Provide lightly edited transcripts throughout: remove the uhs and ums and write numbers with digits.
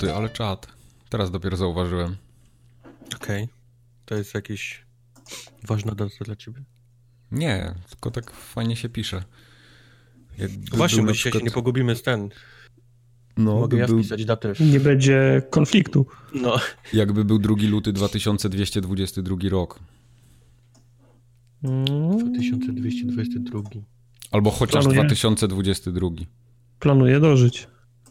luty, ale czad. Teraz dopiero zauważyłem. Okej. To jest jakieś ważna data dla ciebie? Nie, tylko tak fajnie się pisze. Właśnie, my się nie pogubimy z ten. No, Mogę ja wpisać datę. Nie będzie konfliktu. No. Jakby był 2 luty 2222 rok. 2222. Albo chociaż 2022. Planuję dożyć.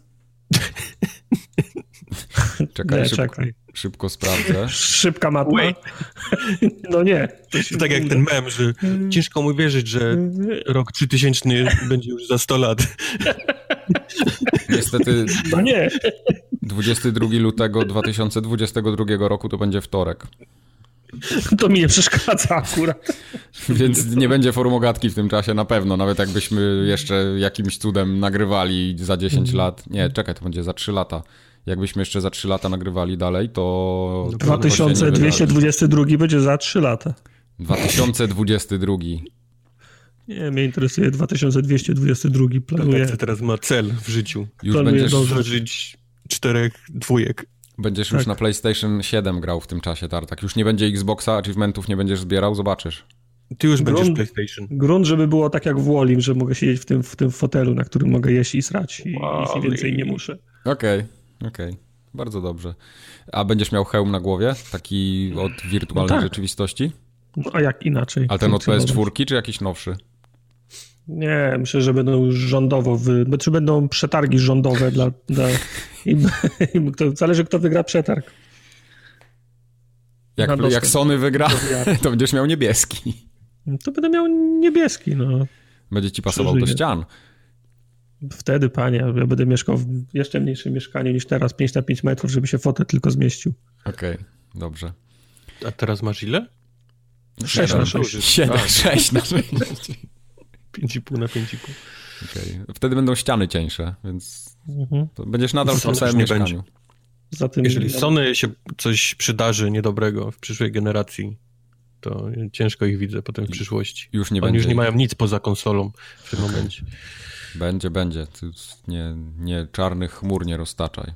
Czekaj, nie, czekaj. Szybko sprawdzę. Szybka matma. No nie. To tak jak ten mem, że ciężko mu wierzyć, że rok 3000 będzie już za 100 lat. Niestety no nie. 22 lutego 2022 roku to będzie wtorek. To mi nie przeszkadza akurat. Więc nie będzie formogatki w tym czasie na pewno, nawet jakbyśmy jeszcze jakimś cudem nagrywali za 10 lat. Nie, czekaj, to będzie za 3 lata. Jakbyśmy jeszcze za 3 lata nagrywali dalej, to... 2222 będzie za 3 lata. 2022. Nie, mnie interesuje 2222. Planuję. Tak, teraz ma cel w życiu. Już będziesz dożyć 4 dwójek. Będziesz już na PlayStation 7 grał w tym czasie, Tartak. Już nie będzie Xboxa, achievementów nie będziesz zbierał, zobaczysz. Ty już będziesz PlayStation. Grunt, żeby było tak jak w Wallim, że mogę siedzieć w tym fotelu, na którym mogę jeść i srać i nic więcej nie muszę. Okej. Bardzo dobrze. A będziesz miał hełm na głowie? Taki od wirtualnej rzeczywistości? No a jak inaczej? Ale ten od PS4 czy jakiś nowszy? Nie, myślę, że będą już rządowo, czy będą przetargi rządowe zależy kto wygra przetarg. Jak Sony wygra, to będziesz miał niebieski. To będę miał niebieski, no. Będzie ci pasował do ścian. Wtedy, panie, ja będę mieszkał w jeszcze mniejszym mieszkaniu niż teraz, 5x5 metrów, żeby się fotel tylko zmieścił. Okej, dobrze. A teraz masz ile? 6x6. 6 na 6. 5,5 na 5,5. Okej. Wtedy będą ściany cieńsze, więc to będziesz nadal w tym samym mieszkaniu. Jeżeli Sony się coś przydarzy niedobrego w przyszłej generacji, to ciężko ich widzę potem w przyszłości. Już nie Oni będzie. już nie mają nic poza konsolą w tym momencie. Będzie. Ty nie czarnych chmur nie roztaczaj.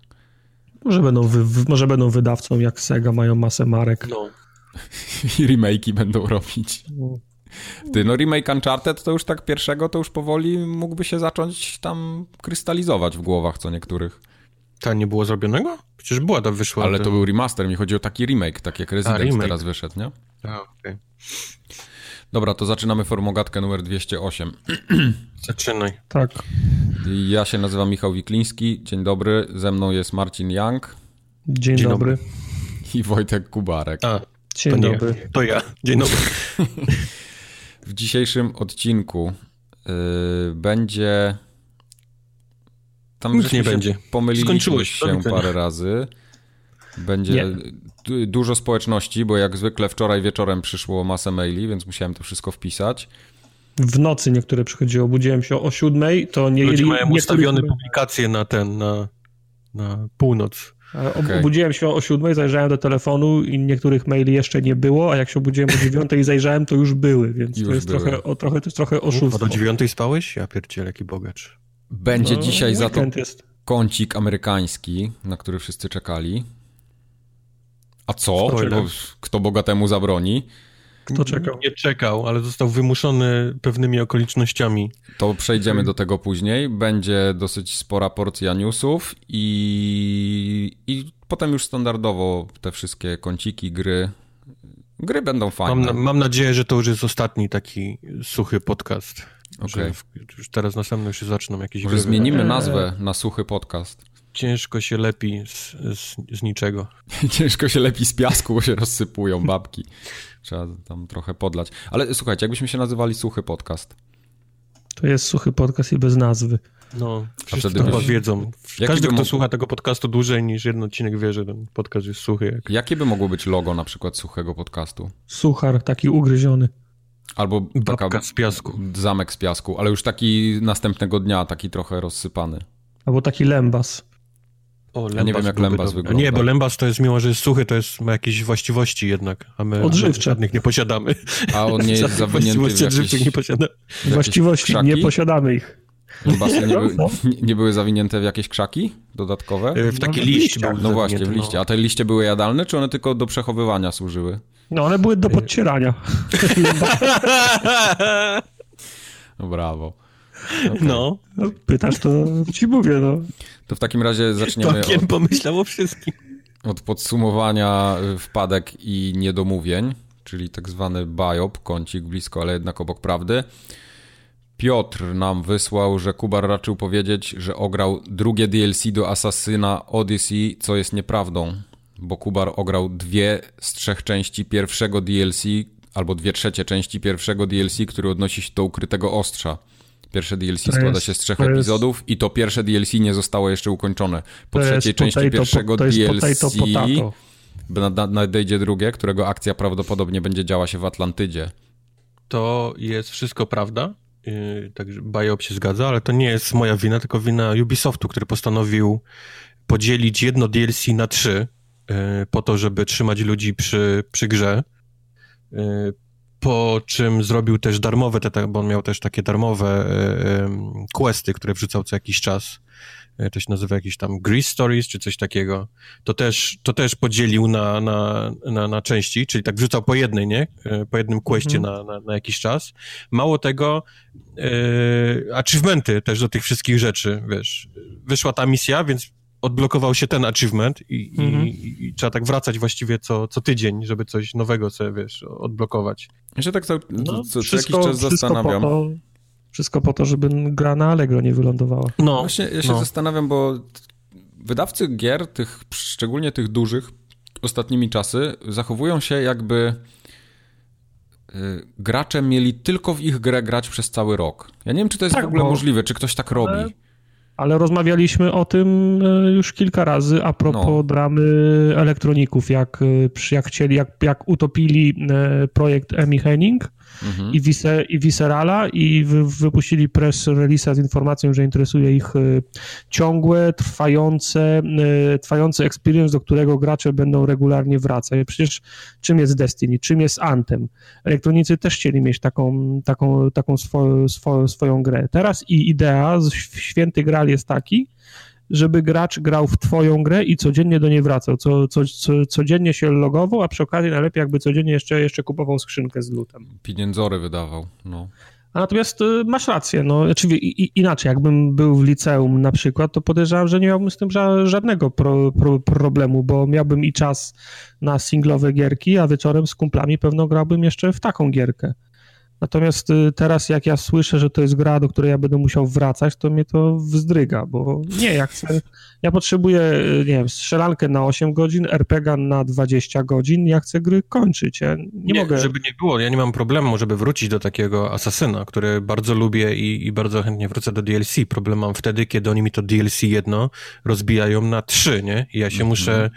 Może będą wydawcą jak Sega, mają masę marek. No. I remake'i będą robić. Remake Uncharted to już tak pierwszego, to już powoli mógłby się zacząć tam krystalizować w głowach co niektórych. Ta nie było zrobionego? Przecież była, ta wyszła. Ale to był remaster, mi chodzi o taki remake, tak jak Resident teraz wyszedł, nie? Okej. Dobra, to zaczynamy formogatkę numer 208. Zaczynaj. Tak. Ja się nazywam Michał Wikliński, dzień dobry, ze mną jest Marcin Young. Dzień dobry. I Wojtek Kubarek. Dzień dobry. To ja. Dzień dobry. W dzisiejszym odcinku będzie... Tam nic nie będzie. Pomyliliśmy się parę razy. Będzie dużo społeczności, bo jak zwykle wczoraj wieczorem przyszło masę maili, więc musiałem to wszystko wpisać. W nocy niektóre przychodziło. Obudziłem się o 7:00, to nie... Ludzie mają ustawione publikacje na północ. Obudziłem się o 7:00, zajrzałem do telefonu i niektórych maili jeszcze nie było, a jak się obudziłem o 9:00 i zajrzałem, to już były, więc już to jest trochę oszustwo. A do 9:00 spałeś? Ja pierdzielę, jaki bogacz. Będzie dzisiaj za to jest. kącik amerykański, na który wszyscy czekali. A co? Kto bogatemu zabroni? Kto czekał? Nie czekał, ale został wymuszony pewnymi okolicznościami. To przejdziemy do tego później. Będzie dosyć spora porcja newsów i potem już standardowo te wszystkie kąciki, gry. Gry będą fajne. Mam nadzieję, że to już jest ostatni taki suchy podcast. Okay. Już teraz następne już się zaczną jakieś Może gry. zmienimy nazwę na suchy podcast. Ciężko się lepi z niczego. Ciężko się lepi z piasku, bo się rozsypują babki. Trzeba tam trochę podlać. Ale słuchajcie, jakbyśmy się nazywali suchy podcast. To jest suchy podcast i bez nazwy. No, wszyscy to chyba wiedzą. Każdy, kto słucha tego podcastu dłużej niż jeden odcinek wie, że ten podcast jest suchy. Jakie by mogło być logo na przykład suchego podcastu? Suchar, taki ugryziony. Albo babka z piasku. Zamek z piasku, ale już taki następnego dnia, taki trochę rozsypany. Albo taki lębas. Ja nie wiem, jak lębas wygląda. Nie, bo lębas to jest, mimo że jest suchy, to ma jakieś właściwości jednak, a my żadnych nie posiadamy. A on nie jest zawinięty w jakieś właściwości, krzaki? nie posiadamy ich. Basy nie były zawinięte w jakieś krzaki dodatkowe? W taki liść był. No właśnie, w liście. A te liście były jadalne, czy one tylko do przechowywania służyły? No one były do podcierania. No brawo. Okay. No. Pytasz, to ci mówię, no. To w takim razie zaczniemy Tolkien pomyślał o wszystkim. Od podsumowania wpadek i niedomówień, czyli tak zwany biop, kącik blisko, ale jednak obok prawdy. Piotr nam wysłał, że Kubar raczył powiedzieć, że ograł drugie DLC do Assassina Odyssey, co jest nieprawdą, bo Kubar ograł 2 z 3 części pierwszego DLC, albo 2/3 części pierwszego DLC, który odnosi się do Ukrytego Ostrza. Pierwsze DLC składa się z 3 epizodów i to pierwsze DLC nie zostało jeszcze ukończone. Po trzeciej części pierwszego DLC nadejdzie drugie, którego akcja prawdopodobnie będzie działa się w Atlantydzie. To jest wszystko prawda. Także biop się zgadza, ale to nie jest moja wina, tylko wina Ubisoftu, który postanowił podzielić jedno DLC na 3 po to, żeby trzymać ludzi przy grze. Po czym zrobił też darmowe, bo on miał też takie darmowe questy, które wrzucał co jakiś czas. To się nazywa jakieś tam Grease Stories, czy coś takiego. To też podzielił na części, czyli tak wrzucał po jednej, nie? Po jednym questie na jakiś czas. Mało tego, achievementy też do tych wszystkich rzeczy, wiesz. Wyszła ta misja, więc odblokował się ten achievement i trzeba tak wracać właściwie co tydzień, żeby coś nowego sobie, wiesz, odblokować. Ja się tak co jakiś czas zastanawiam. Wszystko po to, żeby gra na Allegro nie wylądowała. No, właśnie ja się zastanawiam, bo wydawcy gier, szczególnie tych dużych, ostatnimi czasy, zachowują się jakby gracze mieli tylko w ich grę grać przez cały rok. Ja nie wiem, czy to jest w ogóle możliwe, czy ktoś tak robi. Ale rozmawialiśmy o tym już kilka razy a propos dramy elektroników, jak utopili projekt Amy Hennig i Viscerala i wypuścili press release z informacją, że interesuje ich ciągłe, trwający experience, do którego gracze będą regularnie wracać. Przecież czym jest Destiny, czym jest Anthem? Elektronicy też chcieli mieć taką swoją grę. Teraz idea święty gral jest taki, żeby gracz grał w twoją grę i codziennie do niej wracał, codziennie się logował, a przy okazji najlepiej jakby codziennie jeszcze kupował skrzynkę z lootem. Pieniędzory wydawał, no. A natomiast masz rację, no, inaczej, jakbym był w liceum na przykład, to podejrzewam, że nie miałbym z tym żadnego problemu, bo miałbym i czas na singlowe gierki, a wieczorem z kumplami pewno grałbym jeszcze w taką gierkę. Natomiast teraz jak ja słyszę, że to jest gra, do której ja będę musiał wracać, to mnie to wzdryga, bo ja potrzebuję, nie wiem, strzelankę na 8 godzin, RPG na 20 godzin, ja chcę gry kończyć, ja nie mogę... Żeby nie było, ja nie mam problemu, żeby wrócić do takiego Asasyna, który bardzo lubię i bardzo chętnie wrócę do DLC. Problem mam wtedy, kiedy oni mi to DLC jedno rozbijają na 3, nie? I ja się muszę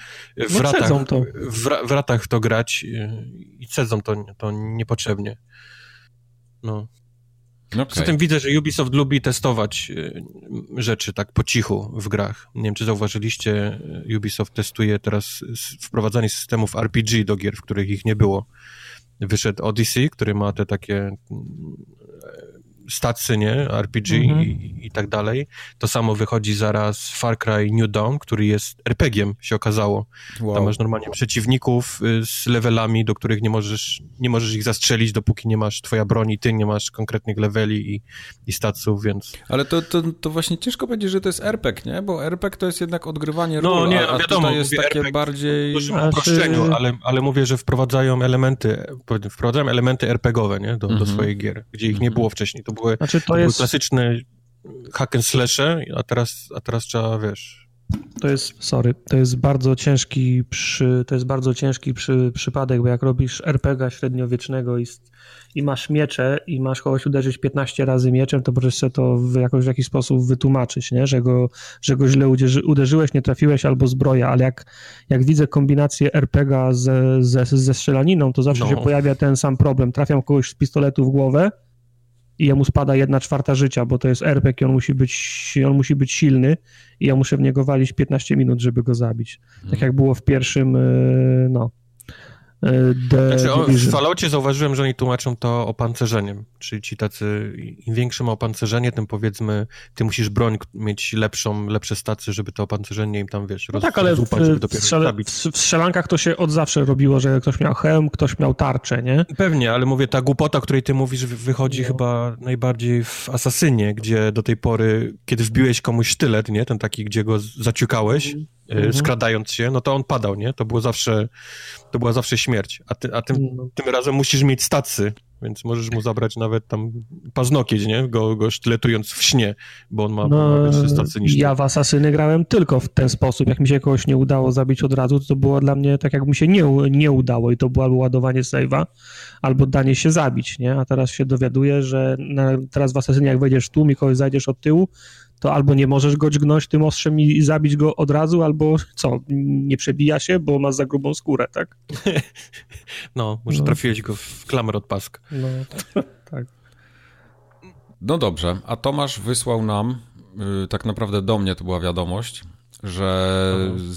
w ratach w to grać i cedzą to niepotrzebnie. No. Okay. Zatem widzę, że Ubisoft lubi testować rzeczy tak po cichu w grach. Nie wiem, czy zauważyliście, Ubisoft testuje teraz wprowadzanie systemów RPG do gier, w których ich nie było. Wyszedł Odyssey, który ma te takie stacy, nie? RPG i tak dalej. To samo wychodzi zaraz Far Cry New Dawn, który jest RPG-iem, się okazało. Wow. Tam masz normalnie przeciwników z levelami, do których nie możesz ich zastrzelić, dopóki nie masz twoja broni, ty nie masz konkretnych leveli i statców, więc... Ale to właśnie ciężko powiedzieć, że to jest RPG, nie? Bo RPG to jest jednak odgrywanie ról, a wiadomo, tutaj jest takie RPG bardziej... W dużym uproszczeniu, ale mówię, że wprowadzają elementy RPG-owe, nie? Do swoich gier, gdzie ich nie było wcześniej. To były klasyczne hack and slashe, a teraz trzeba, wiesz... To jest bardzo ciężki przypadek, bo jak robisz RPG średniowiecznego i masz miecze i masz kogoś uderzyć 15 razy mieczem, to możesz sobie to w jakiś sposób wytłumaczyć, nie? Że go źle uderzyłeś, nie trafiłeś albo zbroja, ale jak widzę kombinację RPG ze strzelaniną, to zawsze się pojawia ten sam problem. Trafiam kogoś z pistoletu w głowę i jemu spada 1/4 życia, bo to jest RPG i on musi być silny i ja muszę w niego walić 15 minut, żeby go zabić. Tak jak było w pierwszym, W Falloutie zauważyłem, że oni tłumaczą to opancerzeniem, czyli ci tacy, im większe ma opancerzenie, tym powiedzmy, ty musisz broń mieć lepsze stacy, żeby to opancerzenie im tam, wiesz, tak, ale w strzelankach to się od zawsze robiło, że ktoś miał hełm, ktoś miał tarczę, nie? Pewnie, ale mówię, ta głupota, o której ty mówisz, wychodzi chyba najbardziej w Asasynie, gdzie do tej pory, kiedy wbiłeś komuś sztylet, nie, ten taki, gdzie go zaciukałeś, skradając się, no to on padał, nie? To była zawsze śmierć, a tym razem musisz mieć stacy, więc możesz mu zabrać nawet tam paznokieć, nie? Go sztyletując w śnie, bo on ma większe stacy niż ty. Ja w Asasyny grałem tylko w ten sposób. Jak mi się kogoś nie udało zabić od razu, to było dla mnie tak, jakby się nie udało i to było albo ładowanie save'a, albo danie się zabić, nie? A teraz się dowiaduję, że teraz w Asasynie jak wejdziesz w tłum i kogoś zajdziesz od tyłu, to albo nie możesz go dźgnąć tym ostrzem i zabić go od razu, albo nie przebija się, bo masz za grubą skórę, tak? No, może trafiłeś go w klamę od paska. No, tak. No dobrze, a Tomasz wysłał nam, tak naprawdę do mnie to była wiadomość, że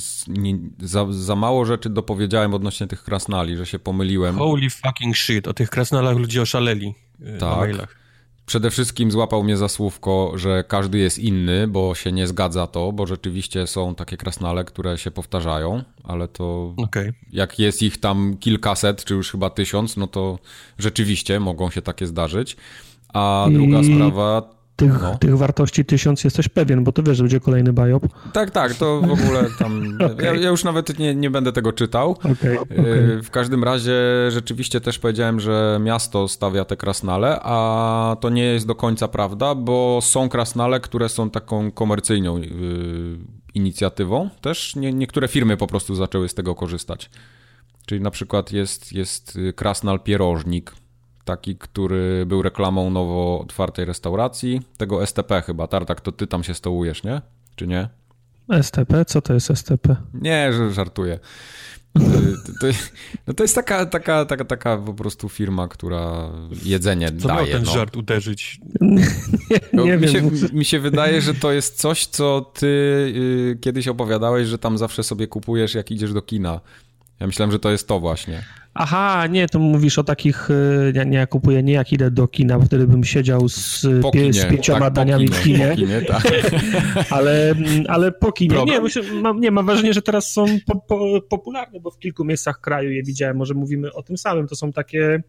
za mało rzeczy dopowiedziałem odnośnie tych krasnali, że się pomyliłem. Holy fucking shit, o tych krasnalach ludzie oszaleli na mailach. Przede wszystkim złapał mnie za słówko, że każdy jest inny, bo się nie zgadza to, bo rzeczywiście są takie krasnale, które się powtarzają, ale to jak jest ich tam kilkaset, czy już chyba 1000, no to rzeczywiście mogą się takie zdarzyć. A druga sprawa... Tych wartości 1000 jesteś pewien, bo to wiesz, że będzie kolejny biop. Tak, to w ogóle tam... Ja już nawet nie będę tego czytał. W każdym razie rzeczywiście też powiedziałem, że miasto stawia te krasnale, a to nie jest do końca prawda, bo są krasnale, które są taką komercyjną inicjatywą. Też niektóre firmy po prostu zaczęły z tego korzystać. Czyli na przykład jest krasnal Pierożnik, taki, który był reklamą nowo otwartej restauracji, tego STP chyba. Tartak, to ty tam się stołujesz, nie? Czy nie? STP? Co to jest STP? Nie, żartuję. To jest taka po prostu firma, która jedzenie co daje. Co miał ten żart uderzyć? Nie wiem. Mi się wydaje, że to jest coś, co ty kiedyś opowiadałeś, że tam zawsze sobie kupujesz, jak idziesz do kina. Ja myślałem, że to jest to właśnie. Aha, nie, to mówisz o takich, ja kupuję nie jak idę do kina, bo wtedy bym siedział z 5 daniami w kinie. Po kinie, tak. ale po kinie. Nie, mam wrażenie, że teraz są popularne, bo w kilku miejscach kraju je widziałem, może mówimy o tym samym, to są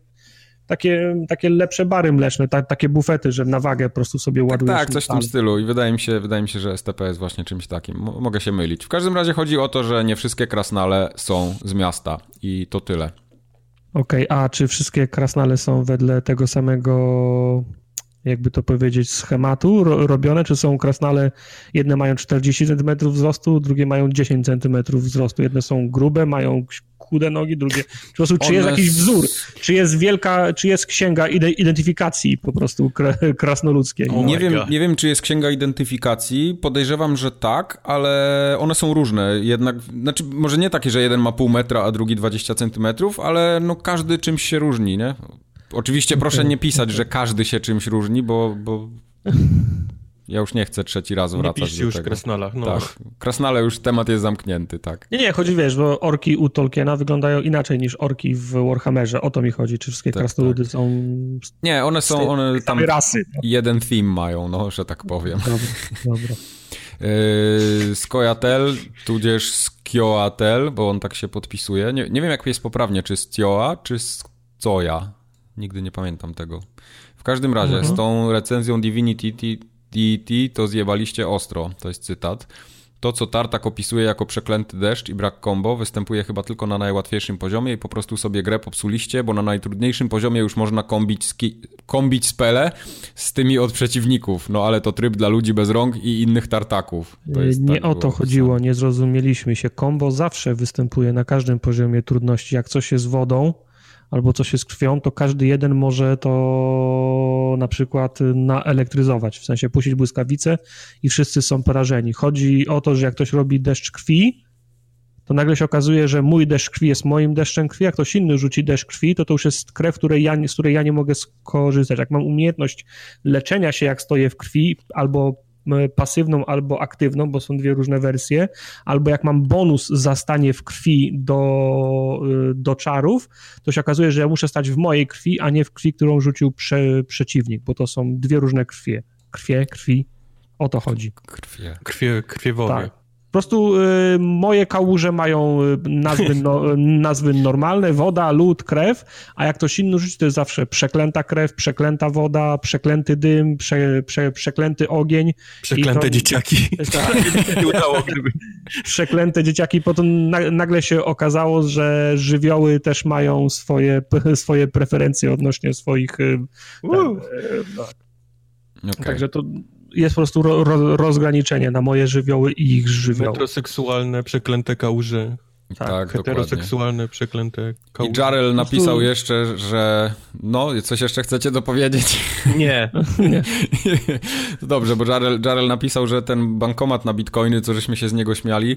takie lepsze bary mleczne, takie bufety, że na wagę po prostu sobie ładujesz. Tak, coś w tym stylu i wydaje mi się, że STP jest właśnie czymś takim. Mogę się mylić. W każdym razie chodzi o to, że nie wszystkie krasnale są z miasta i to tyle. Okej, a czy wszystkie krasnale są wedle tego samego, jakby to powiedzieć, schematu robione, czy są krasnale, jedne mają 40 cm wzrostu, drugie mają 10 cm wzrostu, jedne są grube, mają chude nogi, drugie... Po prostu, czy jest jakiś wzór, czy jest księga identyfikacji po prostu krasnoludzkiej? Nie wiem, czy jest księga identyfikacji, podejrzewam, że tak, ale one są różne, jednak, znaczy może nie takie, że jeden ma pół metra, a drugi 20 centymetrów, ale no każdy czymś się różni, nie? Oczywiście proszę nie pisać, że każdy się czymś różni, bo ja już nie chcę trzeci raz wracać do tego. Już krasnalach. No. Tak, krasnale już temat jest zamknięty, tak. Nie, chodzi, wiesz, bo orki u Tolkiena wyglądają inaczej niż orki w Warhammerze. O to mi chodzi, czy wszystkie krasnoludy są... Nie, one tam rasy. Jeden theme mają, no, że tak powiem. Dobra. Skojatel, tudzież Skioatel, bo on tak się podpisuje. Nie wiem, jak jest poprawnie, czy Stioa, czy Scoja. Nigdy nie pamiętam tego. W każdym razie, z tą recenzją Divinity to zjebaliście ostro. To jest cytat. To, co Tartak opisuje jako przeklęty deszcz i brak combo, występuje chyba tylko na najłatwiejszym poziomie i po prostu sobie grę popsuliście, bo na najtrudniejszym poziomie już można kombić spele z tymi od przeciwników. No ale to tryb dla ludzi bez rąk i innych Tartaków. Nie tak o to chodziło, nie zrozumieliśmy się. Combo zawsze występuje na każdym poziomie trudności. Jak coś jest wodą, albo coś jest krwią, to każdy jeden może to na przykład naelektryzować, w sensie puścić błyskawicę i wszyscy są porażeni. Chodzi o to, że jak ktoś robi deszcz krwi, to nagle się okazuje, że mój deszcz krwi jest moim deszczem krwi, jak ktoś inny rzuci deszcz krwi, to już jest krew, z której ja nie mogę skorzystać. Jak mam umiejętność leczenia się, jak stoję w krwi, albo pasywną albo aktywną, bo są dwie różne wersje, albo jak mam bonus za stanie w krwi do czarów, to się okazuje, że ja muszę stać w mojej krwi, a nie w krwi, którą rzucił przeciwnik, bo to są dwie różne krwi, o to chodzi. Krwiewowie. Tak. Po prostu moje kałuże mają nazwy normalne, woda, lód, krew, a jak ktoś inny rzuci, to jest zawsze przeklęta krew, przeklęta woda, przeklęty dym, przeklęty ogień. Przeklęte dzieciaki. Tak, nie udało, gdyby. Przeklęte dzieciaki. Potem nagle się okazało, że żywioły też mają swoje preferencje odnośnie swoich... Okay. Także to... Jest po prostu rozgraniczenie na moje żywioły i ich żywioły. Metroseksualne, przeklęte kałuże. Tak, heteroseksualne, przeklęte kałuże. I Jarrell napisał jeszcze, że... No, coś jeszcze chcecie dopowiedzieć? Nie. Dobrze, bo Jarrell napisał, że ten bankomat na bitcoiny, co żeśmy się z niego śmiali,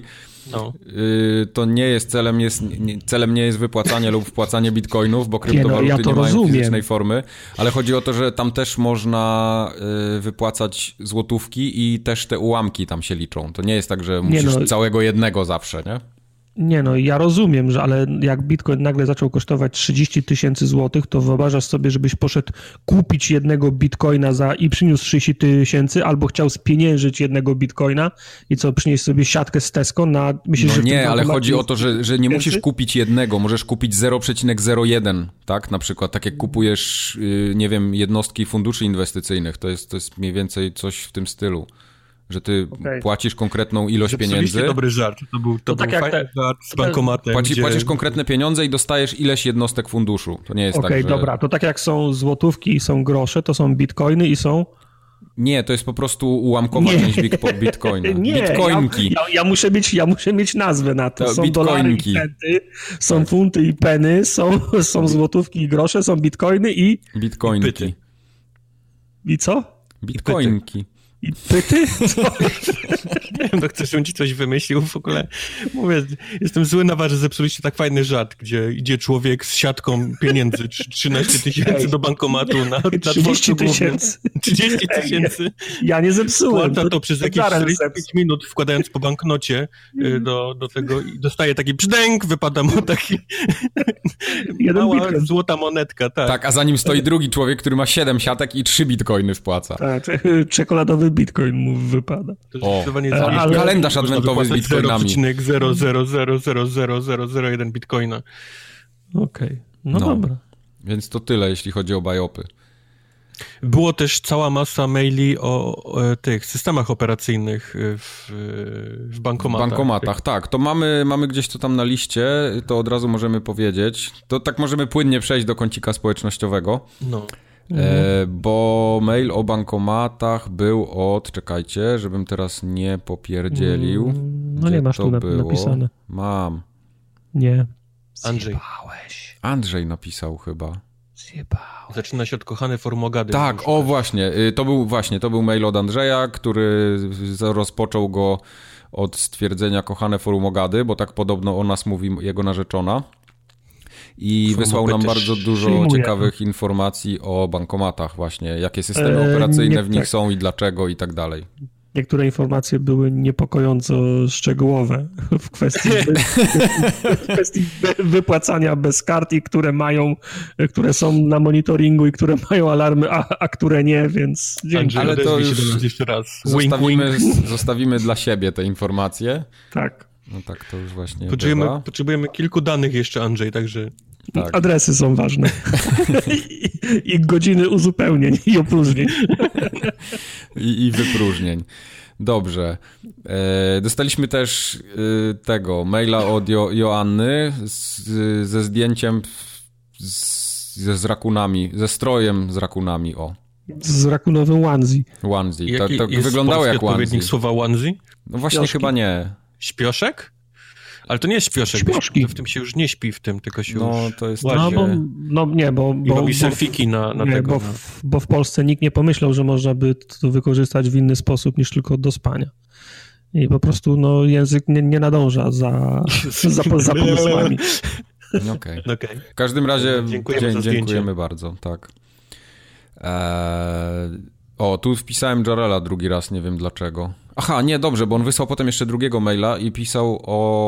to nie jest celem nie jest wypłacanie lub wpłacanie bitcoinów, bo kryptowaluty nie mają fizycznej formy, ale chodzi o to, że tam też można wypłacać złotówki i też te ułamki tam się liczą. To nie jest tak, że musisz całego jednego zawsze, nie? Nie no, ja rozumiem, że ale jak Bitcoin nagle zaczął kosztować 30 000 złotych, to wyobrażasz sobie, żebyś poszedł kupić jednego Bitcoina i przyniósł 30 000, albo chciał spieniężyć jednego Bitcoina i co, przynieść sobie siatkę z Tesco na... Myślisz, że nie, ale chodzi o to, że nie musisz kupić jednego, możesz kupić 0,01, tak? Na przykład, tak jak kupujesz, nie wiem, jednostki funduszy inwestycyjnych, to jest mniej więcej coś w tym stylu. Że ty płacisz konkretną ilość pieniędzy. To dobry żart. To był fajny żart z bankomatem. Płacisz konkretne pieniądze i dostajesz ileś jednostek funduszu. To nie jest tak, że... dobra. To tak jak są złotówki i są grosze, to są bitcoiny i są... Nie, to jest po prostu ułamkowa część bitcoina. Nie, bitcoinki. Ja muszę mieć nazwę na to. Są bitcoinki. Dolary i centy, są funty i peny, są złotówki i grosze, są bitcoiny i... Bitcoinki. I co? Bitcoinki. I pyty? Co? Nie wiem, chcesz, żebym ci coś wymyślił w ogóle. Mówię, jestem zły na was, że zepsuliście tak fajny żart, gdzie idzie człowiek z siatką pieniędzy, 13 000 do bankomatu na 30 000. 30 000. Ja nie zepsułem. Wkłada to przez jakieś 45 minut, wkładając po banknocie do tego i dostaje taki brzdęk, wypada mu taki mała złota monetka. Tak, a za nim stoi drugi człowiek, który ma 7 siatek i 3 bitcoiny wpłaca. Tak, czekoladowy bitcoin mu wypada. Kalendarz adwentowy z bitcoinami. 0,0000001 bitcoina. Okej, no dobra. Więc to tyle, jeśli chodzi o bajopy. Było też cała masa maili o tych systemach operacyjnych w bankomatach. W bankomatach, tak. To mamy gdzieś to tam na liście, to od razu możemy powiedzieć. To tak możemy płynnie przejść do kącika społecznościowego. No. Bo mail o bankomatach był czekajcie, żebym teraz nie popierdzielił. No nie masz tu napisane. Mam. Nie. Andrzej napisał chyba. Zaczyna się od kochane formogady. Tak, właśnie. To był mail od Andrzeja, który rozpoczął go od stwierdzenia kochane formogady, bo tak podobno o nas mówi jego narzeczona. I wysłał nam bardzo dużo ciekawych informacji o bankomatach właśnie, jakie systemy operacyjne w nich są i dlaczego i tak dalej. Niektóre informacje były niepokojąco szczegółowe w kwestii wypłacania bez kart i które są na monitoringu i które mają alarmy, a które nie, więc dzięki. Ale to już jeszcze raz. Zostawimy dla siebie te informacje. Tak. No tak, to już właśnie Potrzebujemy kilku danych jeszcze, Andrzej, także... Tak. Adresy są ważne. I godziny uzupełnień i opróżnień. I wypróżnień. Dobrze. Dostaliśmy też maila od Joanny ze zdjęciem z rakunami, ze strojem z rakunami, Z rakunowym onesie. Onesie. Tak wyglądało jak odpowiednik słowa onesie? No właśnie Śpioszki? Chyba nie. Śpioszek? Ale to nie jest śpioszek, Śpioszki. W tym się już nie śpi, tylko się już... to jest I robi selfiki na tego. Bo w Polsce nikt nie pomyślał, że można by to wykorzystać w inny sposób niż tylko do spania. I po prostu język nie nadąża za pomysłami. Okej. W każdym razie dziękujemy bardzo, tak. O, tu wpisałem Jarela drugi raz, nie wiem dlaczego. Aha, nie, dobrze, bo on wysłał potem jeszcze drugiego maila i pisał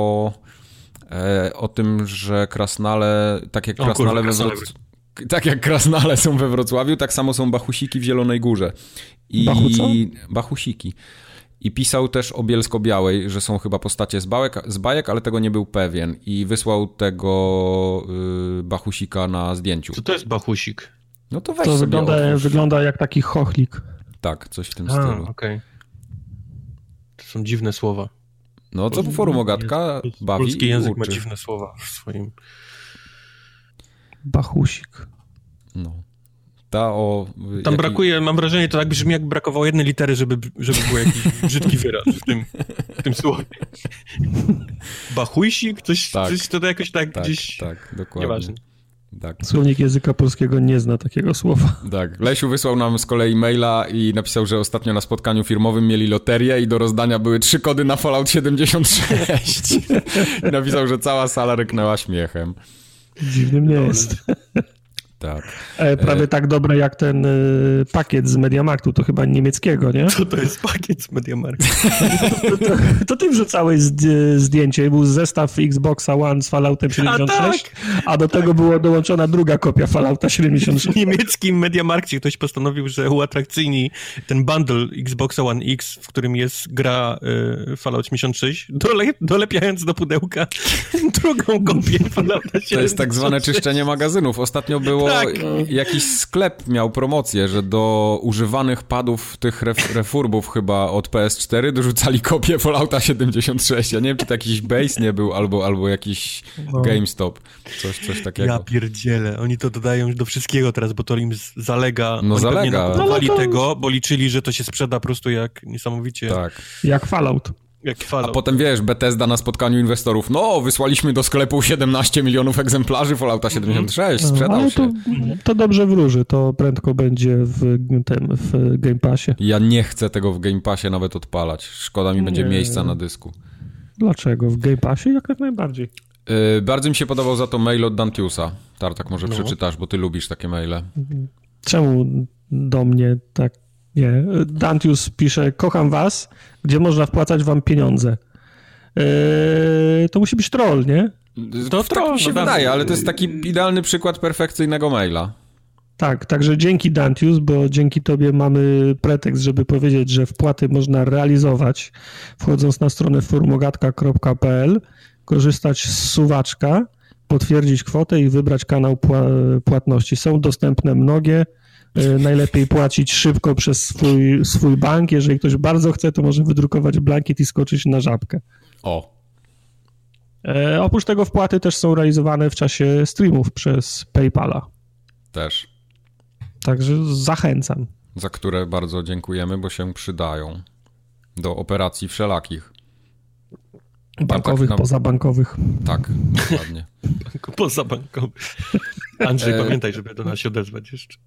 o tym, że krasnale, tak jak krasnale są we Wrocławiu, tak samo są bachusiki w Zielonej Górze. Bachusiki. I pisał też o Bielsko-Białej, że są chyba postacie z bajek, ale tego nie był pewien. I wysłał tego bachusika na zdjęciu. Co to jest bachusik? No to weź to sobie wygląda jak taki chochlik. Tak, coś w tym stylu. Okej. To są dziwne słowa. No, co po forum Ogatka bawi polski język uczy. ma dziwne słowa w swoim... Bachusik. No. Tam brakuje, mam wrażenie, to tak brzmi, jak brakowało jednej litery, żeby był jakiś brzydki wyraz w tym słowie. Bachujsik? Coś to jakoś tak gdzieś... Tak, dokładnie. Nieważne. Tak. Słownik języka polskiego nie zna takiego słowa. Tak. Lesiu wysłał nam z kolei maila i napisał, że ostatnio na spotkaniu firmowym mieli loterię i do rozdania były 3 kody na Fallout 76. I napisał, że cała sala ryknęła śmiechem. Dziwnym nie jest. Tak. Prawie tak dobre jak ten pakiet z Mediamarktu, to chyba niemieckiego, nie? Co to jest pakiet z Mediamarktu? To ty wrzucałeś zdjęcie, był zestaw Xboxa One z Falloutem 76, a do tego była dołączona druga kopia Fallouta 76. W niemieckim Mediamarkcie ktoś postanowił, że uatrakcyjni ten bundle Xboxa One X, w którym jest gra Fallout 76, dolepiając do pudełka drugą kopię Fallouta 76. To jest tak zwane czyszczenie magazynów. Ostatnio było jakiś sklep miał promocję, że do używanych padów tych refurbów chyba od PS4 dorzucali kopię Fallouta 76. Ja nie wiem, czy to jakiś Base nie był, albo jakiś GameStop. Coś takiego. Ja pierdzielę. Oni to dodają do wszystkiego teraz, bo to im zalega. No oni zalega. Nie nakupowali tego, bo liczyli, że to się sprzeda po prostu jak niesamowicie. Tak. Jak Fallout. A potem wiesz, Bethesda na spotkaniu inwestorów, wysłaliśmy do sklepu 17 milionów egzemplarzy Fallouta 76, sprzedał się. To dobrze wróży, to prędko będzie w Game Passie. Ja nie chcę tego w Game Passie nawet odpalać. Szkoda mi będzie miejsca na dysku. Dlaczego? W Game Passie? Jak najbardziej. Bardzo mi się podobał za to mail od Dantiusa. Tartak, może przeczytasz, bo ty lubisz takie maile. Czemu do mnie tak nie? Dantius pisze, kocham was, gdzie można wpłacać wam pieniądze. To musi być troll, nie? To troll mi się wydaje, ale to jest taki idealny przykład perfekcyjnego maila. Tak, także dzięki Dantius, bo dzięki tobie mamy pretekst, żeby powiedzieć, że wpłaty można realizować, wchodząc na stronę forumogatka.pl, korzystać z suwaczka, potwierdzić kwotę i wybrać kanał płatności. Są dostępne mnogie. Najlepiej płacić szybko przez swój bank. Jeżeli ktoś bardzo chce, to może wydrukować blankiet i skoczyć na żabkę. Oprócz tego wpłaty też są realizowane w czasie streamów przez PayPala. Też. Także zachęcam. Za które bardzo dziękujemy, bo się przydają do operacji wszelakich. Bankowych, pozabankowych. Tak, dokładnie. Pozabankowych. Andrzej, pamiętaj, żeby do nas się odezwać jeszcze.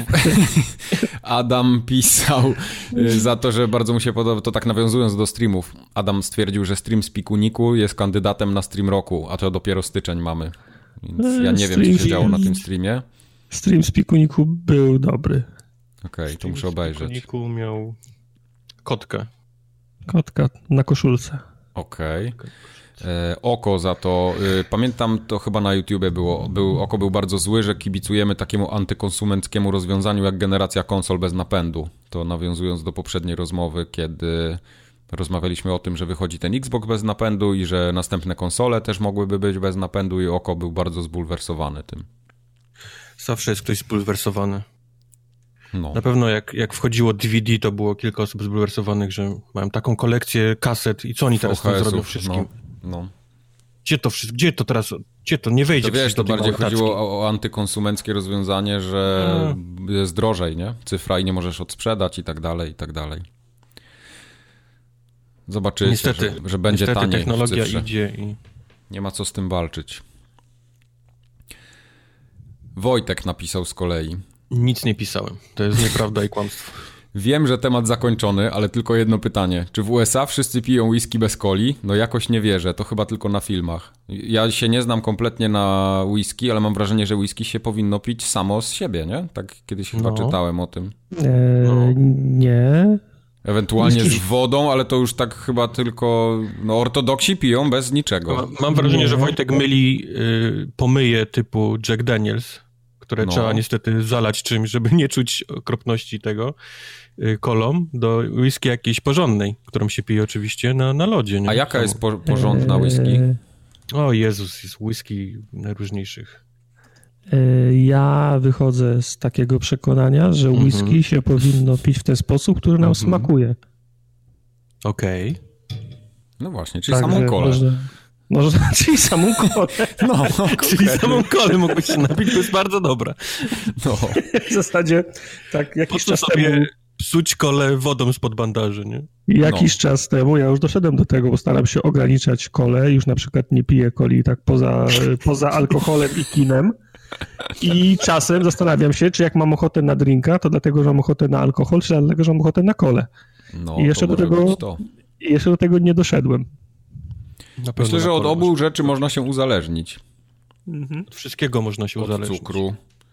Adam pisał za to, że bardzo mu się podoba, to tak nawiązując do streamów. Adam stwierdził, że stream z Pikuniku jest kandydatem na stream roku, a to dopiero styczeń mamy. Więc ja nie wiem, co się działo na tym streamie. Stream z Pikuniku był dobry. Okej, to muszę obejrzeć. Pikuniku miał kotkę. Kotka na koszulce. Okej. Oko za to, pamiętam, to chyba na YouTubie było, Oko był bardzo zły, że kibicujemy takiemu antykonsumenckiemu rozwiązaniu jak generacja konsol bez napędu. To nawiązując do poprzedniej rozmowy, kiedy rozmawialiśmy o tym, że wychodzi ten Xbox bez napędu i że następne konsole też mogłyby być bez napędu i Oko był bardzo zbulwersowany tym. Zawsze jest ktoś zbulwersowany. No. Na pewno jak wchodziło DVD, to było kilka osób zbulwersowanych, że mają taką kolekcję kaset i co oni teraz tam zrobią wszystkim? No. Gdzie to teraz, nie wejdzie? To wiesz, to bardziej chodziło o antykonsumenckie rozwiązanie, że jest drożej, nie? Cyfra i nie możesz odsprzedać i tak dalej, i tak dalej. Zobaczycie, niestety, że będzie taniej. Technologia idzie i... Nie ma co z tym walczyć. Wojtek napisał z kolei. Nic nie pisałem. To jest nieprawda i kłamstwo. Wiem, że temat zakończony, ale tylko jedno pytanie. Czy w USA wszyscy piją whisky bez coli? No jakoś nie wierzę, to chyba tylko na filmach. Ja się nie znam kompletnie na whisky, ale mam wrażenie, że whisky się powinno pić samo z siebie, nie? Tak kiedyś chyba czytałem o tym. Nie. Ewentualnie z wodą, ale to już tak chyba tylko... No ortodoksi piją bez niczego. Mam wrażenie, że Wojtek myli pomyje typu Jack Daniels, które trzeba niestety zalać czymś, żeby nie czuć okropności tego kolą, do whisky jakiejś porządnej, którą się pije oczywiście na lodzie. Nie? A jaka jest porządna whisky? O Jezus, jest whisky najróżniejszych. Ja wychodzę z takiego przekonania, że whisky się powinno pić w ten sposób, który nam smakuje. Okej. No właśnie, czyli samą kolę. Można, czyli samą kolę. No, czyli samą kolę mógłbyś się napić, to jest bardzo dobra. No. W zasadzie tak jakiś czas temu... psuć kolę wodą spod bandaży, nie? Jakiś czas temu ja już doszedłem do tego, bo staram się ograniczać kolę, już na przykład nie piję coli tak poza alkoholem i kinem. I czasem zastanawiam się, czy jak mam ochotę na drinka, to dlatego, że mam ochotę na alkohol, czy dlatego, że mam ochotę na kolę. No, I jeszcze do tego nie doszedłem. Myślę, że od obu rzeczy można się uzależnić. Od wszystkiego można się uzależnić. Od cukru.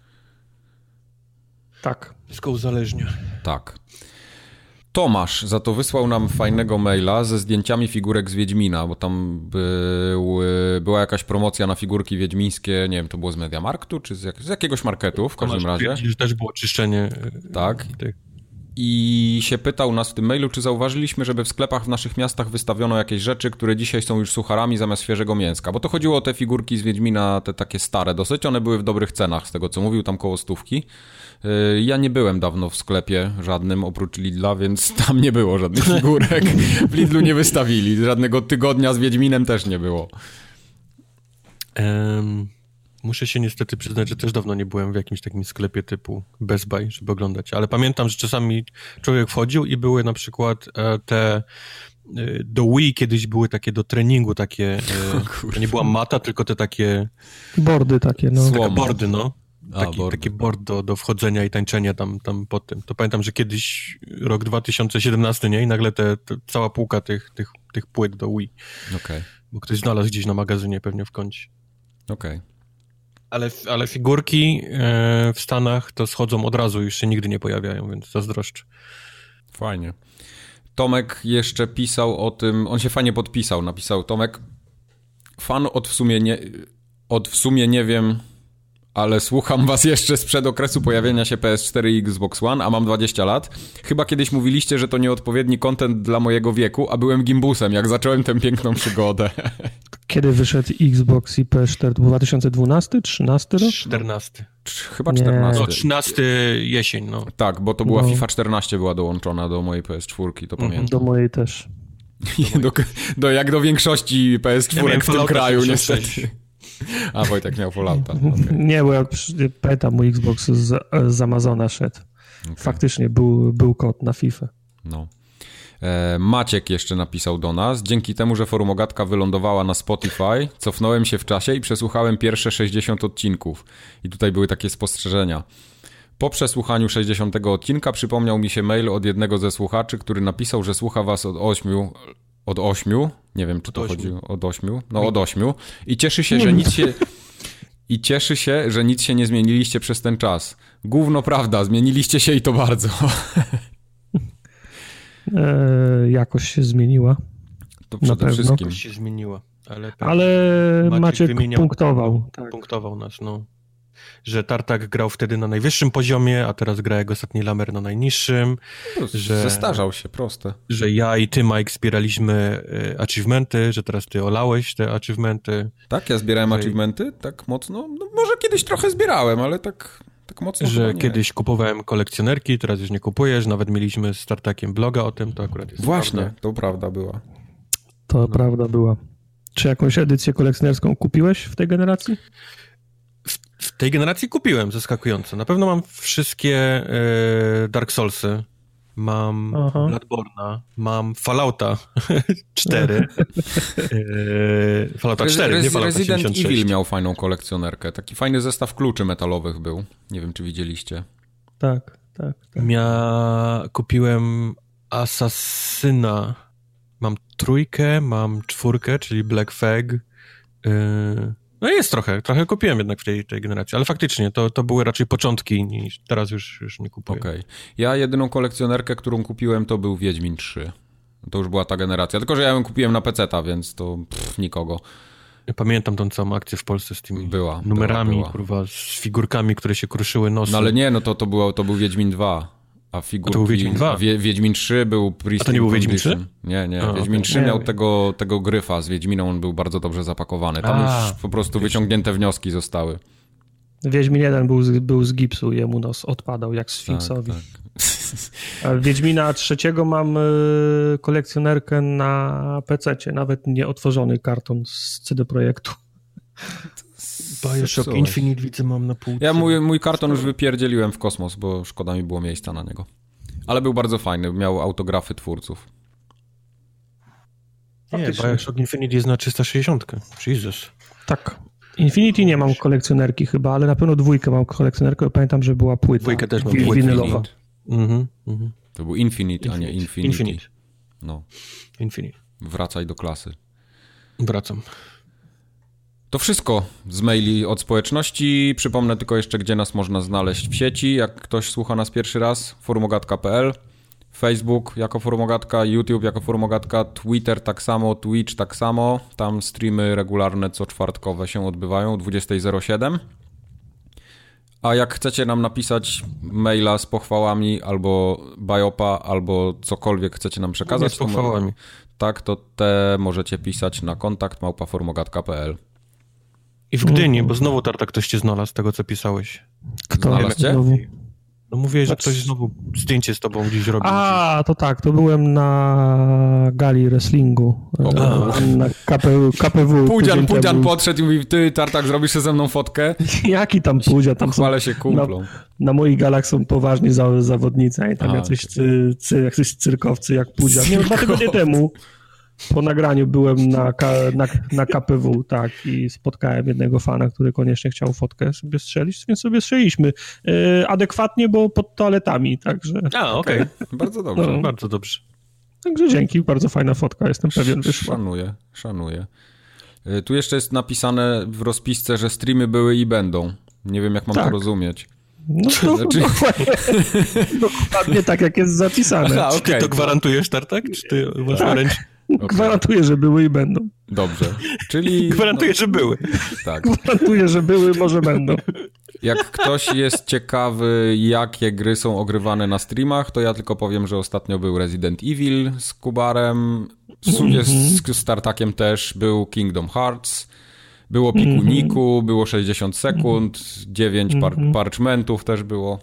Tak. Wszystko uzależnia. Tak. Tomasz za to wysłał nam fajnego maila ze zdjęciami figurek z Wiedźmina, bo tam była jakaś promocja na figurki wiedźmińskie, nie wiem, to było z Mediamarktu, czy z jakiegoś marketu w każdym razie. Że też było czyszczenie. Tak. I się pytał nas w tym mailu, czy zauważyliśmy, żeby w sklepach w naszych miastach wystawiono jakieś rzeczy, które dzisiaj są już sucharami zamiast świeżego mięska. Bo to chodziło o te figurki z Wiedźmina, te takie stare dosyć, one były w dobrych cenach, z tego co mówił, tam koło 100. Ja nie byłem dawno w sklepie żadnym, oprócz Lidla, więc tam nie było żadnych figurek. W Lidlu nie wystawili, żadnego tygodnia z Wiedźminem też nie było. Muszę się niestety przyznać, że też dawno nie byłem w jakimś takim sklepie typu Best Buy, żeby oglądać, ale pamiętam, że czasami człowiek wchodził i były na przykład te do Wii kiedyś były takie do treningu, takie to nie była mata, tylko te takie bordy takie, no. Takie bordy, no. Taki board do wchodzenia i tańczenia tam pod tym. To pamiętam, że kiedyś rok 2017, nie? I nagle cała półka tych płyt do Wii. Okay. Bo ktoś znalazł gdzieś na magazynie pewnie w kącie. Okej. Ale figurki w Stanach to schodzą od razu, już się nigdy nie pojawiają, więc zazdroszczę. Fajnie. Tomek jeszcze pisał o tym, on się fajnie podpisał, napisał Tomek, fan od w sumie nie wiem, ale słucham was jeszcze sprzed okresu pojawienia się PS4 i Xbox One, a mam 20 lat. Chyba kiedyś mówiliście, że to nieodpowiedni content dla mojego wieku, a byłem gimbusem, jak zacząłem tę piękną przygodę. Kiedy wyszedł Xbox i PS4? 2012? 13 rok? 14. Chyba 14. No, 13 jesień, no. Tak, bo to była FIFA 14 była dołączona do mojej PS4, to pamiętam. Do mojej też. Jak do większości PS4 ja w tym kraju, niestety. A Wojtek miał Fallouta. Okay. Nie, bo ja pamiętam, mój Xbox z Amazona szedł. Okay. Faktycznie był kod na FIFA. No. Maciek jeszcze napisał do nas. Dzięki temu, że Forumogatka wylądowała na Spotify, cofnąłem się w czasie i przesłuchałem pierwsze 60 odcinków. I tutaj były takie spostrzeżenia. Po przesłuchaniu 60 odcinka przypomniał mi się mail od jednego ze słuchaczy, który napisał, że słucha was od 8, nie wiem, czy to chodzi od 8, no od 8 i cieszy się, że nic się nie zmieniliście przez ten czas. Gówno prawda, zmieniliście się i to bardzo. Jakoś się zmieniła. To przede wszystkim. Jakoś się zmieniła. Ale Maciek punktował. Tak. Punktował nas, no. Że Tartak grał wtedy na najwyższym poziomie, a teraz gra jak ostatni lamer na najniższym. Że zestarzał się, proste. Że ja i ty, Mike, zbieraliśmy achievementy, że teraz ty olałeś te achievementy. Tak, ja zbierałem achievementy tak mocno. No, może kiedyś trochę zbierałem, ale tak mocno. Że kiedyś kupowałem kolekcjonerki, teraz już nie kupujesz. Nawet mieliśmy z Tartakiem bloga o tym, to akurat jest właśnie, prawda. To prawda była. To prawda była. Czy jakąś edycję kolekcjonerską kupiłeś w tej generacji? W tej generacji kupiłem, zaskakująco. Na pewno mam wszystkie Dark Soulsy. Mam Bloodborne'a, mam Fallouta 4. Fallouta 4, nie Fallouta 76. Resident Evil miał fajną kolekcjonerkę. Taki fajny zestaw kluczy metalowych był. Nie wiem, czy widzieliście. Tak. Kupiłem Assassina. Mam 3, mam 4, czyli Black Flag. No jest trochę kupiłem jednak w tej generacji, ale faktycznie to były raczej początki, niż teraz już nie kupuję. Okej. Ja jedyną kolekcjonerkę, którą kupiłem, to był Wiedźmin 3. To już była ta generacja, tylko że ja ją kupiłem na PC-ta, więc to nikogo. Ja pamiętam tą całą akcję w Polsce z tymi numerami, była. kurwa, z figurkami, które się kruszyły nosem. No ale nie, no to był Wiedźmin 2. A figurki... to był Wiedźmin 2? Wiedźmin 3 był A to nie był Wiedźmin 3? Nie. Wiedźmin 3 miał tego gryfa z Wiedźminą, on był bardzo dobrze zapakowany. Tam już po prostu wyciągnięte wnioski zostały. Wiedźmin 1 był z gipsu, jemu nos odpadał jak Sfinksowi. Tak. A Wiedźmina 3 mam kolekcjonerkę na PC-cie, nawet nie otworzony karton z CD Projektu. Bioshock Infinite widzę mam na półce. Ja mój karton już wypierdzieliłem w kosmos, bo szkoda mi było miejsca na niego. Ale był bardzo fajny, miał autografy twórców. Nie, Bioshock Infinite jest na 360. Jesus. Tak. Infinity nie mam kolekcjonerki chyba, ale na pewno 2 mam kolekcjonerkę, pamiętam, że była płyta. 2 też mam winylowa. To był Infinite, a nie Infinity. Infinite. No. Infinite. Wracaj do klasy. Wracam. To wszystko z maili od społeczności. Przypomnę tylko jeszcze, gdzie nas można znaleźć w sieci. Jak ktoś słucha nas pierwszy raz, forumogatka.pl, Facebook jako Forumogatka, YouTube jako Forumogatka, Twitter tak samo, Twitch tak samo. Tam streamy regularne co czwartkowe się odbywają o 20:07. A jak chcecie nam napisać maila z pochwałami albo biopa, albo cokolwiek chcecie nam przekazać, z pochwałami. To te możecie pisać na kontakt@forumogatka.pl. I w Gdyni, bo znowu Tartak ktoś cię znalazł, tego co pisałeś. Kto? Znalazł cię? No mówiłeś, że ktoś znowu zdjęcie z tobą gdzieś robił. A, to tak, to byłem na gali wrestlingu. Na KPW. Pudzian podszedł i mówi, ty Tartak, zrobisz się ze mną fotkę? Jaki tam Pudzian? Tam chwalę się kumplą. Na moich galach są poważni zawodnicy, a tam jacyś cyrkowcy jak Pudzian. Nie, 2 tygodnie temu po nagraniu byłem na KPW, tak, i spotkałem jednego fana, który koniecznie chciał fotkę sobie strzelić, więc sobie strzeliliśmy. Adekwatnie, bo pod toaletami, także... Okej. Bardzo dobrze. No, bardzo dobrze. Także dzięki, bardzo fajna fotka, jestem pewien, wyszła. Szanuję. Tu jeszcze jest napisane w rozpisce, że streamy były i będą. Nie wiem, jak mam to rozumieć. No to dokładnie tak, jak jest zapisane. Czy ty to gwarantujesz, Tartak? Czy ty masz na ręce? Gwarantuję, że były i będą. Dobrze. Czyli... Gwarantuję, że były. Tak. Gwarantuję, że były, może będą. Jak ktoś jest ciekawy, jakie gry są ogrywane na streamach, to ja tylko powiem, że ostatnio był Resident Evil z Kubarem, w sumie z Tartakiem też był Kingdom Hearts, było Pikuniku, było 60 sekund, 9 parchmentów też było.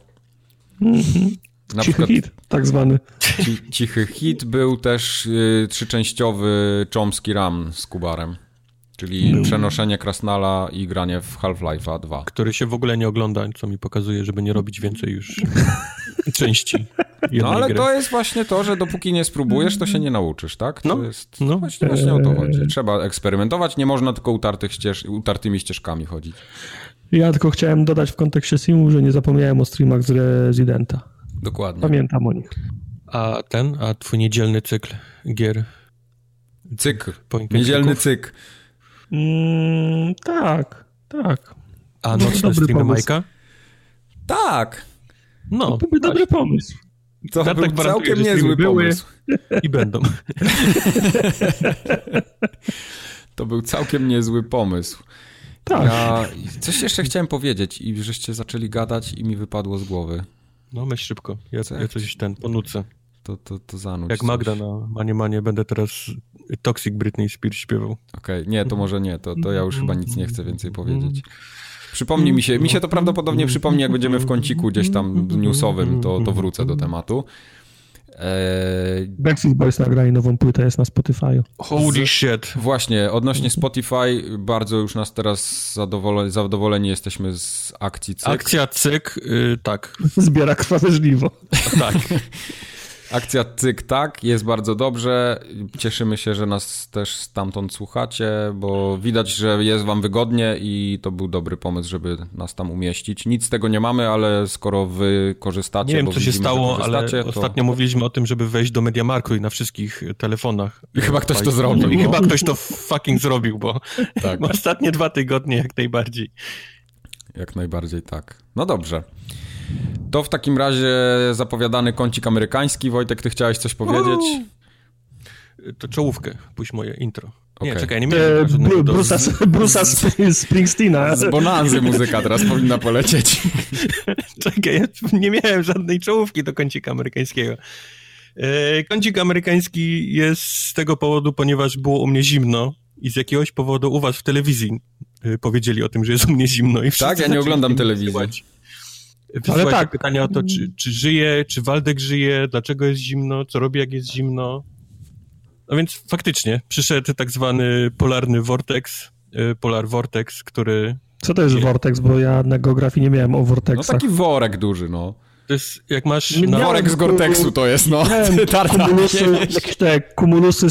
Na cichy hit, tak zwany. Cichy hit był też 3-częściowy Chomsky Run z Kubarem, czyli przenoszenie Krasnala i granie w Half-Life'a 2. Który się w ogóle nie ogląda, co mi pokazuje, żeby nie robić więcej już części. No ale gry. To jest właśnie to, że dopóki nie spróbujesz, to się nie nauczysz, tak? To jest właśnie o to chodzi. Trzeba eksperymentować, nie można tylko utartymi ścieżkami chodzić. Ja tylko chciałem dodać w kontekście streamów, że nie zapomniałem o streamach z Residenta. Dokładnie. Pamiętam o nich. A twój niedzielny cykl gier? Cykl. Niedzielny cykl. Tak. A nocne streamy Majka? Tak. No, to był dobry pomysł. To był całkiem niezły pomysł. I będą. To był całkiem niezły pomysł. Tak. Ja coś jeszcze chciałem powiedzieć i żeście zaczęli gadać i mi wypadło z głowy. No myśl szybko. Ja coś ponucę. To zanudź. Jak Magda na Manie będę teraz Toxic Britney Spears śpiewał. Okej, nie, to może nie. To ja już chyba nic nie chcę więcej powiedzieć. Przypomni mi się to prawdopodobnie przypomni, jak będziemy w kąciku gdzieś tam newsowym, to wrócę do tematu. Backstreet Boys nagrali nową płytę, jest na Spotify. Holy shit. Właśnie, odnośnie Spotify, bardzo już nas teraz zadowoleni jesteśmy z akcji Cyk. Akcja Cyk, tak. Zbiera krwawe żniwo. Tak. Akcja cyk-tak, jest bardzo dobrze. Cieszymy się, że nas też stamtąd słuchacie, bo widać, że jest wam wygodnie i to był dobry pomysł, żeby nas tam umieścić. Nic z tego nie mamy, ale skoro wy korzystacie... Nie wiem, bo co się widzimy, stało, ale to... ostatnio mówiliśmy o tym, żeby wejść do Mediamarktu i na wszystkich telefonach. I chyba ktoś to zrobił. I chyba ktoś to fucking zrobił, bo tak. ostatnie 2 tygodnie jak najbardziej. Jak najbardziej tak. No dobrze. To w takim razie zapowiadany kącik amerykański. Wojtek, ty chciałeś coś powiedzieć? To czołówkę, pójdź moje intro. Nie, Okay. czekaj, nie miałem żadnego... Bruce'a Springsteena. Z Bonanzy muzyka teraz powinna polecieć. Czekaj, ja nie miałem żadnej czołówki do kącika amerykańskiego. Kącik amerykański jest z tego powodu, ponieważ było u mnie zimno i z jakiegoś powodu u was w telewizji powiedzieli o tym, że jest u mnie zimno. I tak, ja nie oglądam telewizji. Ale tak. Pytania o to, czy żyje, czy Waldek żyje, dlaczego jest zimno, co robi, jak jest zimno. No więc faktycznie przyszedł tak zwany polarny vortex, Polar Vortex, który... Co to jest vortex, bo ja na geografii nie miałem o vortexach. No taki worek duży, no. To jest, jak masz... Worek z Gore-Texu to jest, no. Jakieś te kumulusy,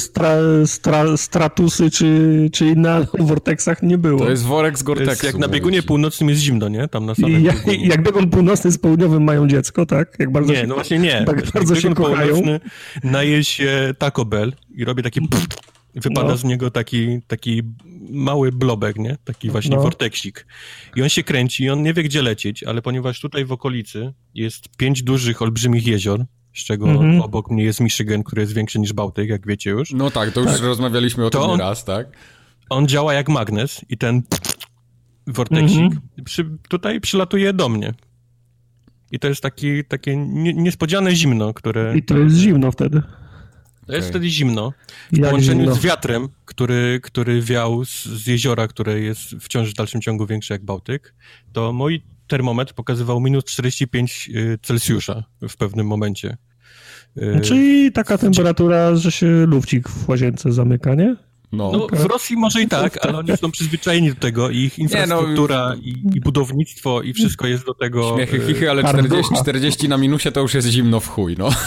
stratusy czy inne w vortexach nie było. To jest worek z Gore-Texu. Jak na biegunie północnym jest zimno, nie? Tam na samym jak biegun północny z południowym mają dziecko, tak? Jak bardzo nie, no właśnie nie. Tak bardzo się kochają. Naje się Taco Bell i robi taki... Wypada z niego taki mały blobek, nie? Taki właśnie vortexik. I on się kręci i on nie wie, gdzie lecieć, ale ponieważ tutaj w okolicy jest 5 dużych, olbrzymich jezior, z czego obok mnie jest Michigan, który jest większy niż Bałtyk, jak wiecie już. No tak, to już rozmawialiśmy o tym raz, tak? On działa jak magnes i ten vortexik tutaj przylatuje do mnie. I to jest takie niespodziane zimno, które... I to jest zimno wtedy. To jest wtedy zimno. W połączeniu z wiatrem, który wiał z jeziora, które jest wciąż w dalszym ciągu większe jak Bałtyk, to mój termometr pokazywał minus 45 Celsjusza w pewnym momencie. Czyli taka temperatura, że się lufcik w łazience zamyka, nie? No, w Rosji może i tak, ale oni są przyzwyczajeni do tego i ich infrastruktura i budownictwo i wszystko jest do tego... Śmiechy, chichy, ale 40 na minusie to już jest zimno w chuj, no.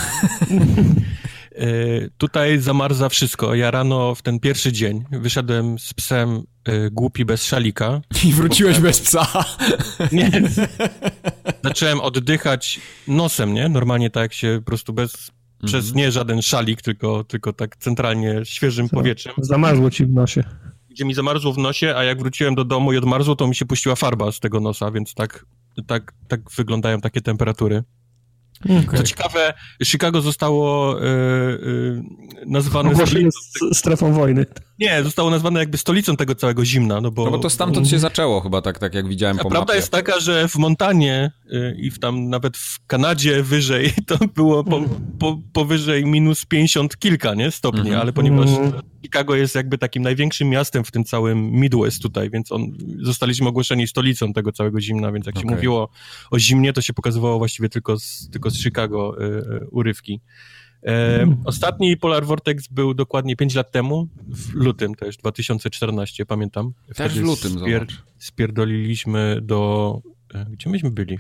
Tutaj zamarza wszystko. Ja rano w ten pierwszy dzień wyszedłem z psem głupi bez szalika. I wróciłeś bez psa. Nie. Zacząłem oddychać nosem, nie? Normalnie tak jak się po prostu przez nie żaden szalik, tylko tak centralnie świeżym powietrzem. Zamarzło ci w nosie. Gdzie mi zamarzło w nosie, a jak wróciłem do domu i odmarzło, to mi się puściła farba z tego nosa, więc tak wyglądają takie temperatury. Okay. Co ciekawe, Chicago zostało nazwane strefą wojny. Nie, zostało nazwane jakby stolicą tego całego zimna. No bo to stamtąd się zaczęło chyba, tak jak widziałem po mapie. Prawda jest taka, że w Montanie i tam nawet w Kanadzie wyżej to było powyżej minus 50 kilka, nie, stopni, ale ponieważ Chicago jest jakby takim największym miastem w tym całym Midwest tutaj, więc zostaliśmy ogłoszeni stolicą tego całego zimna, więc jak się mówiło o zimnie, to się pokazywało właściwie tylko z Chicago urywki. Ostatni Polar Vortex był dokładnie 5 lat temu, w lutym też, 2014, pamiętam. Też w lutym, spierdoliliśmy do... Gdzie myśmy byli?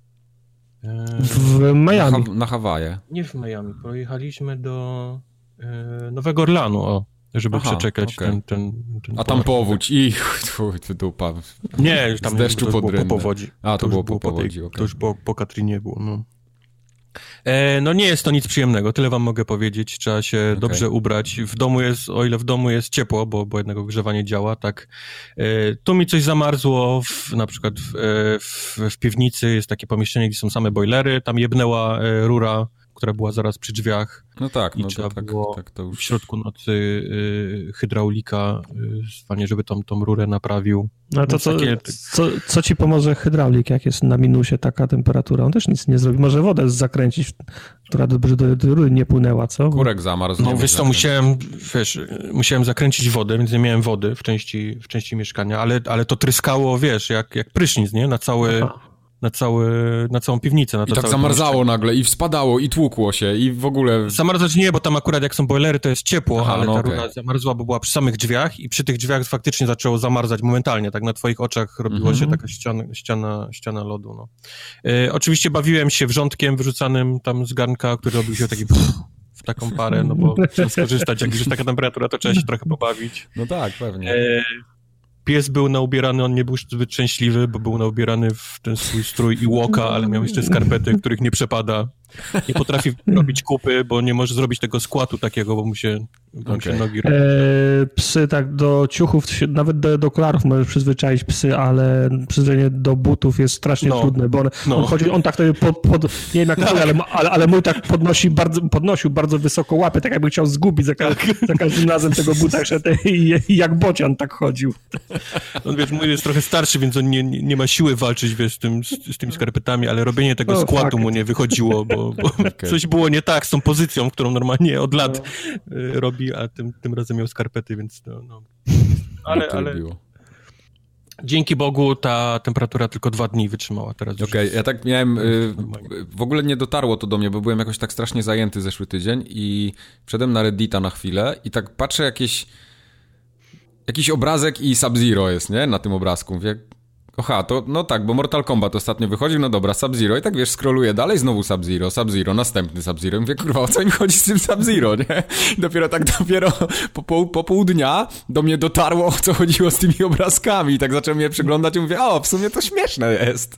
W Miami. Na Hawaje. Nie w Miami, pojechaliśmy do Nowego Orlanu, żeby przeczekać ten a tam powódź i dupa. Nie, już tam z deszczu pod po powodzi. To było po powodzi, To już po Katrinie było, no. No nie jest to nic przyjemnego, tyle wam mogę powiedzieć, trzeba się dobrze ubrać. W domu jest, o ile w domu jest ciepło, bo jednak ogrzewanie działa, tak. Tu mi coś zamarzło, na przykład w piwnicy jest takie pomieszczenie, gdzie są same bojlery, tam jebnęła rura, która była zaraz przy drzwiach. No tak, i trzeba było to już... w środku nocy hydraulika, żeby tą rurę naprawił. No to co ci pomoże hydraulik, jak jest na minusie taka temperatura? On też nic nie zrobi. Może wodę zakręcić, która do rury nie płynęła, co? Kurek zamarzł. No wiesz co, musiałem zakręcić wodę, więc nie miałem wody w części mieszkania, ale to tryskało, wiesz, jak prysznic, nie? Na cały... na całą piwnicę. Na to I tak całe zamarzało nagle i spadało i tłukło się i w ogóle... Zamarzać nie, bo tam akurat jak są boilery, to jest ciepło, ale ta okej. rura zamarzła, bo była przy samych drzwiach i przy tych drzwiach faktycznie zaczęło zamarzać momentalnie, tak na twoich oczach robiło się taka ściana lodu. No. Oczywiście bawiłem się wrzątkiem wyrzucanym tam z garnka, który robił się taki w taką parę, no bo trzeba skorzystać, jak już jest taka temperatura, to trzeba się trochę pobawić. No tak, pewnie. Pies był naubierany, on nie był zbyt szczęśliwy, bo był naubierany w ten swój strój i łoka, ale miał jeszcze skarpety, których nie przepada. Nie potrafi robić kupy, bo nie może zrobić tego składu takiego, bo mu się nogi robią. Psy tak do ciuchów, nawet do okularów możesz przyzwyczaić psy, ale przyzwyczajenie do butów jest strasznie trudne, bo on tak wtedy nie wiem jak twój, ale mój tak podnosił bardzo wysoko łapy, tak jakby chciał zgubić za każdym razem tego buta szedł i jak bocian tak chodził. On wiesz, mój jest trochę starszy, więc on nie ma siły walczyć wiesz, z tymi skarpetami, ale robienie tego składu mu nie wychodziło, bo coś było nie tak z tą pozycją, którą normalnie od lat robi, a tym razem miał skarpety, więc Ale dzięki Bogu ta temperatura tylko 2 dni wytrzymała teraz. Okej, ja tak miałem, w ogóle nie dotarło to do mnie, bo byłem jakoś tak strasznie zajęty zeszły tydzień i wszedłem na Reddita na chwilę i tak patrzę jakiś obrazek i Sub-Zero jest, nie? Na tym obrazku. Mówię, to no tak, bo Mortal Kombat ostatnio wychodził, no dobra, Sub-Zero i tak wiesz, scrolluję dalej, znowu Sub-Zero, następny Sub-Zero. Mówię, kurwa, o co mi chodzi z tym Sub-Zero, nie? Dopiero po pół dnia do mnie dotarło, o co chodziło z tymi obrazkami i tak zacząłem je przeglądać i mówię, w sumie to śmieszne jest.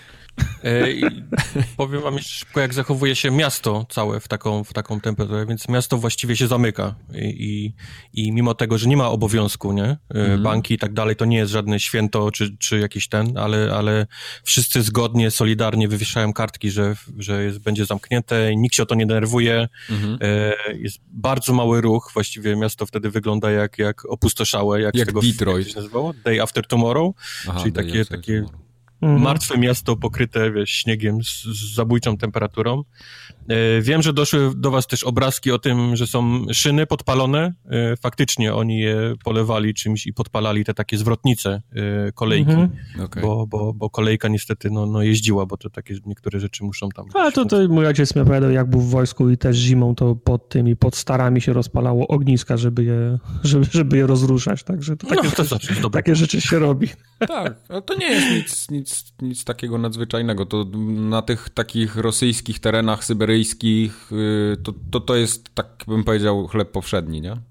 Powiem wam jeszcze szybko, jak zachowuje się miasto całe w taką temperaturę, więc miasto właściwie się zamyka i mimo tego, że nie ma obowiązku, nie? Banki i tak dalej, to nie jest żadne święto czy jakiś ale wszyscy zgodnie, solidarnie wywieszają kartki, że będzie zamknięte, nikt się o to nie denerwuje, jest bardzo mały ruch, właściwie miasto wtedy wygląda jak opustoszałe, jak tego Detroit. Jak się nazywało? Day After Tomorrow, czyli takie martwe miasto pokryte śniegiem z zabójczą temperaturą. Wiem, że doszły do was też obrazki o tym, że są szyny podpalone. Faktycznie oni je polewali czymś i podpalali te takie zwrotnice kolejki, bo kolejka niestety jeździła, bo to takie niektóre rzeczy muszą tam... To mój ojciec mi opowiadał, jak był w wojsku i też zimą to pod starami się rozpalało ogniska, żeby je rozruszać, także to takie rzeczy się robi. Tak, ale to nie jest nic takiego nadzwyczajnego. To na tych takich rosyjskich terenach syberyjskich to jest, tak bym powiedział, chleb powszedni, nie?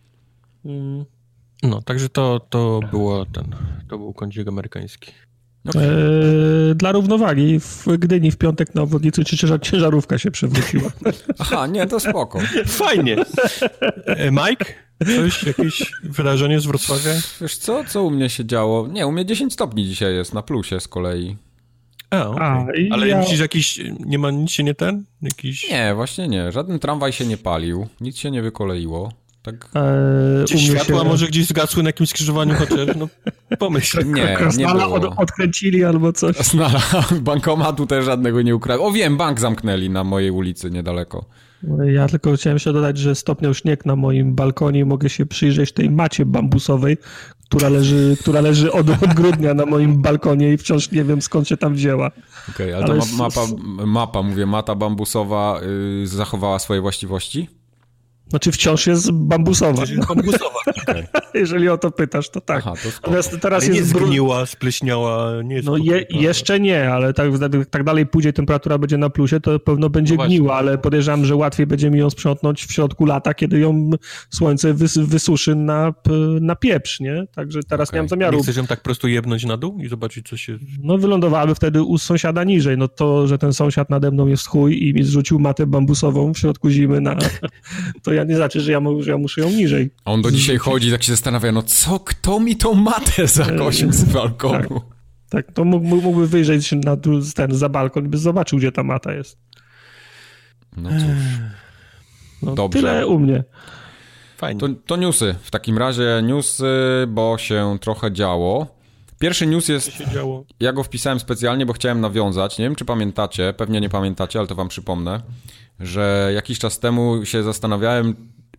No, także to był kącik amerykański. Okay. Dla równowagi w Gdyni w piątek na obwodnicy ciężarówka się przewróciła. Aha, nie, to spoko. Fajnie. Mike? Jakieś wydarzenie z Wrocławia? Wiesz co u mnie się działo? Nie, u mnie 10 stopni dzisiaj jest na plusie z kolei. Okay. Ale myślisz, nic się nie jakiś... Nie, właśnie nie. Żaden tramwaj się nie palił, nic się nie wykoleiło. Tak. Czy światła może gdzieś zgasły na jakimś skrzyżowaniu chociaż? No pomyśl. Nie było. Odkręcili albo coś. Bankomatu też żadnego nie ukradł. Wiem, bank zamknęli na mojej ulicy niedaleko. Ja tylko chciałem się dodać, że stopniał śnieg na moim balkonie i mogę się przyjrzeć tej macie bambusowej, która leży od grudnia na moim balkonie i wciąż nie wiem, skąd się tam wzięła. Okej, ale to mata bambusowa zachowała swoje właściwości? Znaczy wciąż jest bambusowa. Okay. Jeżeli o to pytasz, to tak. Aha, to natomiast teraz nie zgniła, spleśniała, nie jest jeszcze nie, ale tak dalej pójdzie, temperatura będzie na plusie, to pewno będzie gniła, ale podejrzewam, że łatwiej będzie mi ją sprzątnąć w środku lata, kiedy ją słońce wysuszy na pieprz, nie? Także teraz nie mam zamiaru. Nie chcesz ją tak po prostu jebnąć na dół i zobaczyć, co się... No wylądowałaby wtedy u sąsiada niżej. No to, że ten sąsiad nade mną jest chuj i mi zrzucił matę bambusową w środku zimy to ja nie znaczy, że ja muszę ją niżej. A on do dzisiaj chodzi, tak się zastanawia, kto mi tą matę zakosił z balkonu? Tak, to mógłby wyjrzeć za balkon i by zobaczył, gdzie ta mata jest. No cóż. Dobrze. Tyle u mnie. Fajnie. To newsy. W takim razie newsy, bo się trochę działo. Pierwszy news jest, ja go wpisałem specjalnie, bo chciałem nawiązać, nie wiem czy pamiętacie, pewnie nie pamiętacie, ale to wam przypomnę, że jakiś czas temu się zastanawiałem,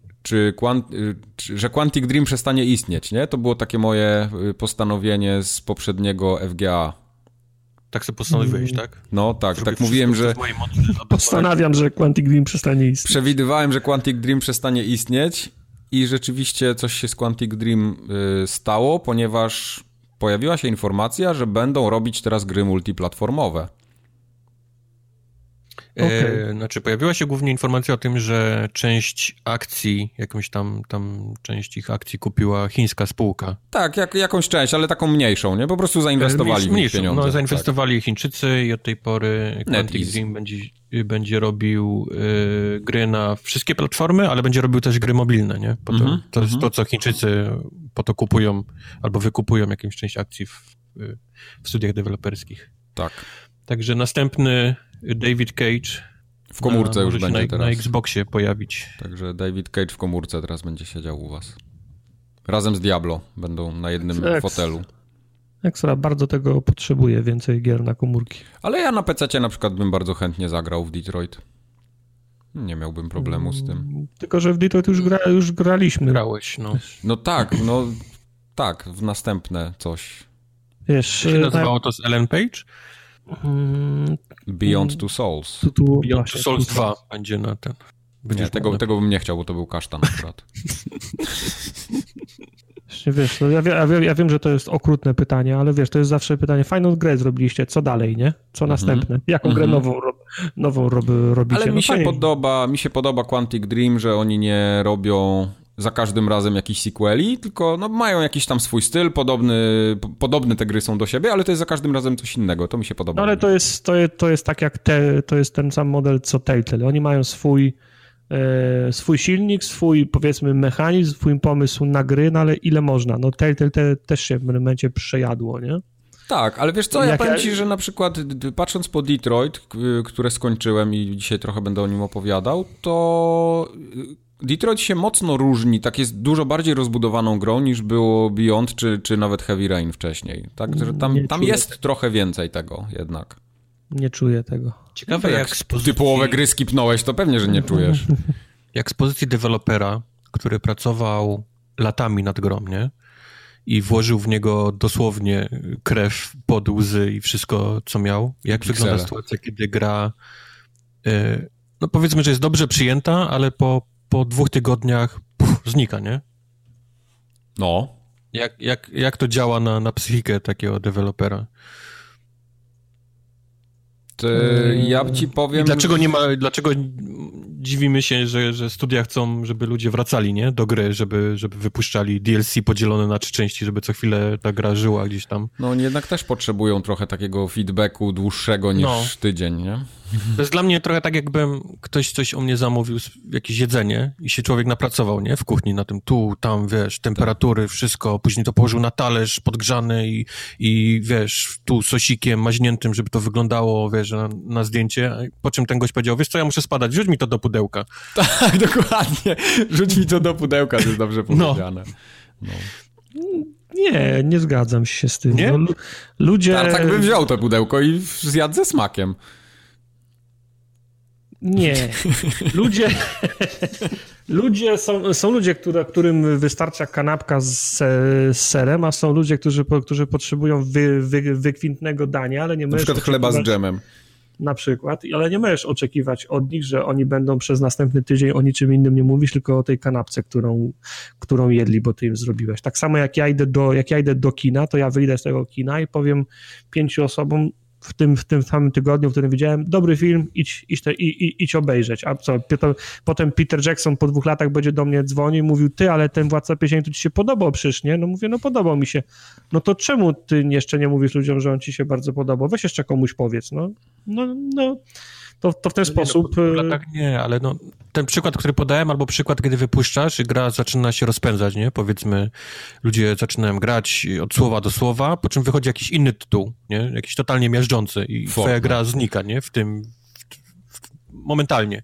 że Quantic Dream przestanie istnieć, nie? To było takie moje postanowienie z poprzedniego FGA. Tak sobie postanowiłeś, tak? No tak, tak mówiłem, że... Postanawiam, że Quantic Dream przestanie istnieć. Przewidywałem, że Quantic Dream przestanie istnieć i rzeczywiście coś się z Quantic Dream stało, ponieważ pojawiła się informacja, że będą robić teraz gry multiplatformowe. Okay. Znaczy, pojawiła się głównie informacja o tym, że część akcji, jakąś tam część ich akcji kupiła chińska spółka. Tak, jakąś część, ale taką mniejszą, nie? Po prostu zainwestowali w nich pieniądze. No, zainwestowali Chińczycy i od tej pory Quantic Dream będzie robił gry na wszystkie platformy, ale będzie robił też gry mobilne, nie? To jest to, co Chińczycy po to kupują, albo wykupują jakąś część akcji w studiach deweloperskich. Tak. Także następny David Cage w komórce już będzie teraz. Na Xboxie pojawić. Także David Cage w komórce teraz będzie siedział u was. Razem z Diablo będą na jednym fotelu. Ekstra, bardzo tego potrzebuje, więcej gier na komórki. Ale ja na PC-cie na przykład bym bardzo chętnie zagrał w Detroit. Nie miałbym problemu z tym. Tylko, że w Detroit już graliśmy. Grałeś, no. No tak, w następne coś. Wiesz, jak się nazywało to z Ellen Page? Beyond Two Souls. Beyond Two Souls 2 będzie na ten. Nie, tego bym nie chciał, bo to był kasztan akurat. Wiesz, no ja wiem, że to jest okrutne pytanie, ale wiesz, to jest zawsze pytanie, fajną grę zrobiliście, co dalej, nie? Co następne? Jaką grę nową robicie? Ale mi się podoba Quantic Dream, że oni nie robią za każdym razem jakichś sequeli, tylko mają jakiś tam swój styl, podobne te gry są do siebie, ale to jest za każdym razem coś innego, to mi się podoba. No ale to jest tak jak to jest ten sam model co Telltale. Oni mają swój silnik, swój powiedzmy mechanizm, swój pomysł na gry, no ale ile można? No Telltale też się w pewnym momencie przejadło, nie? Tak, ale wiesz co, ja powiem ci, że na przykład patrząc po Detroit, które skończyłem i dzisiaj trochę będę o nim opowiadał, to Detroit się mocno różni, tak jest dużo bardziej rozbudowaną grą niż było Beyond czy nawet Heavy Rain wcześniej. Tak, że tam jest trochę więcej tego jednak. Nie czuję tego. Ciekawe jak z pozycji... Ty połowę gry skipnąłeś, to pewnie, że nie czujesz. Jak z pozycji dewelopera, który pracował latami nad grą, nie? I włożył w niego dosłownie krew, pot, łzy i wszystko, co miał. Jak wygląda sytuacja, kiedy gra no powiedzmy, że jest dobrze przyjęta, ale po 2 tygodniach znika, nie? No. Jak to działa na psychikę takiego dewelopera? Ja ci powiem... Dlaczego dziwimy się, że studia chcą, żeby ludzie wracali, nie? Do gry, żeby wypuszczali DLC podzielone na 3 części, żeby co chwilę ta gra żyła gdzieś tam. No oni jednak też potrzebują trochę takiego feedbacku dłuższego niż tydzień, nie? To jest dla mnie trochę tak, jakbym ktoś coś o mnie zamówił, jakieś jedzenie i się człowiek napracował, nie? W kuchni na tym, tam, wiesz, temperatury, wszystko, później to położył na talerz podgrzany i wiesz, tu sosikiem maźniętym, żeby to wyglądało, wiesz, na zdjęcie, po czym ten gość powiedział, wiesz co, ja muszę spadać, rzuć mi to do pudełka. Tak, dokładnie, rzuć mi to do pudełka, to jest dobrze powiedziane. No. Nie zgadzam się z tym. Nie? No, ludzie... Ale tak bym wziął to pudełko i zjadł ze smakiem. Nie. Są ludzie, którym wystarcza kanapka z serem, a są ludzie, którzy potrzebują wykwintnego dania, ale nie możesz... Na przykład chleba z dżemem. Na przykład, ale nie możesz oczekiwać od nich, że oni będą przez następny tydzień o niczym innym nie mówić, tylko o tej kanapce, którą jedli, bo ty im zrobiłeś. Tak samo jak ja idę do kina, to ja wyjdę z tego kina i powiem 5 osobom, w tym samym tygodniu, w którym widziałem, dobry film, idź obejrzeć. A co, potem Peter Jackson po 2 latach będzie do mnie dzwonił i mówił, ty, ale ten Władca Pierścieni to ci się podobał przecież, nie? No mówię, no podobał mi się. No to czemu ty jeszcze nie mówisz ludziom, że on ci się bardzo podobał? Weź jeszcze komuś powiedz, no. To w ten sposób... Tak nie, ale ten przykład, który podałem, albo przykład, kiedy wypuszczasz i gra zaczyna się rozpędzać, nie? Powiedzmy, ludzie zaczynają grać od słowa do słowa, po czym wychodzi jakiś inny tytuł, nie? Jakiś totalnie miażdżący i twoja gra znika, nie? Momentalnie.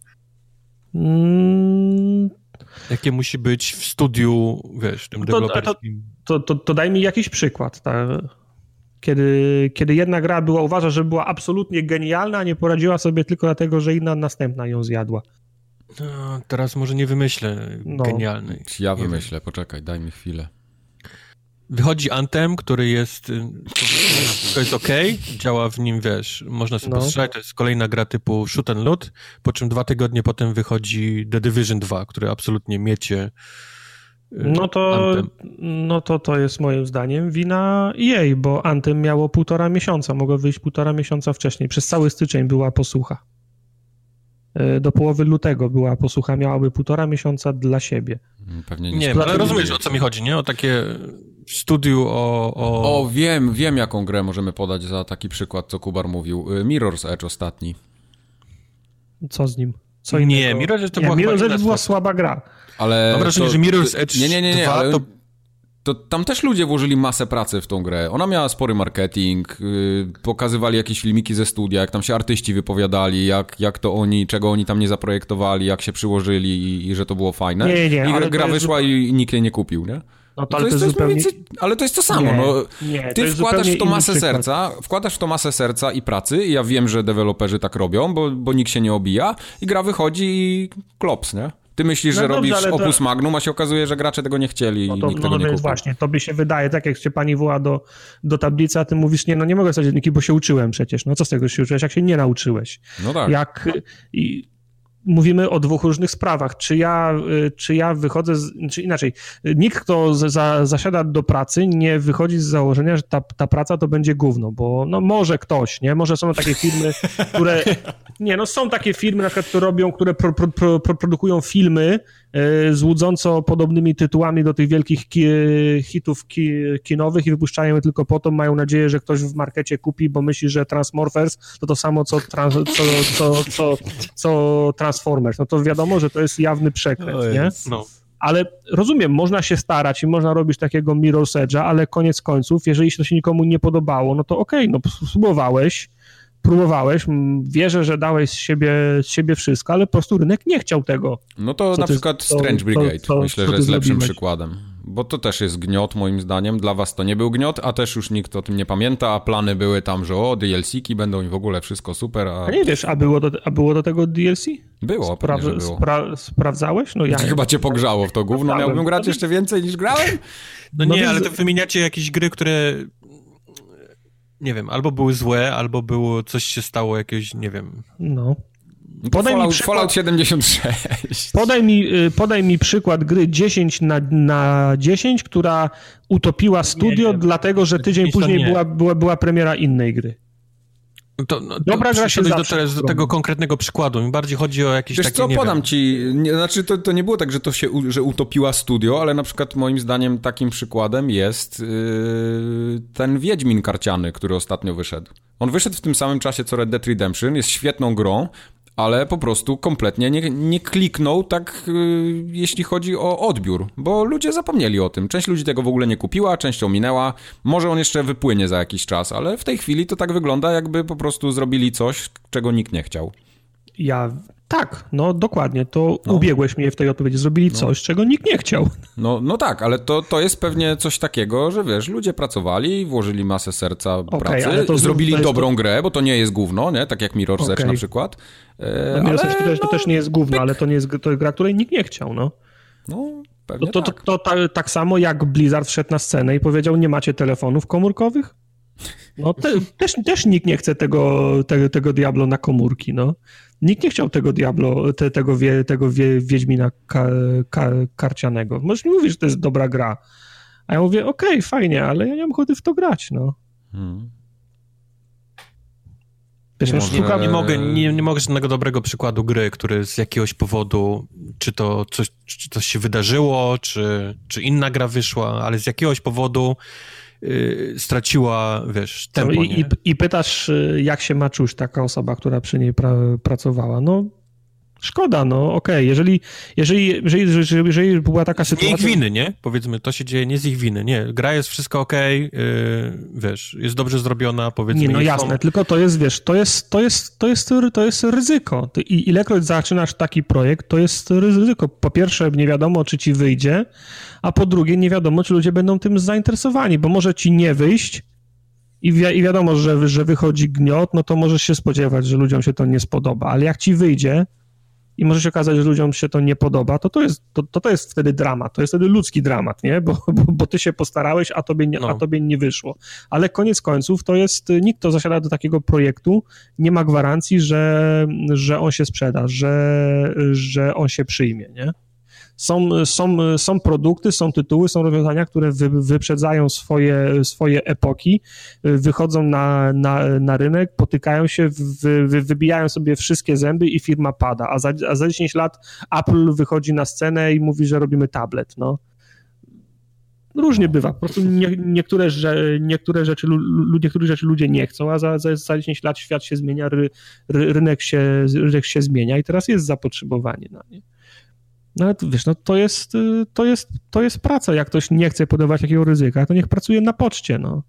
Jakie musi być w studiu, wiesz, tym deweloperskim. To daj mi jakiś przykład, tak? Kiedy jedna gra uważa, że była absolutnie genialna, a nie poradziła sobie tylko dlatego, że inna następna ją zjadła. No, teraz może nie wymyślę genialnej. Ja wymyślę, poczekaj, daj mi chwilę. wychodzi Anthem, który jest, to jest okej, działa w nim, wiesz, można sobie postrzelać, to jest kolejna gra typu shoot and loot, po czym 2 tygodnie potem wychodzi The Division 2, który absolutnie miecie to jest moim zdaniem wina EA, bo Anthem miało 1,5 miesiąca, mogło wyjść 1,5 miesiąca wcześniej. Przez cały styczeń była posłucha. Do połowy lutego była posłucha, miałaby 1,5 miesiąca dla siebie. Pewnie nie, ale rozumiesz, o co mi chodzi, nie? O takie studiu wiem jaką grę możemy podać za taki przykład, co Kubar mówił. Mirror's Edge ostatni. Co z nim? Co innego? Nie, Mirror's Edge była słaba gra. Ale mam wrażenie, że Mirror's Edge nie, 2 ale to tam też ludzie włożyli masę pracy w tą grę. Ona miała spory marketing, pokazywali jakieś filmiki ze studia, jak tam się artyści wypowiadali, jak to oni, czego oni tam nie zaprojektowali, jak się przyłożyli i że to było fajne. I gra wyszła i nikt jej nie kupił, nie? No to jest zupełnie... Ale to jest to samo. Ty wkładasz w to masę serca i pracy i ja wiem, że deweloperzy tak robią, bo nikt się nie obija i gra wychodzi i klops, nie? Ty myślisz, że robisz opus magnum, a się okazuje, że gracze tego nie chcieli i nikt tego nie kupił. Właśnie, tobie się wydaje, tak jak cię pani woła do tablicy, a ty mówisz, nie mogę stać jedynki, bo się uczyłem przecież. No co z tego się uczyłeś, jak się nie nauczyłeś? No tak. Mówimy o 2 różnych sprawach. Czy ja wychodzę, czy inaczej, nikt, kto zasiada do pracy, nie wychodzi z założenia, że ta praca to będzie gówno, bo może ktoś, nie? Może są takie firmy, które... są takie firmy, na przykład, które produkują filmy z łudząco podobnymi tytułami do tych wielkich hitów kinowych i wypuszczają je tylko po to, mają nadzieję, że ktoś w markecie kupi, bo myśli, że Transmorphers to samo, co Transformers. No to wiadomo, że to jest jawny przekręt, nie? No. Ale rozumiem, można się starać i można robić takiego Mirror's Edge'a, ale koniec końców, jeżeli to się nikomu nie podobało, no to okej, próbowałeś, wierzę, że dałeś z siebie wszystko, ale po prostu rynek nie chciał tego. No to na przykład Strange Brigade, myślę, że jest lepszym przykładem. Bo to też jest gniot, moim zdaniem. Dla was to nie był gniot, a też już nikt o tym nie pamięta, a plany były tam, że DLC-ki będą i w ogóle wszystko super. A nie wiesz, a było do tego DLC? Było, pewnie, że było. Sprawdzałeś? No ja chyba cię pogrzało w to gówno. Miałbym grać jeszcze więcej niż grałem? No nie, ale to wymieniacie jakieś gry, które... Nie wiem, albo były złe, albo było coś się stało jakieś, nie wiem. No. Fallout 76. Podaj mi przykład gry 10 na 10, która utopiła studio, dlatego że tydzień później była premiera innej gry. Dobra gra się do tego konkretnego przykładu. Mi bardziej chodzi o jakieś takie, nie podam ci... Znaczy, to nie było tak, że utopiła studio, ale na przykład moim zdaniem takim przykładem jest ten Wiedźmin karciany, który ostatnio wyszedł. On wyszedł w tym samym czasie co Red Dead Redemption, jest świetną grą, ale po prostu kompletnie nie kliknął tak, jeśli chodzi o odbiór, bo ludzie zapomnieli o tym. Część ludzi tego w ogóle nie kupiła, część ominęła. Może on jeszcze wypłynie za jakiś czas, ale w tej chwili to tak wygląda, jakby po prostu zrobili coś, czego nikt nie chciał. Tak, dokładnie, to ubiegłeś mnie w tej odpowiedzi. Zrobili coś, czego nikt nie chciał. No tak, ale to jest pewnie coś takiego, że wiesz, ludzie pracowali, włożyli masę serca pracy, zrobili dobrą grę, bo to nie jest gówno, nie? Tak jak Mirror's Edge na przykład. Mirror's Edge to też nie jest gówno, ale to jest gra, której nikt nie chciał, no. Pewnie tak samo jak Blizzard wszedł na scenę i powiedział, nie macie telefonów komórkowych? No też nikt nie chce tego Diablo na komórki, no. Nikt nie chciał tego Diablo, tego Wiedźmina karcianego. Możesz mi mówić, że to jest dobra gra. A ja mówię, okej, fajnie, ale ja nie mam ochoty w to grać, no. Nie mogę żadnego dobrego przykładu gry, który z jakiegoś powodu, czy to coś się wydarzyło, czy inna gra wyszła, ale z jakiegoś powodu straciła, wiesz, tempo, I pytasz, jak się ma czuć taka osoba, która przy niej pracowała. No, szkoda, okej. Jeżeli była taka sytuacja... Nie ich winy, nie? Powiedzmy, to się dzieje nie z ich winy, nie. Gra jest wszystko okej, wiesz, jest dobrze zrobiona, powiedzmy... Nie, jasne, tylko to jest, wiesz, to jest ryzyko. I ilekroć zaczynasz taki projekt, to jest ryzyko. Po pierwsze, nie wiadomo, czy ci wyjdzie, a po drugie, nie wiadomo, czy ludzie będą tym zainteresowani, bo może ci nie wyjść i wiadomo, że wychodzi gniot, no to możesz się spodziewać, że ludziom się to nie spodoba, ale jak ci wyjdzie i może się okazać, że ludziom się to nie podoba, to jest wtedy dramat, to jest wtedy ludzki dramat, nie? Bo ty się postarałeś, a tobie nie wyszło. Ale koniec końców to jest, nikt, kto zasiada do takiego projektu, nie ma gwarancji, że on się sprzeda, że on się przyjmie, nie? Są produkty, są tytuły, są rozwiązania, które wyprzedzają swoje epoki, wychodzą na rynek, potykają się, wybijają sobie wszystkie zęby i firma pada, a za 10 lat Apple wychodzi na scenę i mówi, że robimy tablet, no. Różnie bywa, po prostu niektórych rzeczy ludzie nie chcą, a za 10 lat świat się zmienia, rynek się zmienia i teraz jest zapotrzebowanie na nie. No ale wiesz, no to jest praca. Jak ktoś nie chce podejmować takiego ryzyka, to niech pracuje na poczcie, no.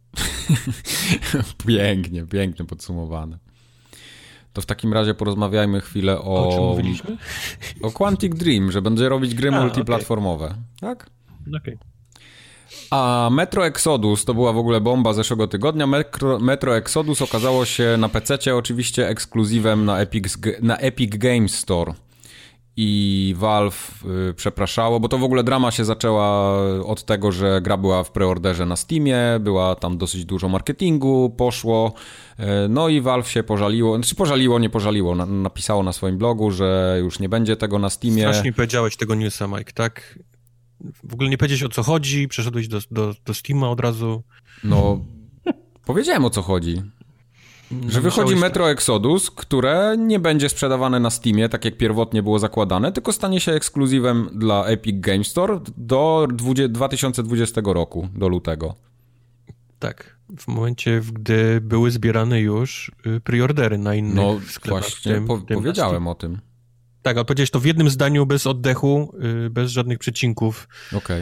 Pięknie podsumowane. To w takim razie porozmawiajmy chwilę o czym mówiliśmy? O Quantic Dream, że będzie robić gry multiplatformowe. Okay. Tak? Okej. A Metro Exodus to była w ogóle bomba zeszłego tygodnia. Metro Exodus okazało się na PC-cie oczywiście ekskluzywem na Epic Games Store. I Valve przepraszało, bo to w ogóle drama się zaczęła od tego, że gra była w preorderze na Steamie, była tam dosyć dużo marketingu, poszło, no i Valve się pożaliło, nie pożaliło, napisało na swoim blogu, że już nie będzie tego na Steamie. Strasznie powiedziałeś tego newsa, Mike, tak? W ogóle nie powiedziałeś, o co chodzi, przeszedłeś do Steama od razu. No, powiedziałem, o co chodzi. Że wychodzi Metro Exodus, które nie będzie sprzedawane na Steamie, tak jak pierwotnie było zakładane, tylko stanie się ekskluzywem dla Epic Games Store do 2020 roku, do lutego. Tak, w momencie, gdy były zbierane już preordery na innych sklepach. Właśnie, powiedziałem o tym. Tak, ale powiedziałeś to w jednym zdaniu, bez oddechu, bez żadnych przecinków. Okej.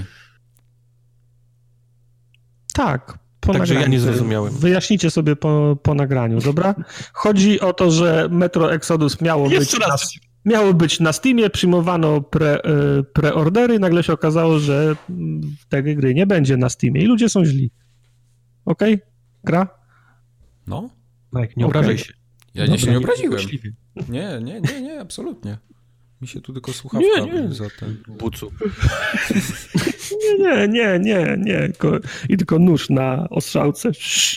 Tak. Także ja nie zrozumiałem. Wyjaśnijcie sobie po nagraniu, dobra? Chodzi o to, że Metro Exodus miało być na Steamie, przyjmowano preordery, nagle się okazało, że tej gry nie będzie na Steamie i ludzie są źli. Okej? Gra? No. Mike, nie obrażaj się. Ja się nie obraziłem. Nie, absolutnie. Mi się tu tylko słuchawka za ten bucu. Nie. I tylko nóż na ostrzałce.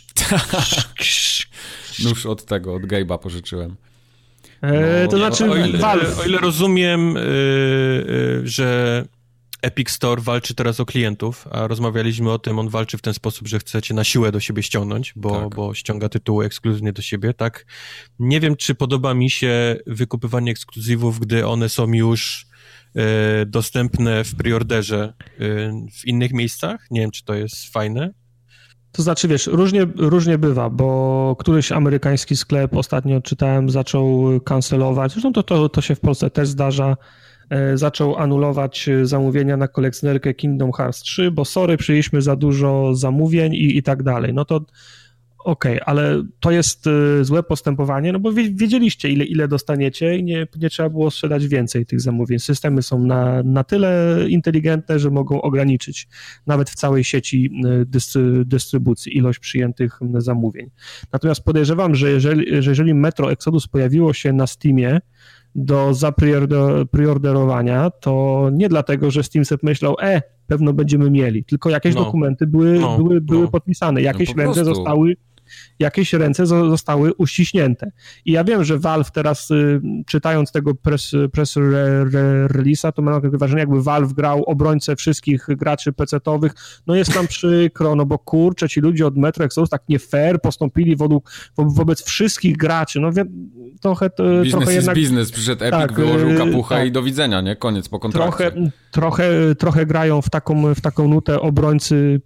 Nóż od Gabe'a pożyczyłem. To znaczy o ile rozumiem, że Epic Store walczy teraz o klientów, a rozmawialiśmy o tym, on walczy w ten sposób, że chcecie na siłę do siebie ściągnąć, bo ściąga tytuły ekskluzywnie do siebie, tak? Nie wiem, czy podoba mi się wykupywanie ekskluzywów, gdy one są już dostępne w preorderze w innych miejscach. Nie wiem, czy to jest fajne. To znaczy, wiesz, różnie bywa, bo któryś amerykański sklep, ostatnio czytałem, zaczął kancelować, zresztą to się w Polsce też zdarza, zaczął anulować zamówienia na kolekcjonerkę Kingdom Hearts 3, bo przyjęliśmy za dużo zamówień i tak dalej. No to okej, ale to jest złe postępowanie, no bo wiedzieliście, ile dostaniecie i nie trzeba było sprzedać więcej tych zamówień. Systemy są na tyle inteligentne, że mogą ograniczyć nawet w całej sieci dystrybucji ilość przyjętych zamówień. Natomiast podejrzewam, że jeżeli Metro Exodus pojawiło się na Steamie do zapreorderowania, to nie dlatego, że Steam sobie myślał, pewno będziemy mieli, tylko jakieś dokumenty były podpisane, jakieś ręce zostały uściśnięte. I ja wiem, że Valve teraz, czytając tego press release'a, to mam takie wrażenie, jakby Valve grał obrońcę wszystkich graczy PC-towych. No jest nam przykro, no bo kurczę, ci ludzie od Metro Exodus tak nie fair postąpili wobec wszystkich graczy. No trochę jednak... Biznes, przyszedł Epic, wyłożył kapuchę i do widzenia, nie? Koniec po kontrakcie. Trochę grają w taką nutę obrońcy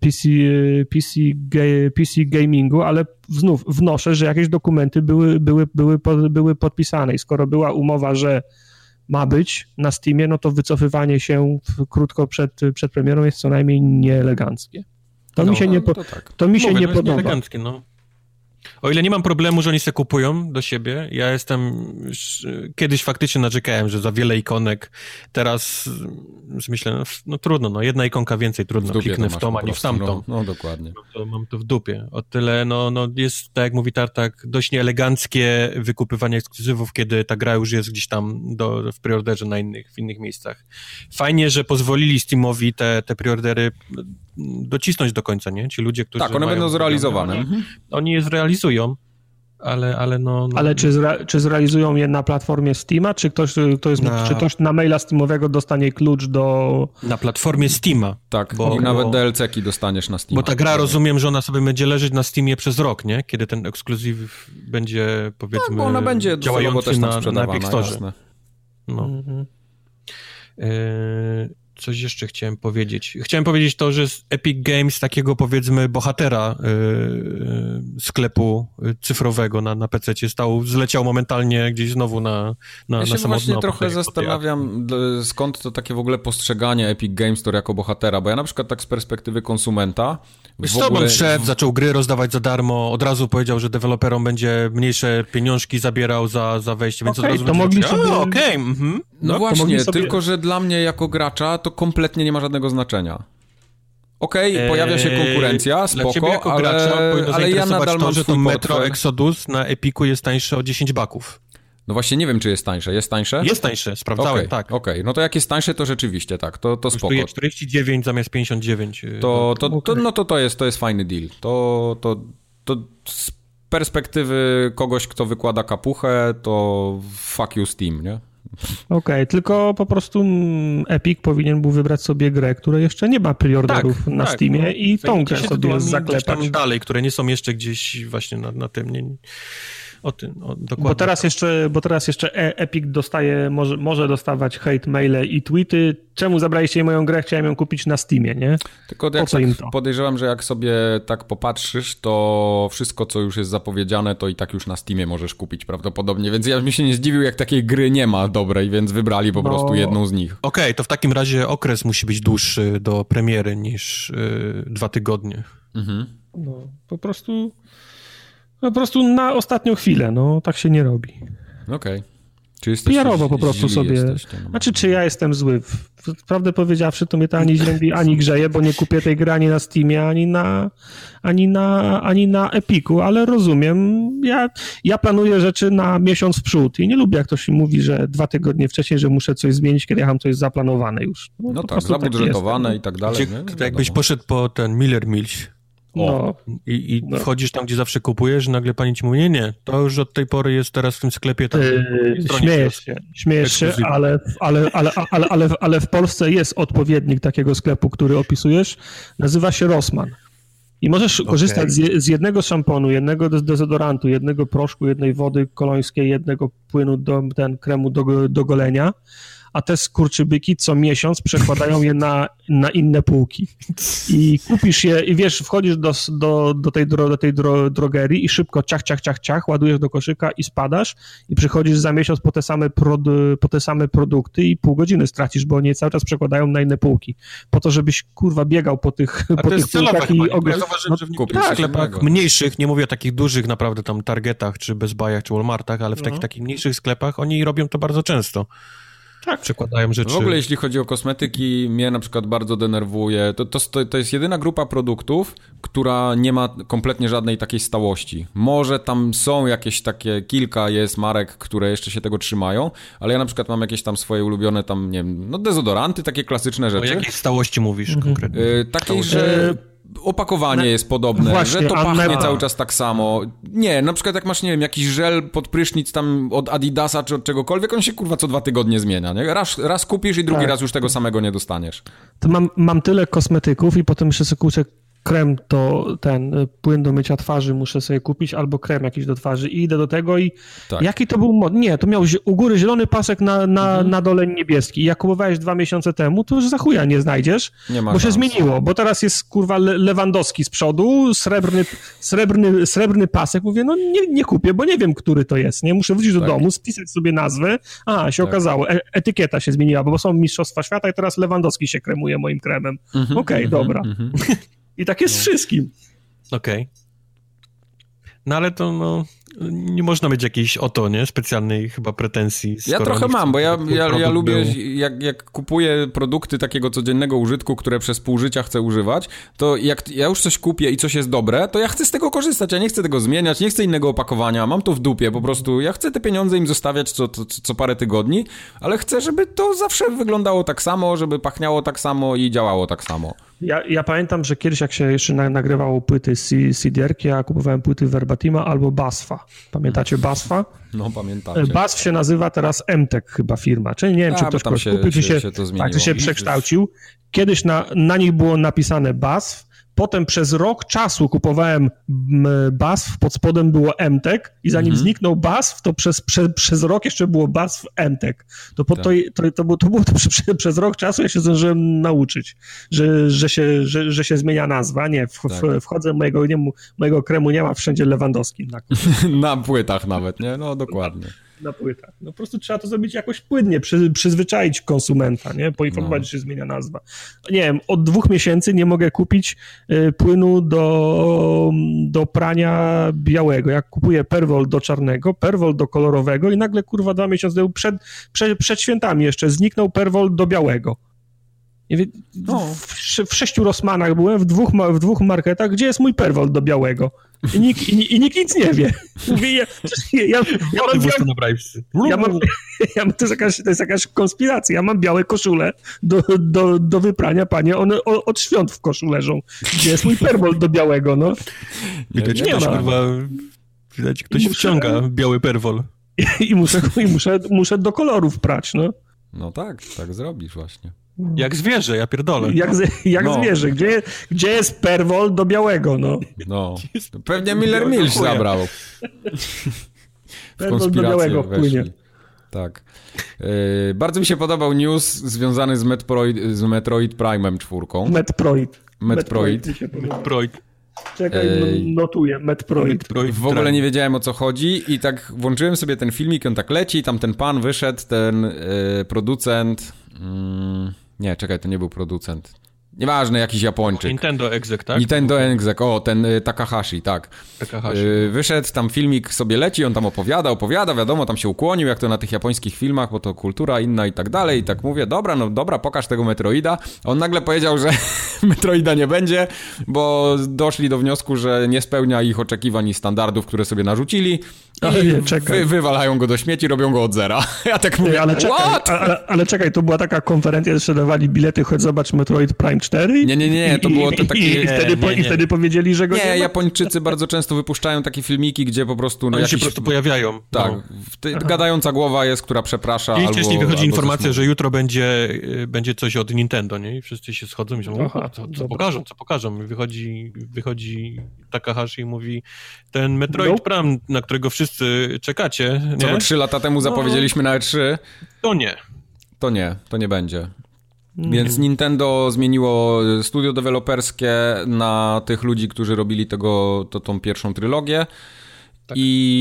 PC gamingu, ale znów wnoszę, że jakieś dokumenty były podpisane i skoro była umowa, że ma być na Steamie, no to wycofywanie się krótko przed premierą jest co najmniej nieeleganckie. To mi się nie podoba. Nieeleganckie, no. O ile nie mam problemu, że oni se kupują do siebie, ja kiedyś faktycznie narzekałem, że za wiele ikonek, teraz myślę, no trudno, jedna ikonka więcej, trudno, kliknę w tą, a nie w tamtą. No dokładnie. Mam to w dupie. O tyle, jest, tak jak mówi Tartak, dość nieeleganckie wykupywanie ekskluzywów, kiedy ta gra już jest gdzieś tam w preorderze w innych miejscach. Fajnie, że pozwolili Steamowi te preordery docisnąć do końca, nie? Ci ludzie, którzy tak, one będą zrealizowane. Oni je zrealizują, ale no... Ale czy zrealizują je na platformie Steama, czy ktoś na maila Steamowego dostanie klucz do... Na platformie Steama. Tak, i nawet DLC-ki dostaniesz na Steamie. Bo ta gra, rozumiem, że ona sobie będzie leżeć na Steamie przez rok, nie? Kiedy ten ekskluzyw będzie, powiedzmy, tak, bo ona będzie działający też na Epic Store. Jasne. No. Coś jeszcze chciałem powiedzieć. Chciałem powiedzieć to, że z Epic Games takiego, powiedzmy, bohatera sklepu cyfrowego na PC-cie zleciał momentalnie gdzieś znowu na Ja się właśnie trochę tutaj, zastanawiam, skąd to takie w ogóle postrzeganie Epic Games Store jako bohatera, bo ja na przykład tak z perspektywy konsumenta zaczął gry rozdawać za darmo, od razu powiedział, że deweloperom będzie mniejsze pieniążki zabierał za wejście, więc od razu... to mogli sobie... No właśnie, tylko że dla mnie jako gracza to kompletnie nie ma żadnego znaczenia. Pojawia się konkurencja, spoko, dla ciebie jako gracza ale ja nadal mam że to Metro Exodus na Epiku jest tańsze o 10 baków. No właśnie nie wiem, czy jest tańsze. Jest tańsze? Jest tańsze, sprawdzałem, tak. No to jak jest tańsze, to rzeczywiście tak, to spoko. Kosztuje 49 zamiast 59. To jest fajny deal. To z perspektywy kogoś, kto wykłada kapuchę, to fuck you Steam, nie? Tylko po prostu Epic powinien był wybrać sobie grę, która jeszcze nie ma preorderów na Steamie i tą grę sobie zaklepać. Tam dalej, które nie są jeszcze gdzieś właśnie na tym... dokładnie. Bo teraz jeszcze Epic może dostawać hate maile i tweety. Czemu zabraliście moją grę? Chciałem ją kupić na Steamie, nie? Tylko jak podejrzewam, że jak sobie tak popatrzysz, to wszystko, co już jest zapowiedziane, to i tak już na Steamie możesz kupić prawdopodobnie, więc ja bym się nie zdziwił, jak takiej gry nie ma dobrej, więc wybrali po prostu jedną z nich. To w takim razie okres musi być dłuższy do premiery niż 2 tygodnie. Po prostu na ostatnią chwilę, tak się nie robi. PR-owo po prostu sobie... czy ja jestem zły? Prawdę powiedziawszy, to mnie to ani źle ani grzeje, bo nie kupię tej gry ani na Steamie, ani na Epiku, ale rozumiem, ja planuję rzeczy na miesiąc w przód i nie lubię, jak ktoś mówi, że 2 tygodnie wcześniej, że muszę coś zmienić, kiedy ja mam coś zaplanowane już. Zabudżetowane i tak dalej. To jakbyś poszedł po ten Miller Mills, I wchodzisz tam, gdzie zawsze kupujesz, nagle pani ci mówi, nie, to już od tej pory jest teraz w tym sklepie. Tam śmiejesz się, ale w Polsce jest odpowiednik takiego sklepu, który opisujesz, nazywa się Rossmann. I możesz korzystać z jednego szamponu, jednego dezodorantu, jednego proszku, jednej wody kolońskiej, jednego płynu kremu do golenia, a te skurczybyki co miesiąc przekładają je na inne półki. I kupisz je i wiesz, wchodzisz do tej drogerii i szybko ciach, ładujesz do koszyka i spadasz i przychodzisz za miesiąc po te same produkty i pół godziny stracisz, bo oni cały czas przekładają na inne półki. Po to, żebyś byegał po tych półkach i zauważyłem, że w sklepach mniejszych, nie mówię o takich dużych naprawdę tam Targetach, czy Best Buyach, czy Walmartach, ale w takich mniejszych sklepach oni robią to bardzo często. Tak. Przekładają rzeczy. W ogóle jeśli chodzi o kosmetyki, mnie na przykład bardzo denerwuje. To jest jedyna grupa produktów, która nie ma kompletnie żadnej takiej stałości. Może tam są jakieś takie, kilka jest marek, które jeszcze się tego trzymają, ale ja na przykład mam jakieś tam swoje ulubione tam, nie wiem, dezodoranty, takie klasyczne rzeczy. O jakiej stałości mówisz konkretnie? Takiej, że... Opakowanie jest podobne, właśnie, że to pachnie cały czas tak samo. Nie, na przykład jak masz, nie wiem, jakiś żel pod prysznic tam od Adidasa czy od czegokolwiek, on się co 2 tygodnie zmienia, nie? Raz kupisz i drugi raz już tego samego nie dostaniesz. To mam tyle kosmetyków i potem jeszcze sobie kurczę krem, płyn do mycia twarzy muszę sobie kupić, albo krem jakiś do twarzy i idę do tego i jaki to był mod? Nie, to miał u góry zielony pasek, na dole niebieski. I jak kupowałeś 2 miesiące temu, to już za chuja nie znajdziesz, bo się zmieniło, bo teraz jest Lewandowski z przodu, srebrny pasek, mówię, nie kupię, bo nie wiem, który to jest, nie? Muszę wrócić do domu, spisać sobie nazwę, okazało, etykieta się zmieniła, bo są mistrzostwa świata i teraz Lewandowski się kremuje moim kremem. Dobra. I tak jest z wszystkim. No ale to nie można mieć jakiejś specjalnej chyba pretensji. Ja trochę mam, bo ja lubię, jak kupuję produkty takiego codziennego użytku, które przez pół życia chcę używać, to jak ja już coś kupię i coś jest dobre, to ja chcę z tego korzystać, ja nie chcę tego zmieniać, nie chcę innego opakowania, mam to w dupie, po prostu ja chcę te pieniądze im zostawiać co parę tygodni, ale chcę, żeby to zawsze wyglądało tak samo, żeby pachniało tak samo i działało tak samo. Ja pamiętam, że kiedyś jak się jeszcze nagrywało płyty CD-erki, ja kupowałem płyty Verbatima albo BASFa. Pamiętacie BASFa? No, pamiętacie. BASF się nazywa teraz Emtek chyba firma, czy nie wiem, czy ktoś kupił, czy się przekształcił. Kiedyś na nich było napisane BASF, potem przez rok czasu kupowałem BASF, pod spodem było Emtek i zanim zniknął BASF, to przez rok jeszcze było BASF Emtek. To było przez rok czasu, ja się zdążyłem nauczyć, że się zmienia nazwa. Nie, wchodzę, mojego kremu nie ma, wszędzie Lewandowski. Na płytach nawet, nie? No dokładnie. Na płytach. No po prostu trzeba to zrobić jakoś płynnie, przyzwyczaić konsumenta, nie? Poinformować, że się zmienia nazwa. Nie wiem, od 2 miesięcy nie mogę kupić płynu do prania białego. Jak kupuję Perwoll do czarnego, Perwoll do kolorowego i nagle, 2 miesiące przed świętami jeszcze zniknął Perwoll do białego. W 6 Rossmanach byłem, w dwóch marketach, gdzie jest mój Perwoll do białego. I nikt nic nie wie. Mówię, to jest jakaś konspiracja. Ja mam białe koszule do wyprania, panie, one od świąt w koszu leżą. Gdzie jest mój Perwoll do białego, no? Widać, ktoś wciąga biały Perwoll. I muszę do kolorów prać, no. No tak zrobisz właśnie. Jak zwierzę, ja pierdolę. Jak zwierzę. Gdzie jest Perwoll do białego, no? No. Pewnie Miller Mills zabrał. Perwoll do białego wpłynie. Tak. Bardzo mi się podobał news związany z Metroid Prime'em 4. Metroid. Czekaj, notuję. Metroid. W ogóle nie wiedziałem, o co chodzi i tak włączyłem sobie ten filmik, on tak leci, tam ten pan wyszedł, ten producent... Nie, czekaj, to nie był producent. Nieważne, jakiś Japończyk. Nintendo Exec, tak? Nintendo Exec, ten Takahashi, tak. Wyszedł, tam filmik sobie leci, on tam opowiada, wiadomo, tam się ukłonił, jak to na tych japońskich filmach, bo to kultura inna i tak dalej. I tak mówię, dobra, pokaż tego Metroida. On nagle powiedział, że Metroida nie będzie, bo doszli do wniosku, że nie spełnia ich oczekiwań i standardów, które sobie narzucili. Wywalają go do śmieci, robią go od zera. Ja tak mówię, ale czekaj, to była taka konferencja, że dawali bilety, chodź zobacz Metroid Prime 4? Nie, to było to takie... I wtedy powiedzieli, że go nie ma? Japończycy bardzo często wypuszczają takie filmiki, gdzie po prostu... Oni się po prostu pojawiają. Tak, gadająca głowa jest, która przeprasza. I wcześniej wychodzi informacja, że jutro będzie coś od Nintendo, nie? I wszyscy się schodzą i myślą, co pokażą. Wychodzi Takahashi i mówi, ten Metroid Prime, na którego wszyscy czekacie, nie? Co 3 lata temu zapowiedzieliśmy na E3. To nie będzie. Więc Nintendo zmieniło studio deweloperskie na tych ludzi, którzy robili tą pierwszą trylogię. Tak.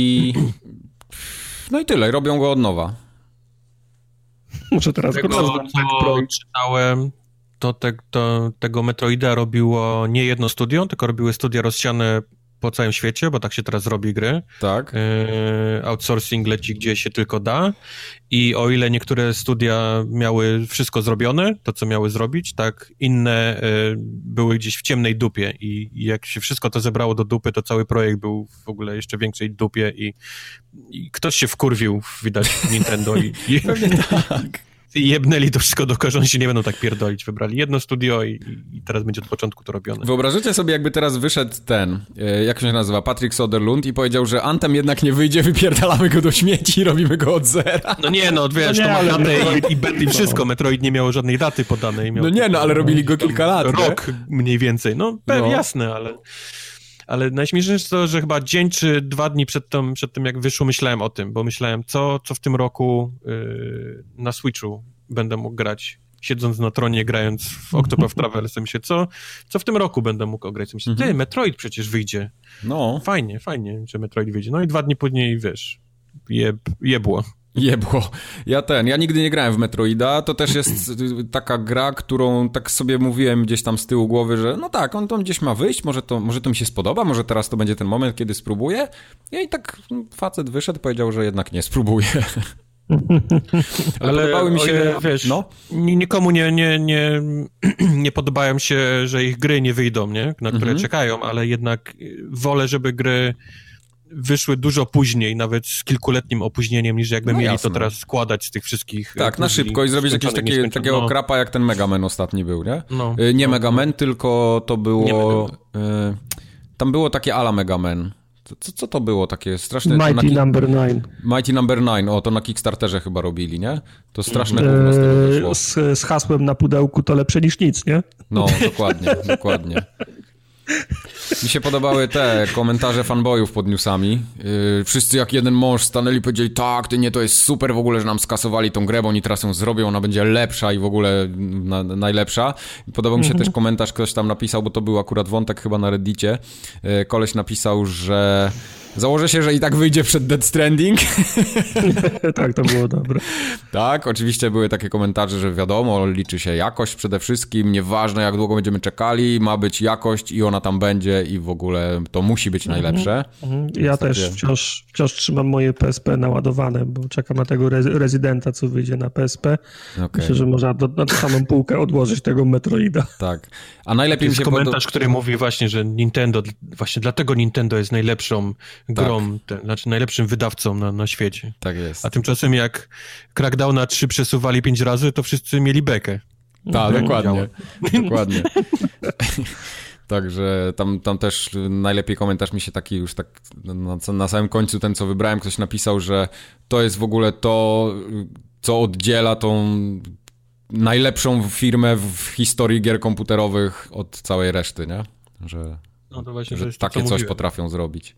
No i tyle, robią go od nowa. Muszę teraz czytałem, tego Metroida robiło nie jedno studio, tylko robiły studia rozsiane po całym świecie, bo tak się teraz robi gry. Tak. Outsourcing leci gdzie się tylko da i o ile niektóre studia miały wszystko zrobione, to co miały zrobić, tak inne były gdzieś w ciemnej dupie i jak się wszystko to zebrało do dupy, to cały projekt był w ogóle jeszcze większej dupie i ktoś się wkurwił, widać w Nintendo i jebnęli to wszystko do końca, oni się nie będą tak pierdolić. Wybrali jedno studio i teraz będzie od początku to robione. Wyobraźcie sobie, jakby teraz wyszedł jak się nazywa, Patrick Soderlund i powiedział, że Anthem jednak nie wyjdzie, wypierdalamy go do śmieci i robimy go od zera. No nie, wiesz, to ma datę i wszystko. Metroid nie miało żadnej daty podanej. Ale robili go kilka lat. Rok mniej więcej. Jasne, ale najśmieszniejsze jest to, że chyba dzień czy 2 dni przed tym jak wyszło, myślałem o tym, bo myślałem, co w tym roku na Switchu będę mógł grać, siedząc na tronie, grając w Octopath Traveler's. Myślę, co w tym roku będę mógł grać? Myślę, Metroid przecież wyjdzie. No. Fajnie, że Metroid wyjdzie. No i 2 dni później, wiesz, jebło. Jebło. Ja nigdy nie grałem w Metroida, to też jest taka gra, którą tak sobie mówiłem gdzieś tam z tyłu głowy, że no tak, on gdzieś ma wyjść, może to mi się spodoba, może teraz to będzie ten moment, kiedy spróbuję. I tak facet wyszedł, powiedział, że jednak nie spróbuje. Ale podobały mi się... Wiesz, no? Nikomu nie podobają się, że ich gry nie wyjdą, nie? Na które czekają, ale jednak wolę, żeby gry wyszły dużo później, nawet z kilkuletnim opóźnieniem, niż jakby mieli to teraz składać z tych wszystkich... Tak, na szybko i zrobić jakiegoś takiego krapa, jak ten Mega Man ostatni był, nie? Nie Mega Man, tylko to było... tam było takie ala Mega Man. Co to było takie straszne... Mighty Number 9. Mighty Number 9, to na Kickstarterze chyba robili, nie? To straszne gówno z tego wyszło. Z hasłem na pudełku to lepsze niż nic, nie? No, dokładnie. Mi się podobały te komentarze fanboyów pod newsami. Wszyscy jak jeden mąż stanęli i powiedzieli, tak, to jest super w ogóle, że nam skasowali tą grę, bo oni teraz ją zrobią, ona będzie lepsza i w ogóle najlepsza. Podobał mi się też komentarz, ktoś tam napisał, bo to był akurat wątek chyba na Reddicie. Koleś napisał, że założę się, że i tak wyjdzie przed Death Stranding. Tak, to było dobre. Tak, oczywiście były takie komentarze, że wiadomo, liczy się jakość przede wszystkim, nieważne jak długo będziemy czekali, ma być jakość i ona tam będzie i w ogóle to musi być najlepsze. Ja też wciąż trzymam moje PSP naładowane, bo czekam na tego Residenta, co wyjdzie na PSP. Okay. Myślę, że można na tę samą półkę odłożyć tego Metroida. Tak. A najlepiej mi się komentarz, który mówi właśnie, że Nintendo, właśnie dlatego Nintendo jest najlepszą grą, znaczy najlepszym wydawcą na świecie. Tak jest. A tymczasem jak Crackdowna 3 przesuwali 5 razy, to wszyscy mieli bekę. Tak, dokładnie. Także tam też najlepiej komentarz mi się taki już tak na samym końcu, ten co wybrałem, ktoś napisał, że to jest w ogóle to, co oddziela tą najlepszą firmę w historii gier komputerowych od całej reszty, nie? Że takie coś potrafią zrobić.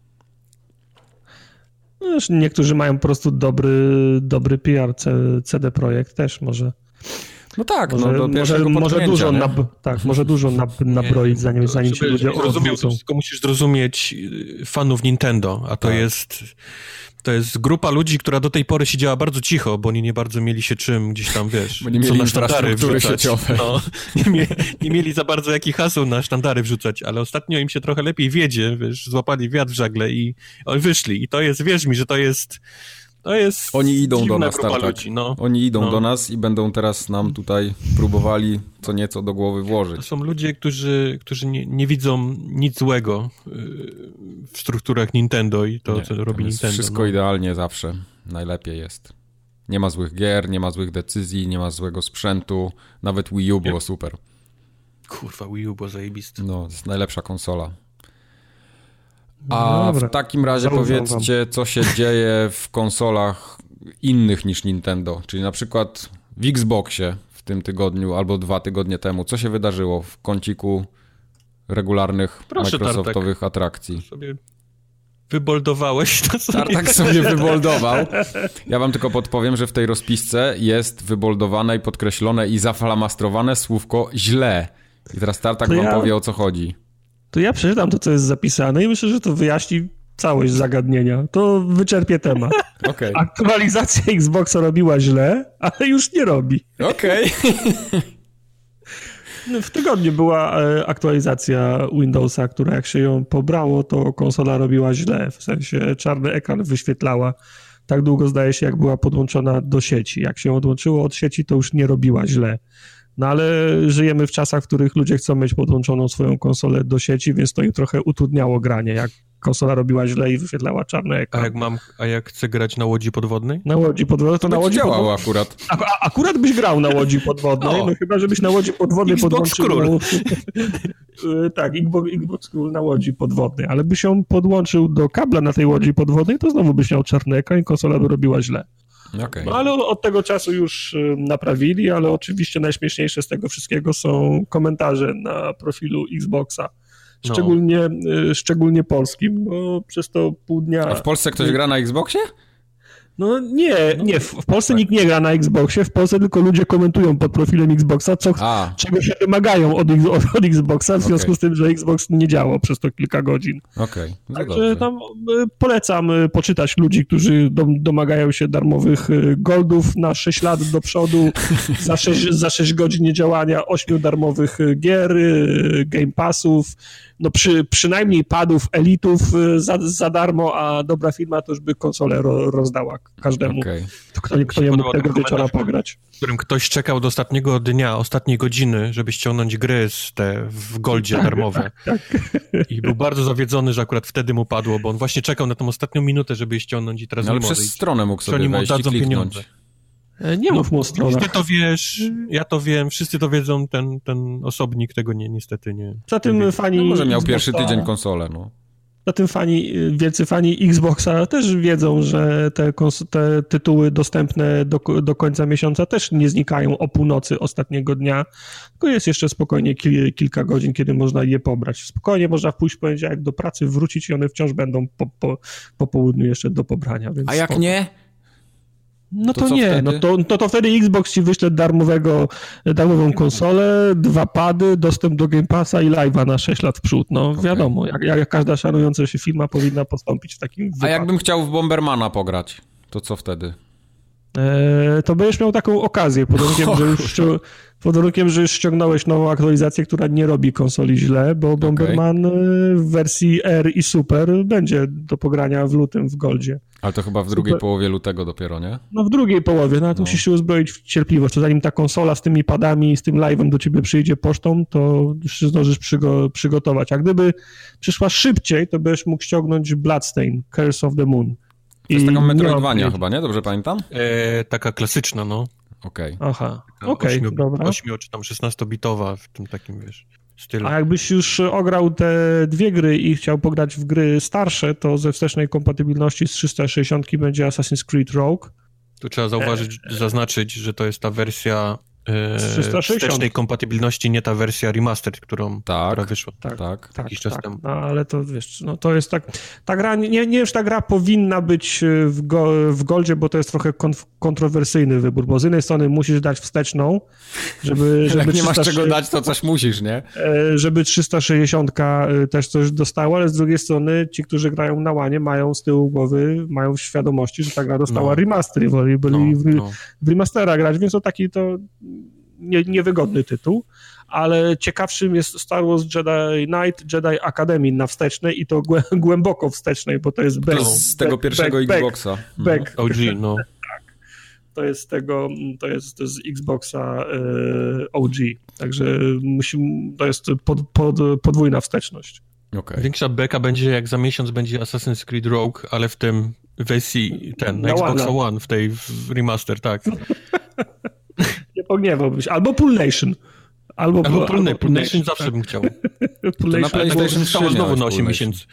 No już niektórzy mają po prostu dobry PR, CD Projekt też może. No tak, może dużo nabroić, zanim się ludzie odwrócą. Tylko musisz zrozumieć fanów Nintendo, a to jest grupa ludzi, która do tej pory siedziała bardzo cicho, bo oni nie bardzo mieli się czym gdzieś tam, wiesz, bo nie mieli na sztandary wrzucać. No, nie mieli za bardzo jakich haseł na sztandary wrzucać, ale ostatnio im się trochę lepiej wiedzie, wiesz, złapali wiatr w żagle i oni wyszli. I to jest, wierz mi, że to jest oni idą do nas, ludzi, no. Oni idą do nas i będą teraz nam tutaj próbowali co nieco do głowy włożyć. To są ludzie, którzy nie widzą nic złego w strukturach Nintendo i to, co robi Nintendo. Wszystko idealnie zawsze. Najlepiej jest. Nie ma złych gier, nie ma złych decyzji, nie ma złego sprzętu. Nawet Wii U było super. Kurwa, Wii U było zajebiste. No, to jest najlepsza konsola. A w takim razie powiedzcie, co się dzieje w konsolach innych niż Nintendo, czyli na przykład w Xboxie w tym tygodniu albo 2 tygodnie temu. Co się wydarzyło w kąciku regularnych Microsoftowych atrakcji? Sobie wyboldowałeś to sobie. Tartak sobie wyboldował. Ja wam tylko podpowiem, że w tej rozpisce jest wyboldowane i podkreślone i zaflamastrowane słówko źle. I teraz Tartak wam powie, o co chodzi. To ja przeczytam to, co jest zapisane i myślę, że to wyjaśni całość zagadnienia. To wyczerpie temat. Okay. Aktualizacja Xboxa robiła źle, ale już nie robi. Okej. W tygodniu była aktualizacja Windowsa, która jak się ją pobrało, to konsola robiła źle. W sensie czarny ekran wyświetlała tak długo, zdaje się, jak była podłączona do sieci. Jak się odłączyło od sieci, to już nie robiła źle. No ale żyjemy w czasach, w których ludzie chcą mieć podłączoną swoją konsolę do sieci, więc to im trochę utrudniało granie, jak konsola robiła źle i wyświetlała czarny ekran. A jak chcę grać na łodzi podwodnej? Na łodzi podwodnej, to na łodzi działało akurat. Akurat byś grał na łodzi podwodnej, no chyba żebyś na łodzi podwodnej podłączył... Tak, Xbox Król na łodzi podwodnej, ale byś ją podłączył do kabla na tej łodzi podwodnej, to znowu byś miał czarny ekran i konsola by robiła źle. Okay. No ale od tego czasu już naprawili, ale oczywiście najśmieszniejsze z tego wszystkiego są komentarze na profilu Xboxa. Szczególnie polskim, bo przez to pół dnia... A w Polsce ktoś gra na Xboxie? No nie, w Polsce nikt nie gra na Xboxie, w Polsce tylko ludzie komentują pod profilem Xboxa, czego się wymagają od Xboxa, w związku z tym, że Xbox nie działał przez to kilka godzin. Okej. Także tam polecam poczytać ludzi, którzy domagają się darmowych goldów na 6 lat do przodu, za 6 godzin niedziałania, 8 darmowych gier, Game Passów, no przynajmniej padów, elitów za darmo, a dobra firma to już by konsolę rozdała każdemu, kto nie mógł tego wieczora pograć. W którym ktoś czekał do ostatniego dnia, ostatniej godziny, żeby ściągnąć gry w Goldzie darmowe. Tak. I był bardzo zawiedzony, że akurat wtedy mu padło, bo on właśnie czekał na tą ostatnią minutę, żeby je ściągnąć i teraz ale nie może. Przez stronę mógł sobie wejść i kliknąć. Pieniądze. Nie mów mu o stronach. Ty to wiesz, ja to wiem, wszyscy to wiedzą, ten osobnik tego niestety nie. Za tym fani no może miał Xboxa, pierwszy tydzień konsolę, no. Za tym wielcy fani Xboxa też wiedzą, że te tytuły dostępne do końca miesiąca też nie znikają o północy ostatniego dnia, tylko jest jeszcze spokojnie kilka godzin, kiedy można je pobrać. Spokojnie można pójść w poniedziałek do pracy, wrócić i one wciąż będą po południu jeszcze do pobrania. Więc a jak nie? No to nie, wtedy? To wtedy Xbox ci wyśle darmową konsolę, 2 pady, dostęp do Game Passa i live'a na 6 lat w przód. No wiadomo, jak każda szanująca się firma powinna postąpić w takim wypadku. A jakbym chciał w Bombermana pograć, to co wtedy? To będziesz miał taką okazję, pod warunkiem, że już ściągnąłeś nową aktualizację, która nie robi konsoli źle, bo Bomberman w wersji R i Super będzie do pogrania w lutym w Goldzie. Ale to chyba w drugiej połowie lutego dopiero, nie? No w drugiej połowie, no musisz się uzbroić w cierpliwość, to zanim ta konsola z tymi padami i z tym live'em do ciebie przyjdzie pocztą, to już się zdążysz przygotować. A gdyby przyszła szybciej, to będziesz mógł ściągnąć Bloodstain, Curse of the Moon. To jest taka Metroidvania chyba, nie? Dobrze pamiętam? Taka klasyczna, no. Okej. Aha, dobra. 8 czy tam 16-bitowa w tym takim, wiesz, stylu. A jakbyś już ograł te 2 gry i chciał pograć w gry starsze, to ze wstecznej kompatybilności z 360 będzie Assassin's Creed Rogue. Tu trzeba zaznaczyć, że to jest ta wersja wstecznej kompatybilności, nie ta wersja remastered, która wyszła jakiś czas temu. No, ale to wiesz, no to jest tak, ta gra, nie wiem, czy ta gra powinna być w Goldzie, bo to jest trochę kontrowersyjny wybór, bo z jednej strony musisz dać wsteczną, żeby jak nie masz czego dać, to coś musisz, nie? Żeby 360 też coś dostała, ale z drugiej strony ci, którzy grają na łanie, mają z tyłu głowy, mają w świadomości, że ta gra dostała remaster i byli w remastera grać, więc to taki niewygodny tytuł, ale ciekawszym jest Star Wars Jedi Knight, Jedi Academy na wstecznej i to głęboko wstecznej, bo to jest z tego pierwszego Xboxa. OG, no. Tak. To jest z Xboxa OG, także to jest podwójna wsteczność. Okay. Większa beka będzie, jak za miesiąc będzie Assassin's Creed Rogue, ale w tym wersji na Xboxa One, w remaster, tak. Nie pogniewałbyś. Albo Pool Nation. Albo Pool Nation zawsze bym chciał. To na PlayStation 3 znowu na 8 miesięcy.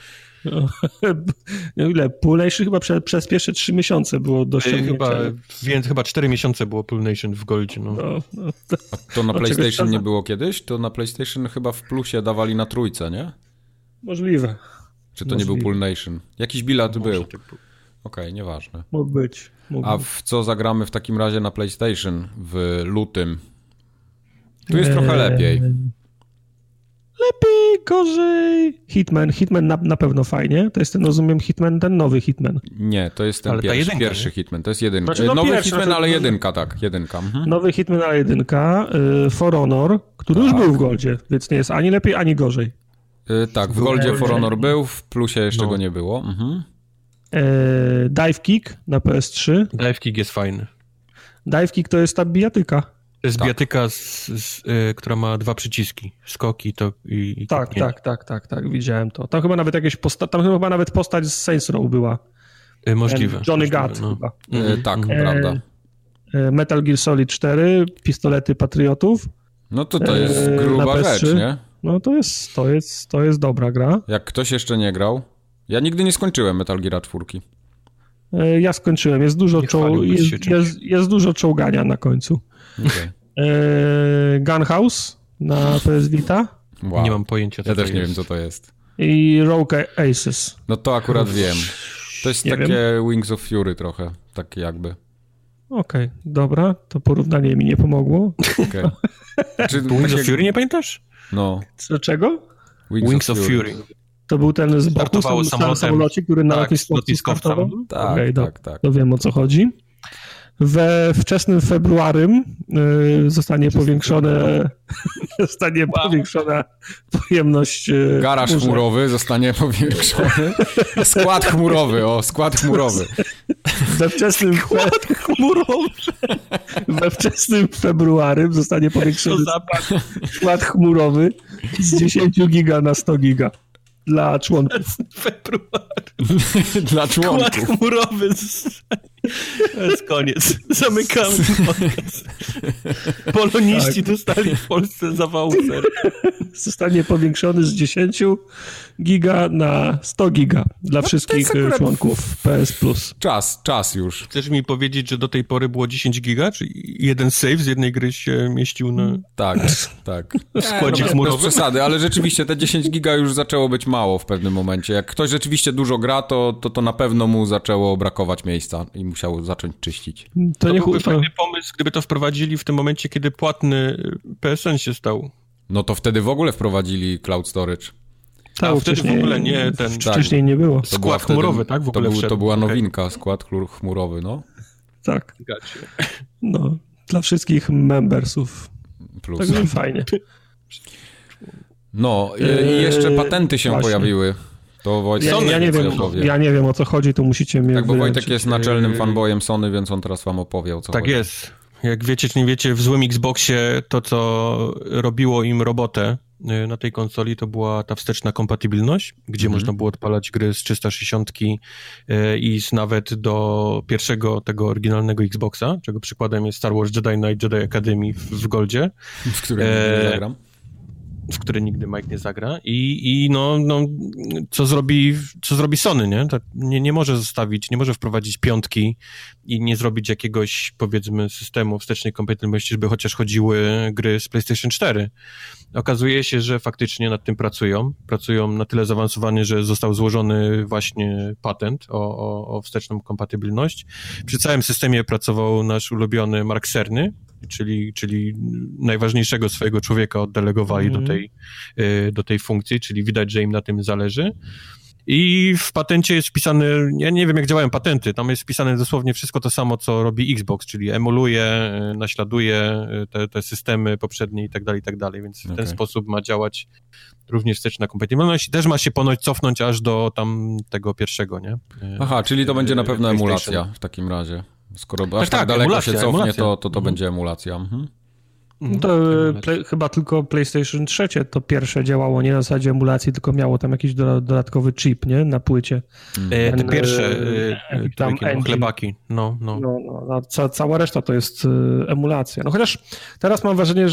No ile? Pool Nation chyba przez pierwsze 3 miesiące było do ściągnięcia. Chyba 4 miesiące było Pool Nation w Goldzie. No. A to na PlayStation nie było kiedyś? To na PlayStation chyba w plusie dawali na 3, nie? Możliwe. Czy to nie był Pool Nation? Jakiś bilet był. Okej, nieważne. Mógł być. A w co zagramy w takim razie na PlayStation w lutym? Tu jest trochę lepiej. Lepiej, gorzej. Hitman na pewno fajnie. To jest ten, rozumiem, Hitman, ten nowy Hitman. Nie, to jest ten pierwszy Hitman. To jest jedynka. Znaczy, nowy Hitman, ale jedynka, tak. Jedynka. Mhm. Nowy Hitman, ale jedynka. For Honor, który już był w Goldzie, więc nie jest ani lepiej, ani gorzej. Tak, w Goldzie For Honor był, w plusie jeszcze go nie było. Mhm. Dive Kick na PS3. Dive Kick jest fajny. Dive Kick to jest ta bijatyka. To jest bijatyka, która ma 2 przyciski. Skoki i tak, widziałem to. Tam chyba nawet postać z Saints Row była. Możliwe. Johnny Gat chyba. Tak, prawda. Metal Gear Solid 4, pistolety patriotów. No to jest gruba rzecz, nie? No to jest dobra gra. Jak ktoś jeszcze nie grał, ja nigdy nie skończyłem Metal Gear 4. Ja skończyłem. Jest dużo czołgania na końcu. Okay. Gunhouse na PS Vita. Wow. Nie mam pojęcia, co ja też nie wiem, co to jest. I Rogue Aces. No to akurat wiem. To jest takie Wings of Fury trochę, tak jakby. Okej, dobra, to porównanie mi nie pomogło. Okay. Wings of Fury nie pamiętasz? No. Co, czego? Wings of Fury. To był ten z boku samolocie, który na lotnisku startował? Tak. To wiem, o co chodzi. We wczesnym februarym zostanie powiększona pojemność... Garaż chmurowy zostanie powiększony. Skład chmurowy. We wczesnym februarym zostanie powiększony skład chmurowy z 10 giga na 100 giga. Dla członków. Dla członków. Skład chmurowy. To jest koniec. Zamykamy podcast. Poloniści dostali w Polsce zawału. Zostanie powiększony z 10 giga na 100 giga dla wszystkich członków PS Plus. Czas już. Chcesz mi powiedzieć, że do tej pory było 10 giga? Czy jeden save z jednej gry się mieścił na... Tak. W składzie chmurowym? Bez przesady, ale rzeczywiście te 10 giga już zaczęło być mało w pewnym momencie. Jak ktoś rzeczywiście dużo gra, to na pewno mu zaczęło brakować miejsca i musiał zacząć czyścić. To byłby fajny pomysł, gdyby to wprowadzili w tym momencie, kiedy płatny PSN się stał. No to wtedy w ogóle wprowadzili cloud storage. Tak, wtedy w ogóle nie ten... Wcześniej nie było. Skład chmurowy, tak? W ogóle to była nowinka, skład chmurowy, no. Tak. No, dla wszystkich membersów. Plus. Także fajnie. No, i jeszcze patenty się pojawiły. To Wojtek ja nie wiem, o co chodzi, to musicie mnie... Tak, bo Wojtek jest naczelnym fanboyem Sony, więc on teraz wam opowie, o co chodzi. Tak jest. Jak wiecie czy nie wiecie, w złym Xboxie to, co robiło im robotę na tej konsoli, to była ta wsteczna kompatybilność, gdzie można było odpalać gry z 360 i nawet do pierwszego tego oryginalnego Xboxa, czego przykładem jest Star Wars Jedi Knight Jedi Academy w Goldzie. W którym nie zagram. W które nigdy Mike nie zagra i co zrobi Sony, nie? To nie może zostawić, nie może wprowadzić piątki i nie zrobić jakiegoś, powiedzmy, systemu wstecznej kompatybilności, żeby chociaż chodziły gry z PlayStation 4. Okazuje się, że faktycznie nad tym pracują na tyle zaawansowani, że został złożony właśnie patent o wsteczną kompatybilność. Przy całym systemie pracował nasz ulubiony Mark Cerny, czyli najważniejszego swojego człowieka oddelegowali do tej funkcji, czyli widać, że im na tym zależy. I w patencie jest wpisane, ja nie wiem jak działają patenty, tam jest wpisane dosłownie wszystko to samo, co robi Xbox, czyli emuluje, naśladuje te systemy poprzednie i tak dalej, więc w ten sposób ma działać również wsteczna kompatybilność i też ma się ponoć cofnąć aż do tam tego pierwszego, nie? Aha, czyli to będzie na pewno emulacja w takim razie. Skoro aż tak daleko się cofnie, to będzie emulacja. To chyba tylko PlayStation 3 to pierwsze działało nie na zasadzie emulacji, tylko miało tam jakiś dodatkowy chip, nie? Na płycie. Te pierwsze tam chlebaki. No. Cała reszta to jest emulacja. No chociaż teraz mam wrażenie,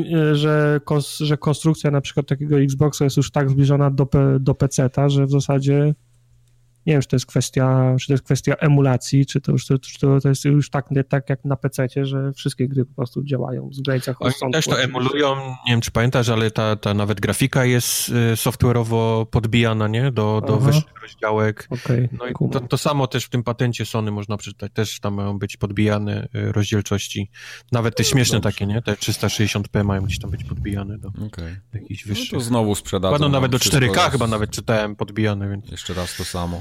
że konstrukcja na przykład takiego Xboxa jest już tak zbliżona do PC-ta, że w zasadzie nie wiem, czy to jest kwestia emulacji, czy to jest już tak jak na PC-cie, że wszystkie gry po prostu działają w granicach rozsądku. Oni też to emulują, nie wiem, czy pamiętasz, ale ta nawet grafika jest software'owo podbijana, nie? Do wyższych rozdziałek. Okay, no i to samo też w tym patencie Sony można przeczytać, też tam mają być podbijane rozdzielczości. Nawet te śmieszne takie, nie? Te 360p mają gdzieś tam być podbijane do jakichś wyższych. No to znowu sprzedadzą. Ładno nawet do 4K chyba nawet czytałem podbijane, więc... Jeszcze raz to samo.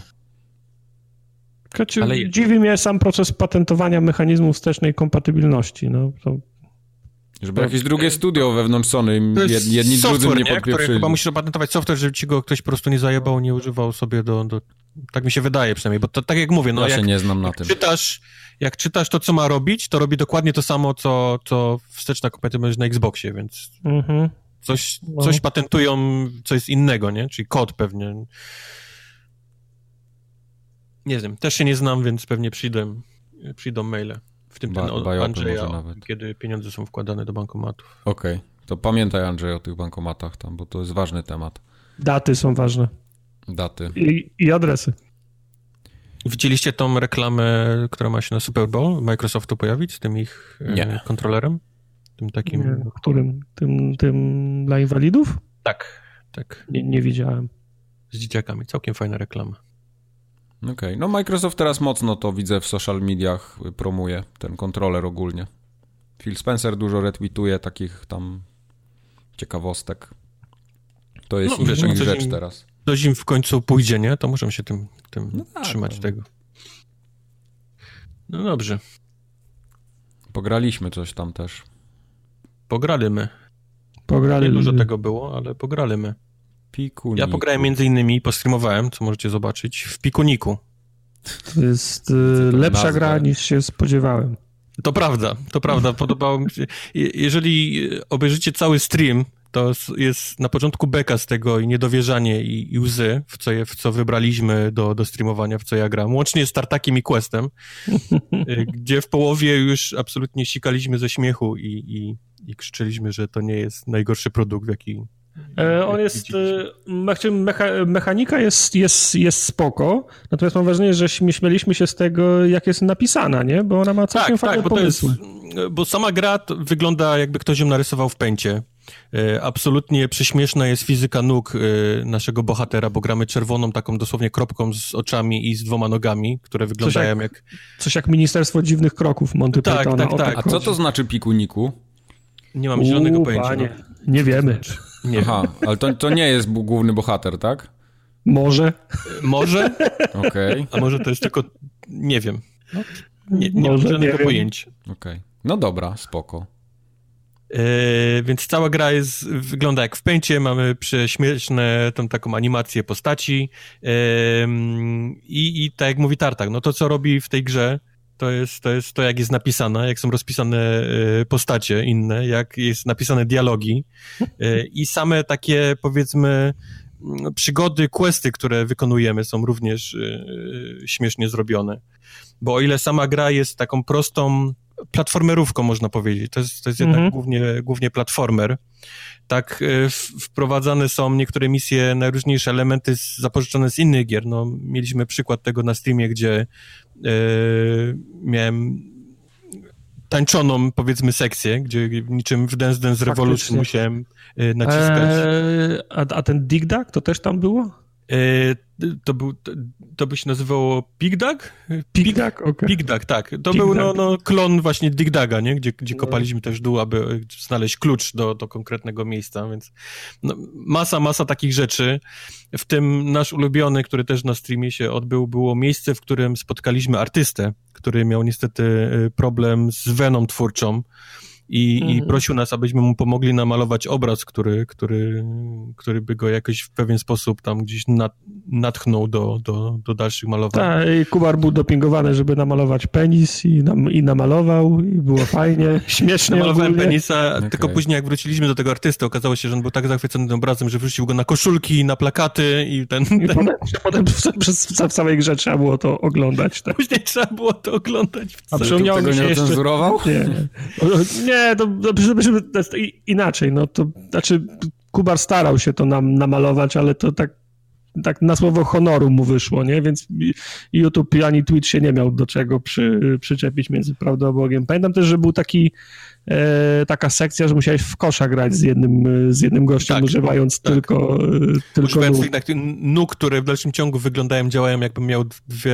Ale dziwi mnie sam proces patentowania mechanizmu wstecznej kompatybilności. No, to... Żeby jakieś drugie studio wewnątrz Sony jedni drudzy nie podpieprzyli. Chyba musisz opatentować software, żeby ci go ktoś po prostu nie zajebał, nie używał sobie do... Tak mi się wydaje przynajmniej, bo to tak jak mówię, no ja się nie znam na tym. Jak czytasz to, co ma robić, to robi dokładnie to samo, co wsteczna kompatybilność na Xboxie, więc coś patentują, co jest innego, nie? Czyli kod pewnie... Nie wiem, też się nie znam, więc pewnie przyjdą maile. W tym ten Andrzeja, kiedy pieniądze są wkładane do bankomatów. Okej, to pamiętaj Andrzej o tych bankomatach tam, bo to jest ważny temat. Daty są ważne. Daty. I adresy. Widzieliście tą reklamę, która ma się na Super Bowl Microsoftu pojawić z tym ich kontrolerem? Tym takim... Nie, którym? Tym dla inwalidów? Tak. Nie widziałem. Z dzieciakami. Całkiem fajna reklama. Okej. No Microsoft teraz mocno to widzę w social mediach, promuje ten kontroler ogólnie. Phil Spencer dużo retweetuje takich tam ciekawostek. To jest ich rzecz teraz. Ktoś im w końcu pójdzie, nie? To muszą się tym trzymać tego. No dobrze. Pograliśmy coś tam też. Pograliśmy. Nie dużo tego było, ale pograliśmy. Pikuniku. Ja pograłem między innymi, postreamowałem, co możecie zobaczyć, w Pikuniku. To jest lepsza gra niż się spodziewałem. To prawda. Podobało mi się. Jeżeli obejrzycie cały stream, to jest na początku beka z tego i niedowierzanie i łzy, w co wybraliśmy do streamowania, w co ja gram. Łącznie z Tartakiem i Questem, gdzie w połowie już absolutnie sikaliśmy ze śmiechu i krzyczeliśmy, że to nie jest najgorszy produkt, w jaki... On jest, mechanika jest spoko, natomiast mam wrażenie, że śmieliśmy się z tego, jak jest napisana, nie? Bo ona ma całkiem fajne pomysły. Bo sama gra wygląda, jakby ktoś ją narysował w pęcie. Absolutnie prześmieszna jest fizyka nóg naszego bohatera, bo gramy czerwoną taką dosłownie kropką z oczami i z 2 nogami, które wyglądają jak... Coś jak Ministerstwo Dziwnych Kroków Monty Pythona. Tak. A co to znaczy Pikuniku? Nie mam zielonego pojęcia. Panie, nie wiemy. Nie. Aha, ale to nie jest główny bohater, tak? Może. Okej. A może to jest tylko... Nie wiem. Nie mam żadnego pojęcia. Okej. No dobra, spoko. Więc cała gra wygląda jak w pęcie, mamy prześmieszne tą taką animację postaci i tak jak mówi Tartak, no to co robi w tej grze, to jest to, jak jest napisane, jak są rozpisane postacie inne, jak jest napisane dialogi i same takie, powiedzmy, przygody, questy, które wykonujemy, są również śmiesznie zrobione. Bo o ile sama gra jest taką prostą platformerówką, można powiedzieć, to jest jednak głównie platformer, tak wprowadzane są niektóre misje, najróżniejsze elementy zapożyczone z innych gier. No, mieliśmy przykład tego na streamie, gdzie miałem tańczoną, powiedzmy, sekcję, gdzie niczym w Dance Dance Revolution musiałem naciskać. A ten Dig Dug to też tam było? To by się nazywało Pig Dug? Pig Dug, okej. Pig Dug, tak. To był klon właśnie Dig Duga, nie? Gdzie kopaliśmy też dół, aby znaleźć klucz do konkretnego miejsca, więc masa takich rzeczy. W tym nasz ulubiony, który też na streamie się odbył, było miejsce, w którym spotkaliśmy artystę, który miał niestety problem z weną twórczą. I prosił nas, abyśmy mu pomogli namalować obraz, który by go jakoś w pewien sposób tam gdzieś natchnął do dalszych malowań. Tak, i Kubar był dopingowany, żeby namalować penis i namalował i było fajnie, śmiesznie. Namalowałem penisa, tylko później jak wróciliśmy do tego artysty, okazało się, że on był tak zachwycony tym obrazem, że wrzucił go na koszulki, na plakaty i Potem w całej grze trzeba było to oglądać. Tak? Później trzeba było to oglądać. A przypomniało mi się nie ocenzurował? Nie, to inaczej, no to znaczy Kubar starał się to nam namalować, ale to tak na słowo honoru mu wyszło, nie? Więc YouTube ani Twitch się nie miał do czego przyczepić między prawdą a Bogiem. Pamiętam też, że był taka sekcja, że musiałeś w kosza grać z jednym gościem, używając tylko używając nóg, które w dalszym ciągu działają jakbym miał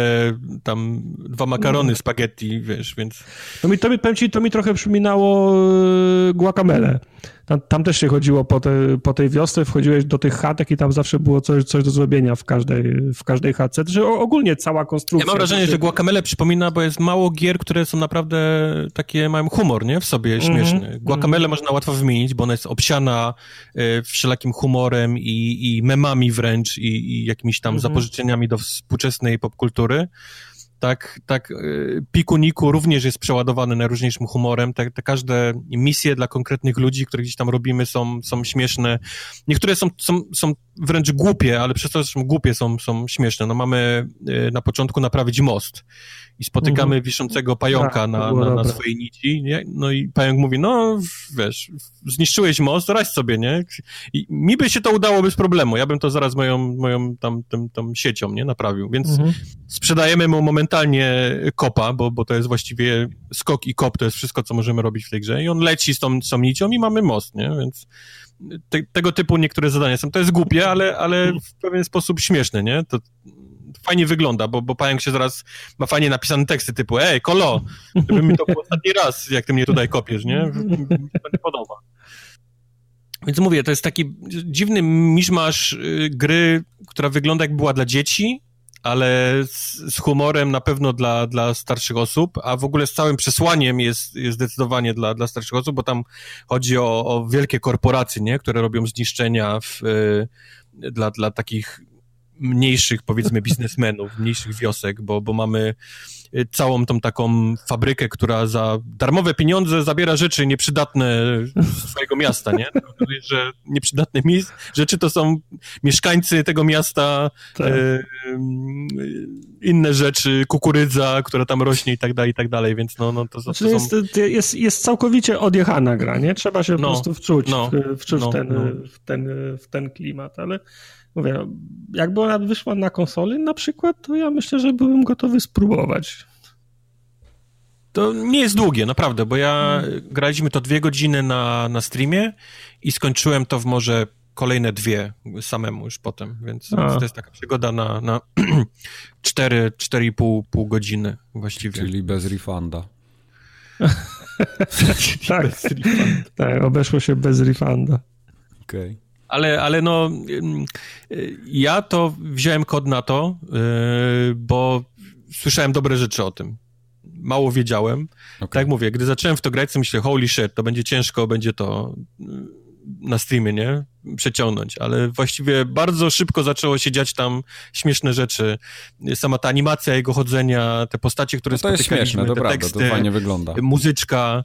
dwa makarony spaghetti, wiesz, więc... To mi trochę przypominało Guacamele. Tam też się chodziło po tej wiosce, wchodziłeś do tych chatek i tam zawsze było coś do zrobienia w każdej chatce. Że ogólnie cała konstrukcja... Ja mam wrażenie, że Guacamele przypomina, bo jest mało gier, które są naprawdę takie, mają humor, nie? W sobie śmieszny. Guacamele można łatwo wymienić, bo ona jest obsiana wszelakim humorem i memami wręcz i jakimiś tam zapożyczeniami do współczesnej popkultury. Tak, Pikuniku również jest przeładowany najróżniejszym humorem. Te każde misje dla konkretnych ludzi, które gdzieś tam robimy, są śmieszne. Niektóre są wręcz głupie, ale przez to, że są głupie, są śmieszne. No mamy na początku naprawić most i spotykamy wiszącego pająka na swojej nici, nie? No i pająk mówi, no wiesz, zniszczyłeś most, radź sobie, nie? I mi by się to udało bez problemu. Ja bym to zaraz moją tą siecią, nie? Naprawił. Więc sprzedajemy mu momentalnie kopa, bo to jest właściwie skok i kop, to jest wszystko, co możemy robić w tej grze i on leci z tą nicią i mamy most, nie? Więc tego typu niektóre zadania są. To jest głupie, ale w pewien sposób śmieszne, nie? To fajnie wygląda, bo pająk się zaraz ma fajnie napisane teksty typu Kolo, żeby mi to był ostatni raz, jak ty mnie tutaj kopiesz, nie? Mi to nie podoba. Więc mówię, to jest taki dziwny miszmasz gry, która wygląda jak była dla dzieci, ale z humorem na pewno dla starszych osób, a w ogóle z całym przesłaniem jest zdecydowanie dla starszych osób, bo tam chodzi o wielkie korporacje, nie? Które robią zniszczenia dla takich mniejszych, powiedzmy, biznesmenów, mniejszych wiosek, bo mamy całą tą taką fabrykę, która za darmowe pieniądze zabiera rzeczy nieprzydatne z swojego miasta, nie? Że nieprzydatne rzeczy to są mieszkańcy tego miasta, tak. Inne rzeczy, kukurydza, która tam rośnie i tak dalej, więc no to są... Jest całkowicie odjechana gra, nie? Trzeba się po prostu wczuć w ten klimat, ale mówię, jakby ona wyszła na konsoli na przykład, to ja myślę, że byłem gotowy spróbować. To nie jest długie, naprawdę, bo graliśmy to 2 godziny na streamie i skończyłem to w może kolejne 2 samemu już potem, więc to jest taka przygoda na 4,5 godziny właściwie. Czyli bez refunda. Tak, obeszło się bez refunda. Okej. Ale no, ja to wziąłem kod na to, bo słyszałem dobre rzeczy o tym. Mało wiedziałem. Okay. Tak jak mówię, gdy zacząłem w to grać, to myślę, holy shit, to będzie ciężko, będzie to na streamie, nie? Przeciągnąć, ale właściwie bardzo szybko zaczęło się dziać tam śmieszne rzeczy. Sama ta animacja jego chodzenia, te postacie, które spotykaliśmy, jest śmieszne, te teksty, to fajnie wygląda. Muzyczka,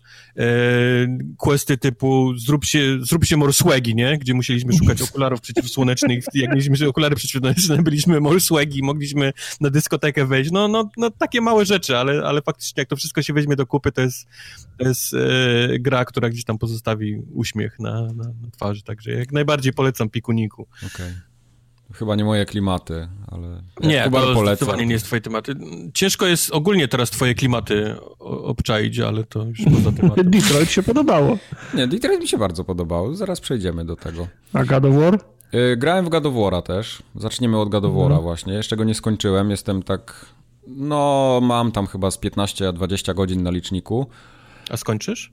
questy typu zrób się morsłegi, nie? Gdzie musieliśmy szukać okularów przeciwsłonecznych. Jak mieliśmy okulary przeciwsłoneczne, byliśmy morsłegi, mogliśmy na dyskotekę wejść. No takie małe rzeczy, ale faktycznie jak to wszystko się weźmie do kupy, to jest gra, która gdzieś tam pozostawi uśmiech na twarzy, także jak najbardziej polecam Pikuniku. Okej. Chyba nie moje klimaty, ale... Nie, to zdecydowanie nie jest twoje klimaty. Ciężko jest ogólnie teraz twoje klimaty obczaić, ale to już poza tematem. Detroit się podobało. Nie, Detroit mi się bardzo podobało. Zaraz przejdziemy do tego. A God of War? Grałem w God of War'a też. Zaczniemy od God of War'a właśnie. Jeszcze go nie skończyłem. Jestem tak... mam tam chyba z 15 a 20 godzin na liczniku. A skończysz?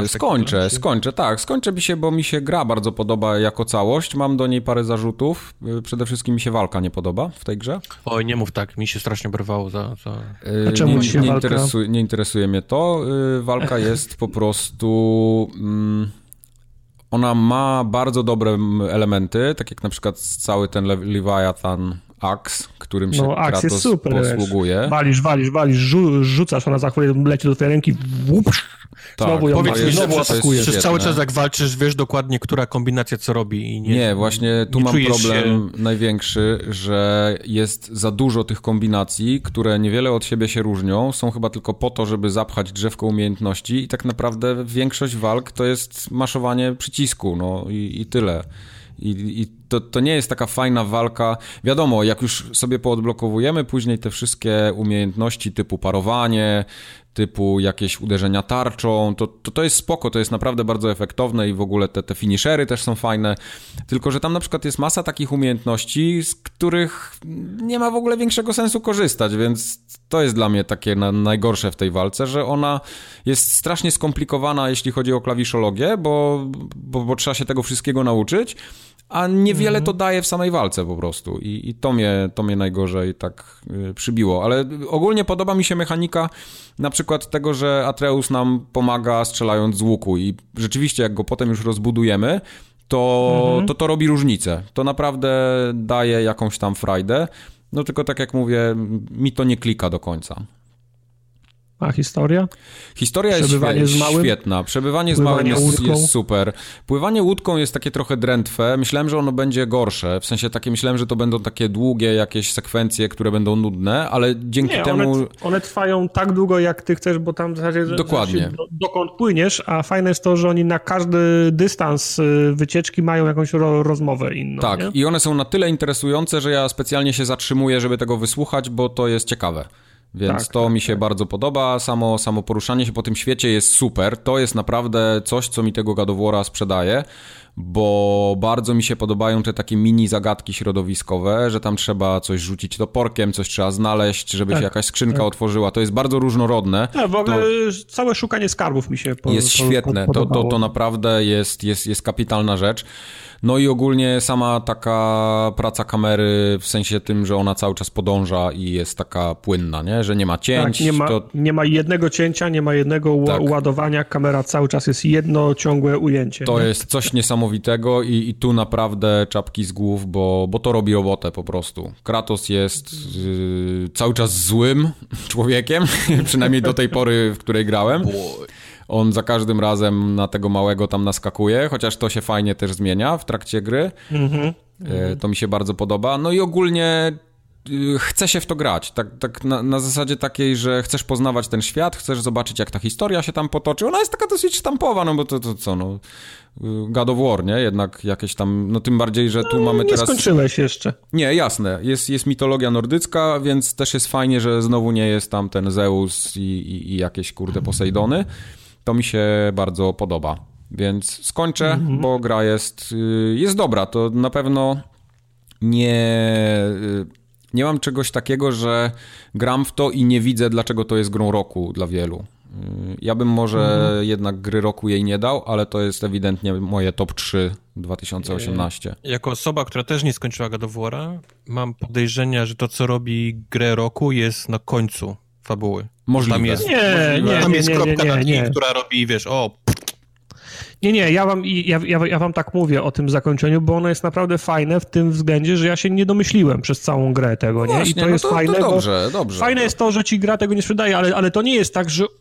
Skończę mi się, bo mi się gra bardzo podoba jako całość. Mam do niej parę zarzutów. Przede wszystkim mi się walka nie podoba w tej grze. Oj, nie mów tak, mi się strasznie brwało za... A czemu ci się walka? Nie interesuje mnie to. Walka jest po prostu... ona ma bardzo dobre elementy, tak jak na przykład cały ten Leviathan Axe, którym się Kratos jest super, posługuje. Walisz, rzucasz, ona za chwilę leci do tej ręki, znowu ją znowu atakujesz. Przez cały czas jak walczysz, wiesz dokładnie, która kombinacja co robi. I nie, właśnie tu mam problem największy, że jest za dużo tych kombinacji, które niewiele od siebie się różnią, są chyba tylko po to, żeby zapchać drzewko umiejętności i tak naprawdę większość walk to jest maszowanie przycisku, i tyle. I to nie jest taka fajna walka. Wiadomo, jak już sobie poodblokowujemy później te wszystkie umiejętności typu parowanie, typu jakieś uderzenia tarczą, to jest spoko, to jest naprawdę bardzo efektowne i w ogóle te finishery też są fajne, tylko że tam na przykład jest masa takich umiejętności, z których nie ma w ogóle większego sensu korzystać, więc to jest dla mnie takie najgorsze w tej walce, że ona jest strasznie skomplikowana, jeśli chodzi o klawiszologię, bo trzeba się tego wszystkiego nauczyć, a niewiele to daje w samej walce po prostu i to mnie najgorzej tak przybiło, ale ogólnie podoba mi się mechanika na przykład tego, że Atreus nam pomaga strzelając z łuku i rzeczywiście jak go potem już rozbudujemy, to robi różnicę, to naprawdę daje jakąś tam frajdę, tylko tak jak mówię, mi to nie klika do końca. A historia? Historia jest świetna. Przebywanie z małym jest super. Pływanie łódką jest takie trochę drętwe. Myślałem, że ono będzie gorsze. W sensie myślałem, że to będą takie długie jakieś sekwencje, które będą nudne, ale dzięki temu... One trwają tak długo, jak ty chcesz, bo tam w zasadzie dokładnie. Dokąd płyniesz, a fajne jest to, że oni na każdy dystans wycieczki mają jakąś rozmowę inną. Tak, nie? I one są na tyle interesujące, że ja specjalnie się zatrzymuję, żeby tego wysłuchać, bo to jest ciekawe. Więc to mi się bardzo podoba, samo poruszanie się po tym świecie jest super, to jest naprawdę coś, co mi tego God of War'a sprzedaje, bo bardzo mi się podobają te takie mini zagadki środowiskowe, że tam trzeba coś rzucić toporkiem, coś trzeba znaleźć, żeby się jakaś skrzynka otworzyła. To jest bardzo różnorodne. W ogóle całe szukanie skarbów mi się jest świetne. To naprawdę jest kapitalna rzecz. No i ogólnie sama taka praca kamery, w sensie tym, że ona cały czas podąża i jest taka płynna, nie? Że nie ma cięć. Nie ma jednego cięcia, nie ma jednego ładowania, kamera cały czas jest jedno ciągłe ujęcie. To jest coś niesamowitego i tu naprawdę czapki z głów, bo to robi robotę po prostu. Kratos jest cały czas złym człowiekiem, przynajmniej do tej pory, w której grałem. On za każdym razem na tego małego tam naskakuje, chociaż to się fajnie też zmienia w trakcie gry. To mi się bardzo podoba. No i ogólnie chce się w to grać. Tak na zasadzie takiej, że chcesz poznawać ten świat, chcesz zobaczyć, jak ta historia się tam potoczy. Ona jest taka dosyć sztampowa, no bo to co, no... God of War, nie? Jednak jakieś tam, no tym bardziej, że tu mamy teraz... Nie skończyłeś jeszcze. Nie, jasne. Jest mitologia nordycka, więc też jest fajnie, że znowu nie jest tam ten Zeus i jakieś, kurde, Posejdony. To mi się bardzo podoba. Więc skończę, bo gra jest dobra. To na pewno nie mam czegoś takiego, że gram w to i nie widzę, dlaczego to jest grą roku dla wielu. Ja bym może jednak gry roku jej nie dał, ale to jest ewidentnie moje top 3 2018. Jako osoba, która też nie skończyła God of War'a, mam podejrzenia, że to, co robi grę roku, jest na końcu fabuły. Możliwe. Tam jest kropka nad i, która robi, wiesz, Nie, ja wam tak mówię o tym zakończeniu, bo ono jest naprawdę fajne w tym względzie, że ja się nie domyśliłem przez całą grę tego, nie? Właśnie, i to jest fajne, dobrze. Fajne jest to, że ci gra tego nie sprzedaje, ale to nie jest tak, że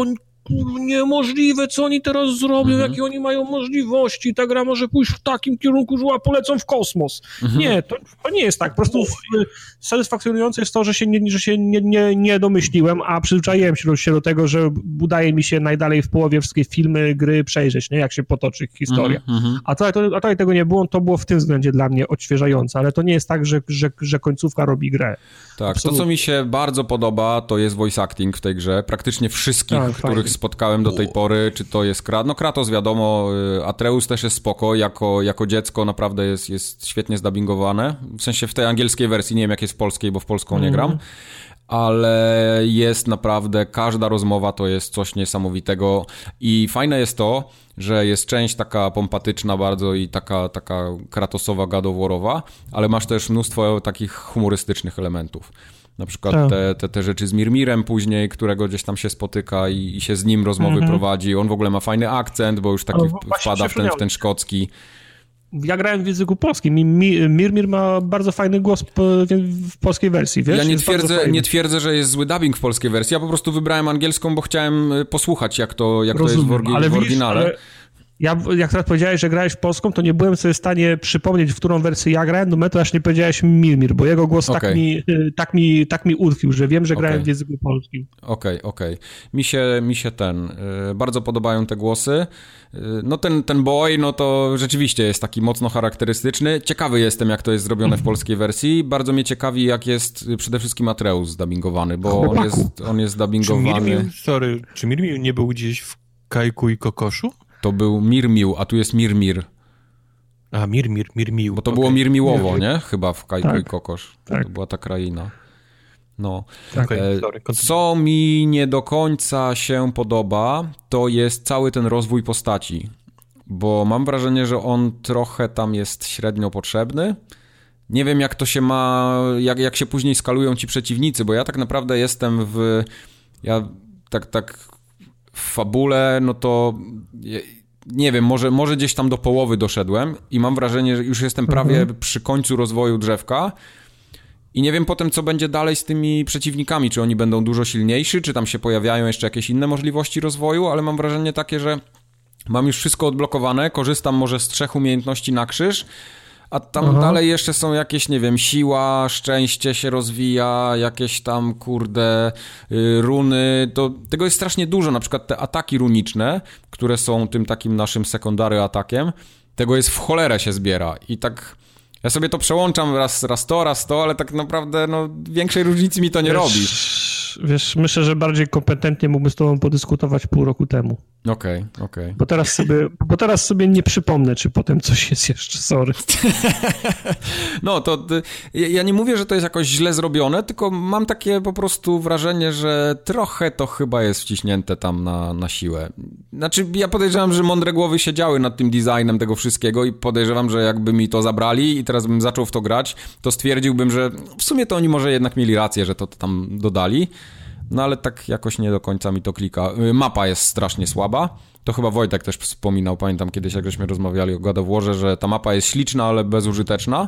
niemożliwe, co oni teraz zrobią, jakie oni mają możliwości, ta gra może pójść w takim kierunku, że polecą w kosmos. Nie, to nie jest tak. Po prostu satysfakcjonujące jest to, że się nie domyśliłem, a przyzwyczaiłem się do tego, że udaje mi się najdalej w połowie wszystkie filmy, gry przejrzeć, nie? Jak się potoczy historia. A tutaj tego nie było, to było w tym względzie dla mnie odświeżające, ale to nie jest tak, że końcówka robi grę. Tak, absolutnie. To co mi się bardzo podoba, to jest voice acting w tej grze. Praktycznie wszystkich, których spotkałem do tej pory, czy to jest Kratos, wiadomo, Atreus też jest spoko, jako dziecko naprawdę jest świetnie zdubbingowane. W sensie w tej angielskiej wersji, nie wiem jak jest w polskiej, bo w polską nie gram. Ale jest naprawdę, każda rozmowa to jest coś niesamowitego i fajne jest to, że jest część taka pompatyczna bardzo i taka Kratosowa, God of War'owa, ale masz też mnóstwo takich humorystycznych elementów. Na przykład te rzeczy z Mirmirem później, którego gdzieś tam się spotyka i się z nim rozmowy prowadzi. On w ogóle ma fajny akcent, bo już taki wpada w ten szkocki. Ja grałem w języku polskim. Mirmir ma bardzo fajny głos w polskiej wersji, wiesz? Ja nie twierdzę, że jest zły dubbing w polskiej wersji. Ja po prostu wybrałem angielską, bo chciałem posłuchać, jak to jest w oryginale. Jak teraz powiedziałeś, że grałeś w polską, to nie byłem sobie w stanie przypomnieć, w którą wersję ja grałem, do momentu, aż nie powiedziałeś Mirmir, bo jego głos tak mi utkwił, że wiem, że grałem w języku polskim. Okej. Mi się bardzo podobają te głosy. No ten boy, no to rzeczywiście jest taki mocno charakterystyczny. Ciekawy jestem, jak to jest zrobione w polskiej wersji. Bardzo mnie ciekawi, jak jest przede wszystkim Atreus zdubbingowany, bo on jest dubbingowany... Czy Mirmir nie był gdzieś w Kajku i Kokoszu? To był Mirmił, a tu jest Mirmir. A, Mirmił. Bo to było Mirmiłowo, nie? Chyba w Kajku i Kokosz. Tak. To była ta kraina. No. Co mi nie do końca się podoba, to jest cały ten rozwój postaci. Bo mam wrażenie, że on trochę tam jest średnio potrzebny. Nie wiem, jak to się ma... Jak się później skalują ci przeciwnicy, bo ja tak naprawdę jestem w... w fabule, no to nie wiem, może gdzieś tam do połowy doszedłem i mam wrażenie, że już jestem prawie przy końcu rozwoju drzewka i nie wiem potem, co będzie dalej z tymi przeciwnikami, czy oni będą dużo silniejsi, czy tam się pojawiają jeszcze jakieś inne możliwości rozwoju, ale mam wrażenie takie, że mam już wszystko odblokowane, korzystam może z 3 umiejętności na krzyż, a tam dalej jeszcze są jakieś, nie wiem, siła, szczęście się rozwija, jakieś tam, runy, tego jest strasznie dużo, na przykład te ataki runiczne, które są tym takim naszym sekundary atakiem, tego jest w cholerę się zbiera i tak ja sobie to przełączam raz to, ale tak naprawdę większej różnicy mi to nie robi. Wiesz, myślę, że bardziej kompetentnie mógłbym z tobą podyskutować pół roku temu. Okej. Bo teraz sobie nie przypomnę, czy potem coś jest jeszcze, sorry. No to ja nie mówię, że to jest jakoś źle zrobione, tylko mam takie po prostu wrażenie, że trochę to chyba jest wciśnięte tam na siłę. Znaczy ja podejrzewam, że mądre głowy siedziały nad tym designem tego wszystkiego i podejrzewam, że jakby mi to zabrali i teraz bym zaczął w to grać, to stwierdziłbym, że w sumie to oni może jednak mieli rację, że to tam dodali. No ale tak jakoś nie do końca mi to klika. Mapa jest strasznie słaba. To chyba Wojtek też wspominał, pamiętam kiedyś, jak żeśmy rozmawiali o God of Warze, że ta mapa jest śliczna, ale bezużyteczna.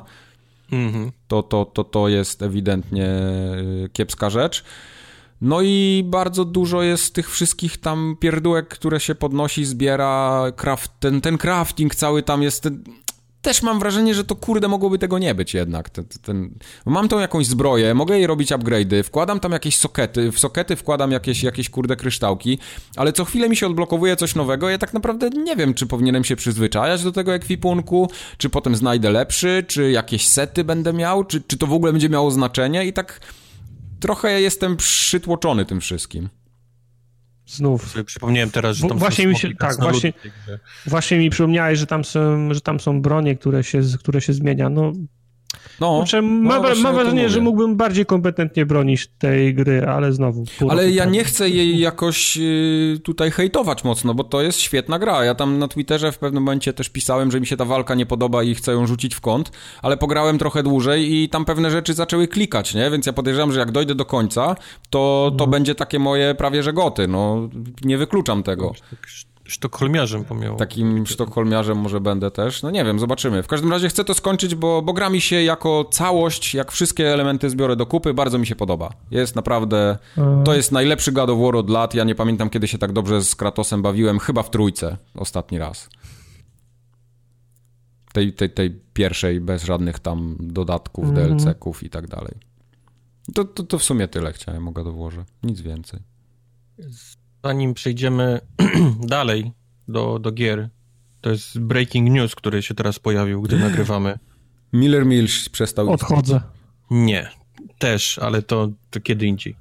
To jest ewidentnie kiepska rzecz. No i bardzo dużo jest tych wszystkich tam pierdółek, które się podnosi, zbiera, ten crafting cały tam jest... Też mam wrażenie, że to kurde mogłoby tego nie być jednak. Mam tą jakąś zbroję, mogę jej robić upgrade'y, wkładam tam jakieś sokety, w sokety wkładam jakieś kurde kryształki, ale co chwilę mi się odblokowuje coś nowego, ja tak naprawdę nie wiem, czy powinienem się przyzwyczajać do tego ekwipunku, czy potem znajdę lepszy, czy jakieś sety będę miał, czy to w ogóle będzie miało znaczenie i tak trochę jestem przytłoczony tym wszystkim. Znów. Przypomniałem teraz, że tam właśnie są mi się, tak, właśnie mi przypomniałeś, że tam są bronie, które się zmienia. Mam wrażenie, że mógłbym bardziej kompetentnie bronić tej gry, ale znowu... Ale ja nie chcę jej jakoś tutaj hejtować mocno, bo to jest świetna gra. Ja tam na Twitterze w pewnym momencie też pisałem, że mi się ta walka nie podoba i chcę ją rzucić w kąt, ale pograłem trochę dłużej i tam pewne rzeczy zaczęły klikać, nie? Więc ja podejrzewam, że jak dojdę do końca, to będzie takie moje prawie że goty. No, nie wykluczam tego. Sztokholmiarzem pomiało. Takim sztokholmiarzem może będę też. No nie wiem, zobaczymy. W każdym razie chcę to skończyć, bo gra mi się jako całość, jak wszystkie elementy zbiorę do kupy, bardzo mi się podoba. Jest naprawdę... To jest najlepszy God of War od lat. Ja nie pamiętam, kiedy się tak dobrze z Kratosem bawiłem. Chyba w trójce ostatni raz. Tej pierwszej, bez żadnych tam dodatków, DLC-ków i tak dalej. To w sumie tyle chciałem o God of Warze. Nic więcej. Zanim przejdziemy dalej do gier, to jest breaking news, który się teraz pojawił, gdy nagrywamy. Miller Mills przestał... Odchodzę. Nie, też, ale to kiedy indziej.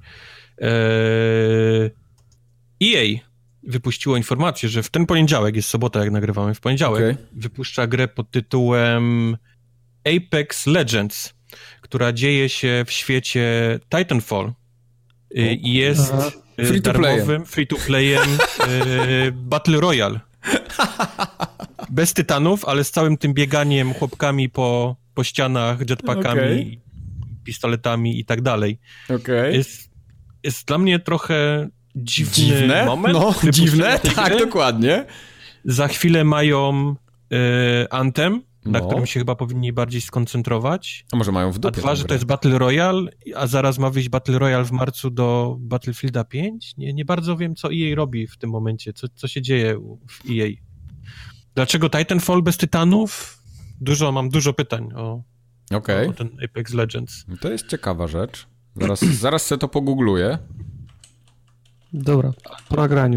EA wypuściło informację, że w ten poniedziałek, jest sobota jak nagrywamy, w poniedziałek wypuszcza grę pod tytułem Apex Legends, która dzieje się w świecie Titanfall i jest... darmowym, free-to-playem Battle Royale. Bez tytanów, ale z całym tym bieganiem chłopkami po ścianach, jetpackami, pistoletami i tak dalej. Jest dla mnie trochę dziwny moment. No, dziwne, tak, dokładnie. Za chwilę mają Anthem, na którym się chyba powinni bardziej skoncentrować. A może mają w dupie. A dwa, że to jest Battle Royale, a zaraz ma wyjść Battle Royale w marcu do Battlefielda 5? Nie bardzo wiem, co EA robi w tym momencie, co się dzieje w EA. Dlaczego Titanfall bez tytanów? Mam dużo pytań o ten Apex Legends. To jest ciekawa rzecz. Zaraz sobie to pogoogluję. Dobra, po nagraniu.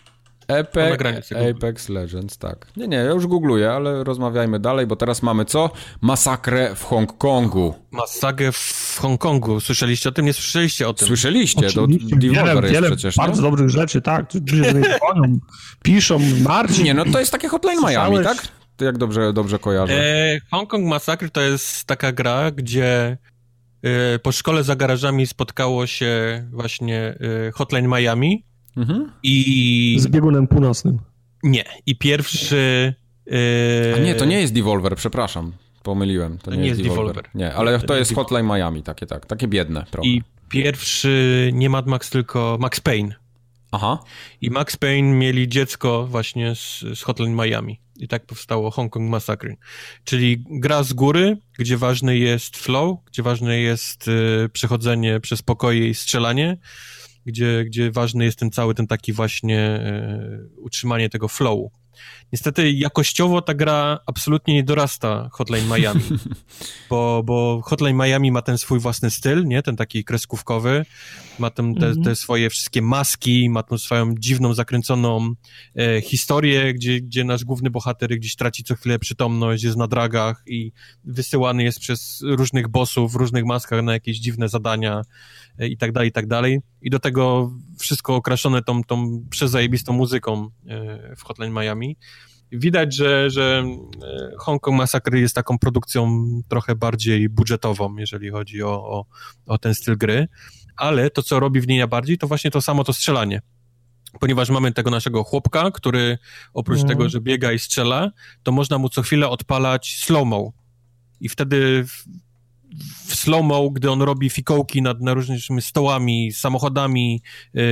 Apex Legends, tak. Nie, ja już googluję, ale rozmawiajmy dalej, bo teraz mamy co? Masakrę w Hongkongu. Masakrę w Hongkongu. Słyszeliście o tym? Nie słyszeliście o tym? Słyszeliście, to Devolver jest przecież. Bardzo dobrych rzeczy, tak. Piszą, Marcin. Nie, no to jest takie Hotline Miami, tak? To jak dobrze kojarzę. Hong Kong Massacre to jest taka gra, gdzie po szkole za garażami spotkało się właśnie Hotline Miami. I... Z biegunem północnym. Nie. I pierwszy... A nie, to nie jest Devolver, przepraszam. Pomyliłem. To nie jest Devolver. Nie, ale to jest Hotline Miami, takie biedne trochę. I pierwszy nie Mad Max, tylko Max Payne. Aha. I Max Payne mieli dziecko właśnie z Hotline Miami. I tak powstało Hong Kong Massacre. Czyli gra z góry, gdzie ważny jest flow, gdzie ważne jest przechodzenie przez pokoje i strzelanie, gdzie ważny jest ten taki właśnie utrzymanie tego flowu. Niestety jakościowo ta gra absolutnie nie dorasta Hotline Miami, bo Hotline Miami ma ten swój własny styl, nie? Ten taki kreskówkowy, ma tam te swoje wszystkie maski, ma tą swoją dziwną, zakręconą historię, gdzie nasz główny bohater gdzieś traci co chwilę przytomność, jest na dragach i wysyłany jest przez różnych bossów w różnych maskach na jakieś dziwne zadania i tak dalej, i tak dalej. i do tego wszystko okraszone tą przezajebistą muzyką w Hotline Miami. Widać, że Hong Kong Massacre jest taką produkcją trochę bardziej budżetową, jeżeli chodzi o ten styl gry, ale to, co robi w niej najbardziej, to właśnie to samo to strzelanie. Ponieważ mamy tego naszego chłopka, który oprócz tego, że biega i strzela, to można mu co chwilę odpalać slow-mo. I wtedy w slow-mo, gdy on robi fikołki nad różnymi stołami, samochodami,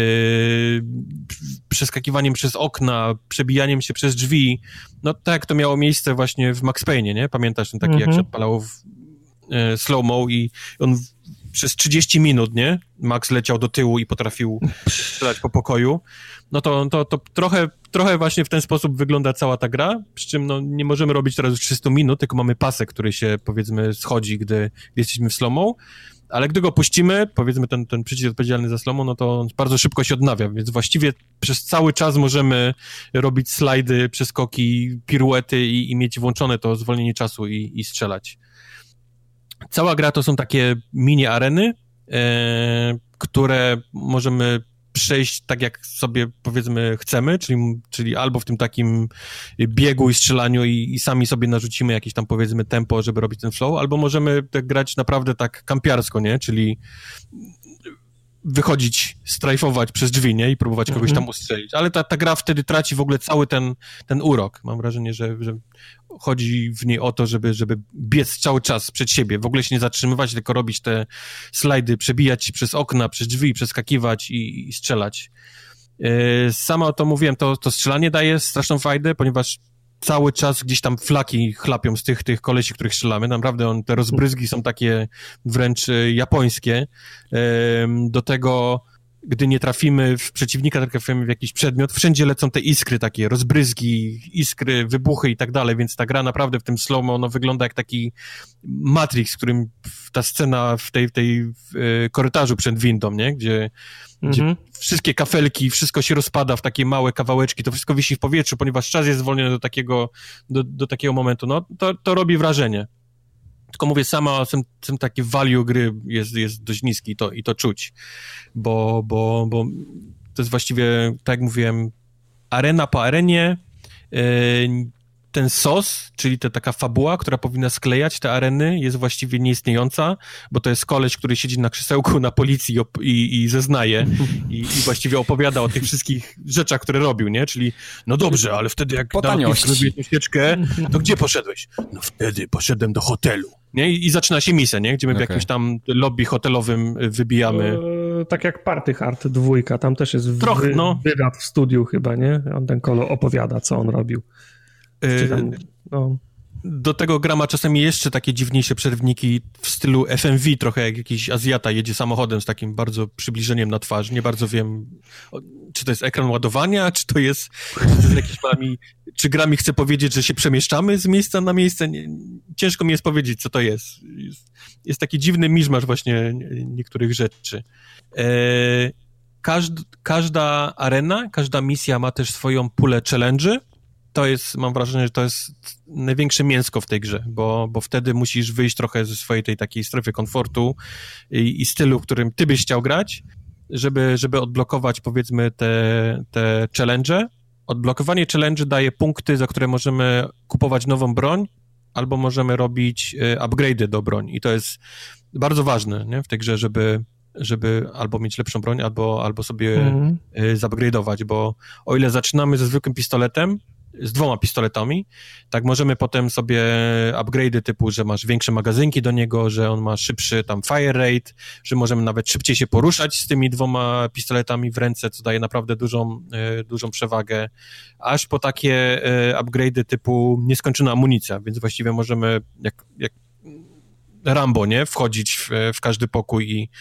przeskakiwaniem przez okna, przebijaniem się przez drzwi, no tak jak to miało miejsce właśnie w Max Payne'ie, nie? Pamiętasz ten taki, jak się odpalało w slow-mo i on przez 30 minut, nie? Max leciał do tyłu i potrafił strzelać po pokoju. No to trochę właśnie w ten sposób wygląda cała ta gra, przy czym no, nie możemy robić teraz już 300 minut, tylko mamy pasek, który się, powiedzmy, schodzi, gdy jesteśmy w slow-mo, ale gdy go puścimy, powiedzmy ten przycisk odpowiedzialny za slow-mo, no to on bardzo szybko się odnawia, więc właściwie przez cały czas możemy robić slajdy, przeskoki, piruety i mieć włączone to zwolnienie czasu i strzelać. Cała gra to są takie mini areny, które możemy przejść tak, jak sobie, powiedzmy, chcemy, czyli albo w tym takim biegu i strzelaniu i sami sobie narzucimy jakieś tam, powiedzmy, tempo, żeby robić ten flow, albo możemy tak grać naprawdę tak kampiarsko, nie? Czyli wychodzić, strajfować przez drzwi, nie? I próbować kogoś tam ustrzelić. Ale ta gra wtedy traci w ogóle cały ten urok. Mam wrażenie, że chodzi w niej o to, żeby biec cały czas przed siebie, w ogóle się nie zatrzymywać, tylko robić te slajdy, przebijać się przez okna, przez drzwi, przeskakiwać i strzelać. Sama o to mówiłem, to strzelanie daje straszną fajdę, ponieważ cały czas gdzieś tam flaki chlapią z tych kolesi, których strzelamy. Naprawdę te rozbryzgi są takie wręcz japońskie. Do tego, gdy nie trafimy w przeciwnika, tylko trafimy w jakiś przedmiot, wszędzie lecą te iskry takie, rozbryzgi, iskry, wybuchy i tak dalej, więc ta gra naprawdę w tym slow-mo, no wygląda jak taki Matrix, w którym ta scena w tej korytarzu przed windą, nie? Gdzie wszystkie kafelki, wszystko się rozpada w takie małe kawałeczki, to wszystko wisi w powietrzu, ponieważ czas jest zwolniony do takiego momentu. No, to robi wrażenie. Tylko mówię, sam taki value gry jest dość niski i to czuć, bo to jest właściwie, tak jak mówiłem, arena po arenie, ten sos, czyli taka fabuła, która powinna sklejać te areny, jest właściwie nieistniejąca, bo to jest koleś, który siedzi na krzesełku na policji i zeznaje i właściwie opowiada o tych wszystkich rzeczach, które robił, nie? Czyli, no dobrze, ale wtedy jak zrobiłeś tę ścieżkę, to gdzie poszedłeś? No wtedy poszedłem do hotelu, nie? I zaczyna się misja, nie? Gdzie my w jakimś tam lobby hotelowym wybijamy. Tak jak Party Hard 2, tam też jest wywiad w studiu chyba, nie? On ten kolo opowiada, co on robił. Do tego gra ma czasami jeszcze takie dziwniejsze przerwniki w stylu FMV, trochę jak jakiś Azjata jedzie samochodem z takim bardzo przybliżeniem na twarz. Nie bardzo wiem, czy to jest ekran ładowania, czy to jest jakiś czy gra mi chce powiedzieć, że się przemieszczamy z miejsca na miejsce. Ciężko mi jest powiedzieć, co to jest. Jest taki dziwny miszmasz właśnie niektórych rzeczy. Każda arena, każda misja ma też swoją pulę challenge'y. Mam wrażenie, że to jest największe mięsko w tej grze, bo wtedy musisz wyjść trochę ze swojej tej takiej strefy komfortu i stylu, w którym ty byś chciał grać, żeby odblokować, powiedzmy, te challenge. Odblokowanie challenge daje punkty, za które możemy kupować nową broń, albo możemy robić upgrade'y do broni i to jest bardzo ważne, nie? W tej grze, żeby albo mieć lepszą broń, albo sobie zupgrade'ować, bo o ile zaczynamy ze zwykłym pistoletem, z 2 pistoletami, tak możemy potem sobie upgrade'y typu, że masz większe magazynki do niego, że on ma szybszy tam fire rate, że możemy nawet szybciej się poruszać z tymi 2 pistoletami w ręce, co daje naprawdę dużą przewagę, aż po takie upgrade'y typu nieskończona amunicja, więc właściwie możemy jak Rambo, nie? Wchodzić w każdy pokój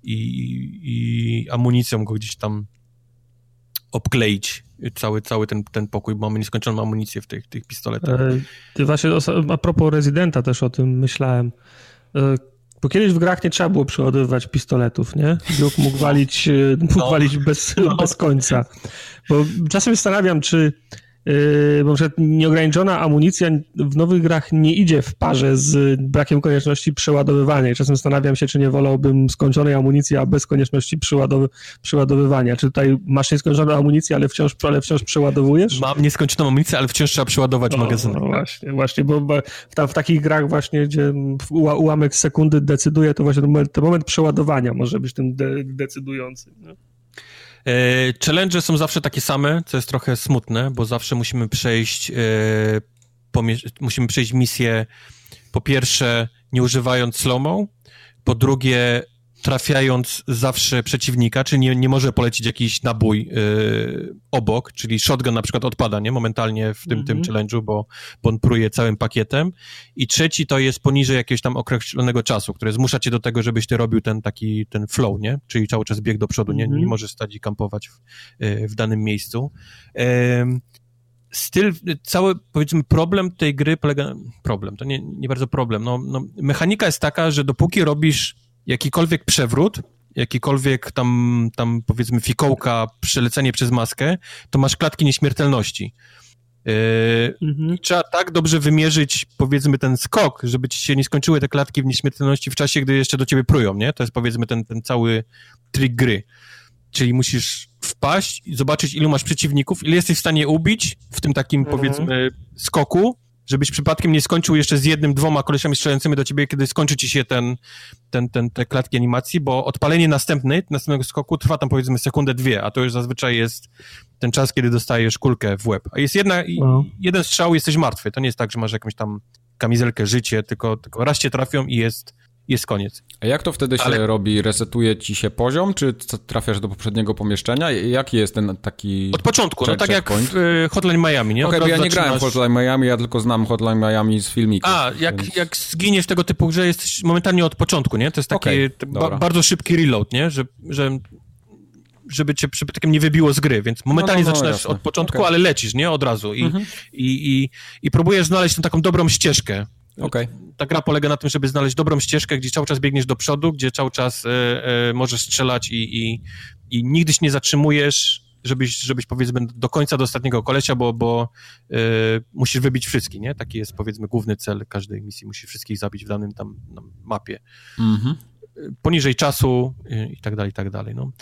i amunicją go gdzieś tam obkleić cały ten pokój, bo mamy nieskończoną amunicję w tych pistoletach. Ty właśnie a propos Residenta też o tym myślałem, bo kiedyś w grach nie trzeba było przeładowywać pistoletów, nie? Luke mógł walić bez końca. Bo czasem zastanawiam, czy bo na przykład nieograniczona amunicja w nowych grach nie idzie w parze z brakiem konieczności przeładowywania. I czasem zastanawiam się, czy nie wolałbym skończonej amunicji, a bez konieczności przeładowywania. Czy tutaj masz nieskończoną amunicję, ale wciąż przeładowujesz? Mam nieskończoną amunicję, ale wciąż trzeba przeładować magazyn. No właśnie, bo w takich grach właśnie, gdzie ułamek sekundy decyduje, to właśnie ten moment przeładowania może być tym decydujący. No? Challenge są zawsze takie same, co jest trochę smutne, bo zawsze musimy przejść misję, po pierwsze nie używając slow-mo, po drugie trafiając zawsze przeciwnika, czyli nie może polecieć jakiś nabój obok, czyli shotgun na przykład odpada, nie? Momentalnie w tym challenge'u, bo on pruje całym pakietem. I trzeci to jest poniżej jakiegoś tam określonego czasu, które zmusza cię do tego, żebyś ty robił ten flow, nie? Czyli cały czas bieg do przodu, nie możesz stać i kampować w danym miejscu. Cały, powiedzmy, problem tej gry to nie bardzo problem, no, mechanika jest taka, że dopóki robisz jakikolwiek przewrót, jakikolwiek tam powiedzmy fikołka, przelecenie przez maskę, to masz klatki nieśmiertelności. Trzeba tak dobrze wymierzyć, powiedzmy, ten skok, żeby ci się nie skończyły te klatki w nieśmiertelności w czasie, gdy jeszcze do ciebie prują, nie? To jest, powiedzmy, ten cały trik gry. Czyli musisz wpaść i zobaczyć, ilu masz przeciwników, ile jesteś w stanie ubić w tym takim, powiedzmy, skoku, żebyś przypadkiem nie skończył jeszcze z 1-2 kolesiami strzelającymi do ciebie, kiedy skończy ci się te klatki animacji, bo odpalenie następnego skoku trwa tam, powiedzmy, sekundę, 2, a to już zazwyczaj jest ten czas, kiedy dostajesz kulkę w łeb. A jest jeden strzał, jesteś martwy. To nie jest tak, że masz jakąś tam kamizelkę, życie, tylko raz cię trafią i jest koniec. A jak to wtedy się robi? Resetuje ci się poziom, czy trafiasz do poprzedniego pomieszczenia? Jaki jest ten taki... Od początku, no tak jak w Hotline Miami, nie? Okej, bo ja nie grałem w Hotline Miami, ja tylko znam Hotline Miami z filmików. Jak zginiesz tego typu grze, jesteś momentalnie od początku, nie? To jest taki bardzo szybki reload, nie? Żeby cię przypadkiem nie wybiło z gry, więc momentalnie zaczynasz jasne. Od początku, ale lecisz, nie? Od razu i próbujesz znaleźć tą taką dobrą ścieżkę. Ta gra polega na tym, żeby znaleźć dobrą ścieżkę, gdzie cały czas biegniesz do przodu, gdzie cały czas możesz strzelać i nigdy się nie zatrzymujesz, żebyś powiedzmy do końca, do ostatniego kolesia, bo musisz wybić wszystkich, nie? Taki jest, powiedzmy, główny cel każdej misji. Musisz wszystkich zabić w danym tam mapie. Poniżej czasu i tak dalej, no.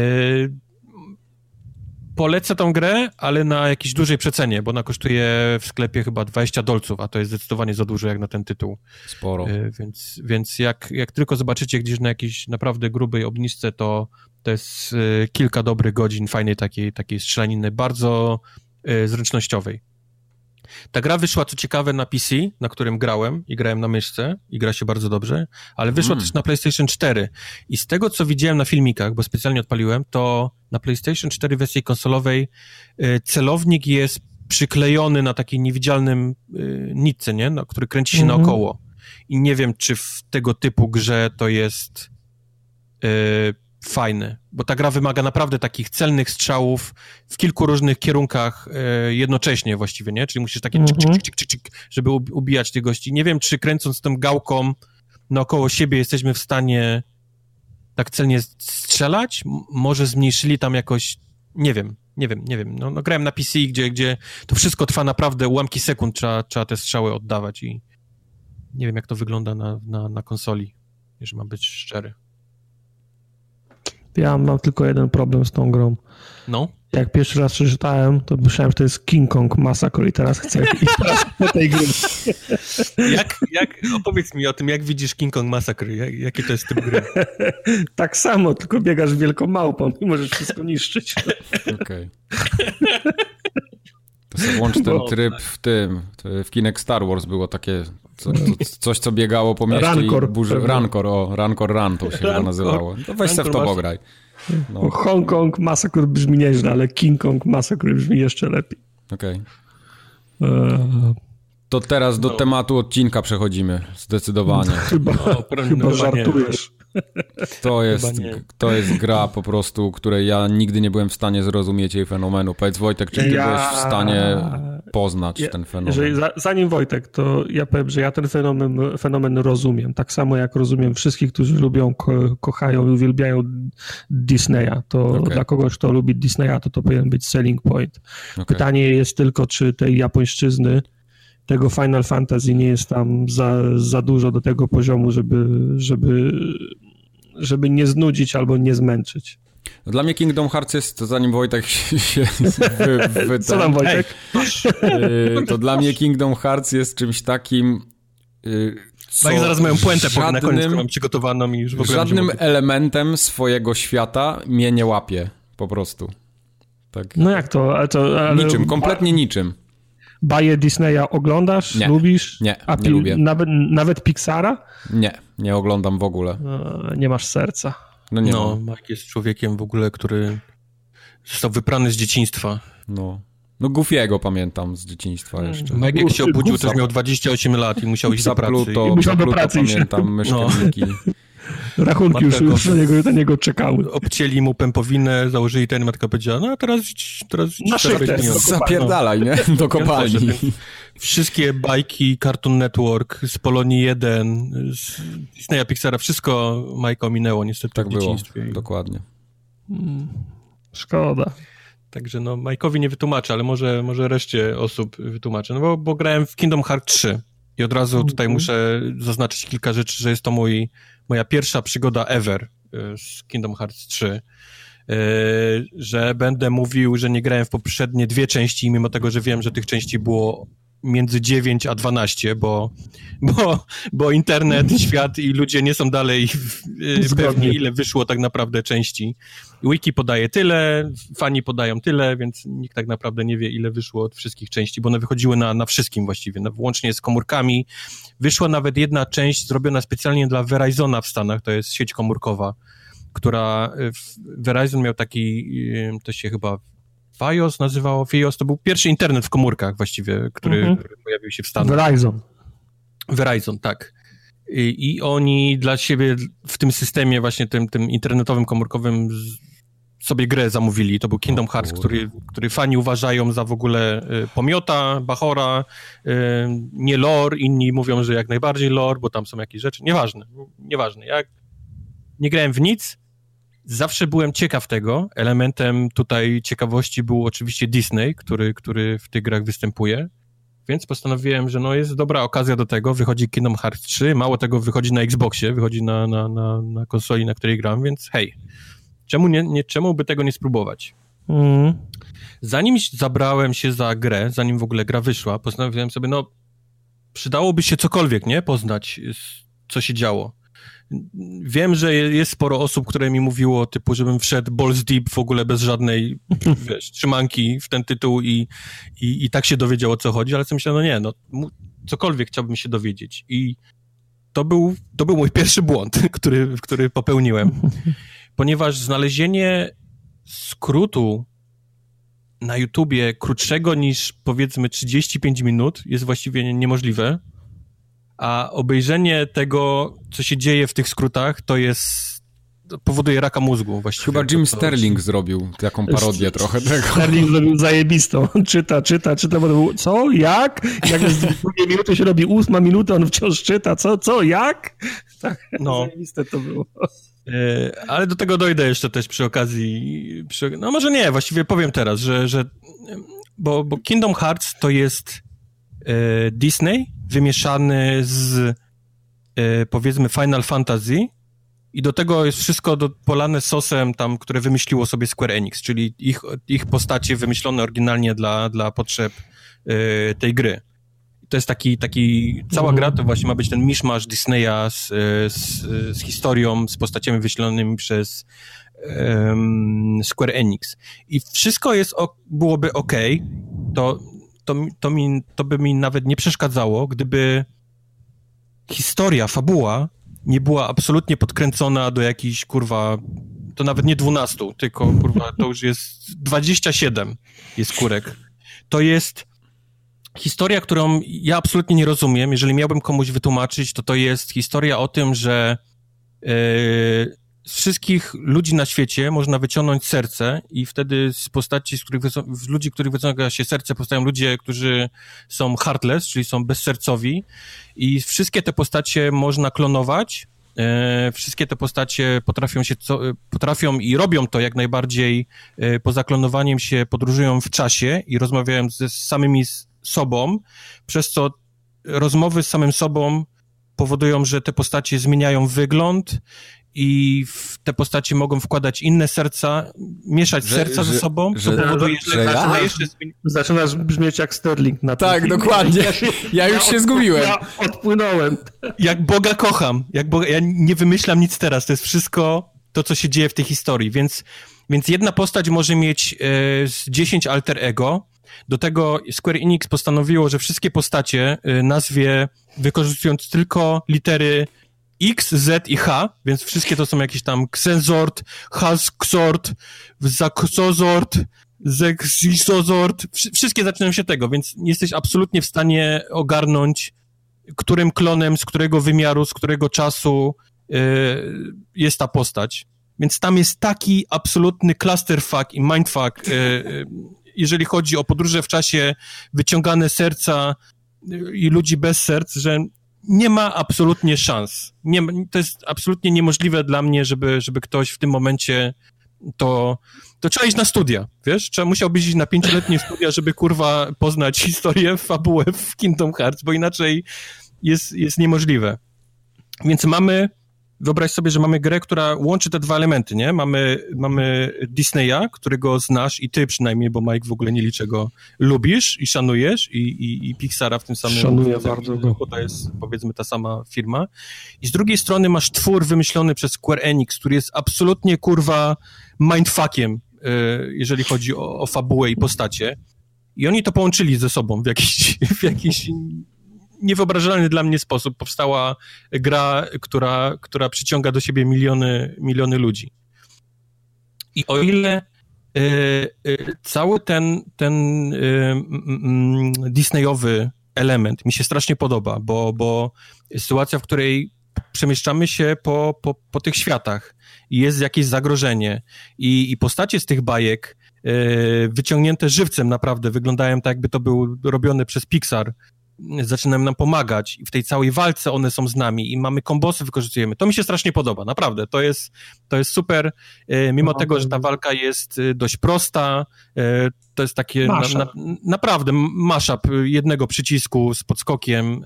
Polecę tą grę, ale na jakiejś dużej przecenie, bo ona kosztuje w sklepie chyba $20, a to jest zdecydowanie za dużo jak na ten tytuł. Sporo. Więc jak tylko zobaczycie gdzieś na jakiejś naprawdę grubej obniżce, to jest kilka dobrych godzin fajnej takiej strzelaniny, bardzo zręcznościowej. Ta gra wyszła, co ciekawe, na PC, na którym grałem i grałem na myszce i gra się bardzo dobrze, ale wyszła też na PlayStation 4 i z tego, co widziałem na filmikach, bo specjalnie odpaliłem, to na PlayStation 4 wersji konsolowej celownik jest przyklejony na takiej niewidzialnym nitce, nie? Który kręci się naokoło i nie wiem, czy w tego typu grze to jest fajny, bo ta gra wymaga naprawdę takich celnych strzałów w kilku różnych kierunkach jednocześnie właściwie, nie? Czyli musisz takie czyk, żeby ubijać tych gości. Nie wiem, czy kręcąc tą gałką naokoło siebie jesteśmy w stanie tak celnie strzelać? Może zmniejszyli tam jakoś, nie wiem. No grałem na PC, gdzie to wszystko trwa naprawdę ułamki sekund, trzeba te strzały oddawać i nie wiem, jak to wygląda na konsoli, jeżeli mam być szczery. Ja mam tylko jeden problem z tą grą. No? Jak pierwszy raz przeczytałem, to myślałem, że to jest King Kong Massacre i teraz chcę iść po tej gry. Opowiedz mi o tym, jak widzisz King Kong Massacre, jaki to jest typ gry? Tak samo, tylko biegasz wielką małpą i możesz wszystko niszczyć. Okej. To sobie włącz ten tryb w Kinect Star Wars było takie coś, co biegało po mieście Rancor Run to się chyba nazywało. To weź se w to pograj. No. Hong Kong Massacre brzmi nieźle, ale King Kong Massacre brzmi jeszcze lepiej. Okej. To teraz do tematu odcinka przechodzimy, zdecydowanie. Chyba żartujesz. To jest gra po prostu, której ja nigdy nie byłem w stanie zrozumieć jej fenomenu. Powiedz, Wojtek, czy ty byłeś w stanie poznać ten fenomen. Zanim Wojtek, to ja powiem, że ja ten fenomen rozumiem. Tak samo jak rozumiem wszystkich, którzy lubią, kochają i uwielbiają Disneya. To dla kogoś, kto lubi Disneya, to powinien być selling point. Pytanie jest tylko, czy tej japońszczyzny, tego Final Fantasy nie jest tam za dużo do tego poziomu, żeby nie znudzić albo nie zmęczyć. Dla mnie Kingdom Hearts jest, zanim Wojtek się Co tam, Wojtek? To dla mnie Kingdom Hearts jest czymś takim, co ja zaraz moją puentę na koniec mam przygotowaną i już w ogóle żadnym elementem swojego świata mnie nie łapie, po prostu. Tak. No jak to? Ale niczym, kompletnie niczym. Baje Disneya oglądasz? Nie. Lubisz? Nie, nie lubię. Nawet Pixara? Nie oglądam w ogóle. Nie masz serca. No, Mike jest człowiekiem w ogóle, który został wyprany z dzieciństwa. No Goofiego pamiętam z dzieciństwa jeszcze. Mike jak się obudził, to już miał 28 lat i musiał iść do pracy. Musiał do pracy pamiętam, myszkowiki. Rachunki już na niego czekały. Obcięli mu pępowinę, założyli ten, matka powiedziała, no teraz zapierdalaj, nie? Do kopalni. Wszystkie bajki Cartoon Network, z Polonii 1, z Disneya, Pixara, wszystko Majka ominęło niestety tak w dzieciństwie. Było, dokładnie. Szkoda. Także Majkowi nie wytłumaczę, ale może reszcie osób wytłumaczę. No bo grałem w Kingdom Hearts 3 i od razu tutaj muszę zaznaczyć kilka rzeczy, że jest to moja pierwsza przygoda ever z Kingdom Hearts 3. Że będę mówił, że nie grałem w poprzednie 2 części, mimo tego, że wiem, że tych części było między 9 a 12, bo internet, świat i ludzie nie są dalej pewni, ile wyszło tak naprawdę części. Wiki podaje tyle, fani podają tyle, więc nikt tak naprawdę nie wie, ile wyszło od wszystkich części, bo one wychodziły na wszystkim właściwie, włącznie z komórkami. Wyszła nawet jedna część zrobiona specjalnie dla Verizona w Stanach, to jest sieć komórkowa, która Verizon miał taki, to się chyba Fios nazywało, to był pierwszy internet w komórkach właściwie, który pojawił się w Stanach. Verizon, tak. I oni dla siebie w tym systemie właśnie tym internetowym, komórkowym sobie grę zamówili. To był Kingdom Hearts, który fani uważają za w ogóle pomiota, bachora, nie lore, inni mówią, że jak najbardziej lore, bo tam są jakieś rzeczy. Nieważne. Ja nie grałem w nic, zawsze byłem ciekaw tego. Elementem tutaj ciekawości był oczywiście Disney, który w tych grach występuje, więc postanowiłem, że jest dobra okazja do tego. Wychodzi Kingdom Hearts 3, mało tego wychodzi na Xboxie, wychodzi na konsoli, na której gram, więc hej, czemu by tego nie spróbować? Zanim zabrałem się za grę, zanim w ogóle gra wyszła, postanowiłem sobie, przydałoby się cokolwiek, nie? Poznać, co się działo. Wiem, że jest sporo osób, które mi mówiło, typu, żebym wszedł balls deep w ogóle bez żadnej, trzymanki w ten tytuł i tak się dowiedział, o co chodzi, ale sobie myślałem, cokolwiek chciałbym się dowiedzieć. I to był mój pierwszy błąd, który popełniłem. Ponieważ znalezienie skrótu na YouTubie krótszego niż, powiedzmy, 35 minut jest właściwie niemożliwe, a obejrzenie tego, co się dzieje w tych skrótach, to powoduje raka mózgu właściwie. Chyba Jim Sterling zrobił taką parodię trochę tego. Sterling zrobił zajebistą. Czyta, bo to było, co? Jak? Jak z 2 minuty się robi 8 minuta, on wciąż czyta. Co? Jak? Tak, zajebiste to było. Ale do tego dojdę jeszcze też przy okazji. Może nie, właściwie powiem teraz, że bo Kingdom Hearts to jest Disney wymieszany z powiedzmy Final Fantasy i do tego jest wszystko polane sosem tam, które wymyśliło sobie Square Enix, czyli ich postacie wymyślone oryginalnie dla potrzeb tej gry. To jest cała gra to właśnie ma być ten miszmasz Disneya z historią, z postaciami wyślonymi przez Square Enix. I wszystko byłoby okej, to by mi nawet nie przeszkadzało, gdyby historia, fabuła nie była absolutnie podkręcona do jakichś, to nawet nie 12, tylko, to już jest 27 jest kurek. To jest historia, którą ja absolutnie nie rozumiem. Jeżeli miałbym komuś wytłumaczyć, to jest historia o tym, że z wszystkich ludzi na świecie można wyciągnąć serce i wtedy z postaci, z ludzi, których wyciąga się serce, powstają ludzie, którzy są heartless, czyli są bezsercowi i wszystkie te postacie można klonować. Wszystkie te postacie potrafią i robią to jak najbardziej, poza klonowaniem się podróżują w czasie i rozmawiają ze samymi sobą, przez co rozmowy z samym sobą powodują, że te postacie zmieniają wygląd i w te postacie mogą wkładać inne serca, mieszać serca ze sobą, co powoduje, że zaczynasz brzmieć jak Sterling na tym. Tak, dokładnie. Ja już się zgubiłem. Ja odpłynąłem. Jak Boga kocham. Ja nie wymyślam nic teraz. To jest wszystko to, co się dzieje w tej historii. Więc jedna postać może mieć 10 alter ego. Do tego Square Enix postanowiło, że wszystkie postacie nazwie wykorzystując tylko litery X, Z i H, więc wszystkie to są jakieś tam Xenzord, Halskzord, Zaxozord, Zexisozord, wszystkie zaczynają się tego, więc nie jesteś absolutnie w stanie ogarnąć, którym klonem, z którego wymiaru, z którego czasu jest ta postać. Więc tam jest taki absolutny clusterfuck i mindfuck, jeżeli chodzi o podróże w czasie, wyciągane serca i ludzi bez serc, że nie ma absolutnie szans. To jest absolutnie niemożliwe dla mnie, żeby ktoś w tym momencie to trzeba iść na studia, wiesz? Musiałbyś iść na 5-letnie studia, żeby kurwa poznać historię, fabułę w Kingdom Hearts, bo inaczej jest niemożliwe. Więc wyobraź sobie, że mamy grę, która łączy te dwa elementy, nie? Mamy Disneya, którego znasz i ty przynajmniej, bo Mike w ogóle nie liczę go, lubisz i szanujesz i Pixara w tym samym... Szanuję bardzo go. Bo to jest, powiedzmy, ta sama firma. I z drugiej strony masz twór wymyślony przez Square Enix, który jest absolutnie, kurwa, mindfuckiem, jeżeli chodzi o fabułę i postacie. I oni to połączyli ze sobą w jakiś niewyobrażalny dla mnie sposób. Powstała gra, która przyciąga do siebie miliony ludzi. I o ile cały ten Disneyowy element mi się strasznie podoba, bo sytuacja, w której przemieszczamy się po tych światach i jest jakieś zagrożenie i postacie z tych bajek wyciągnięte żywcem naprawdę wyglądają tak, jakby to był robione przez Pixar, zaczynają nam pomagać i w tej całej walce one są z nami i mamy kombosy, wykorzystujemy. To mi się strasznie podoba, naprawdę. To jest super, mimo tego, że ta walka jest dość prosta, to jest takie naprawdę mashup jednego przycisku z podskokiem.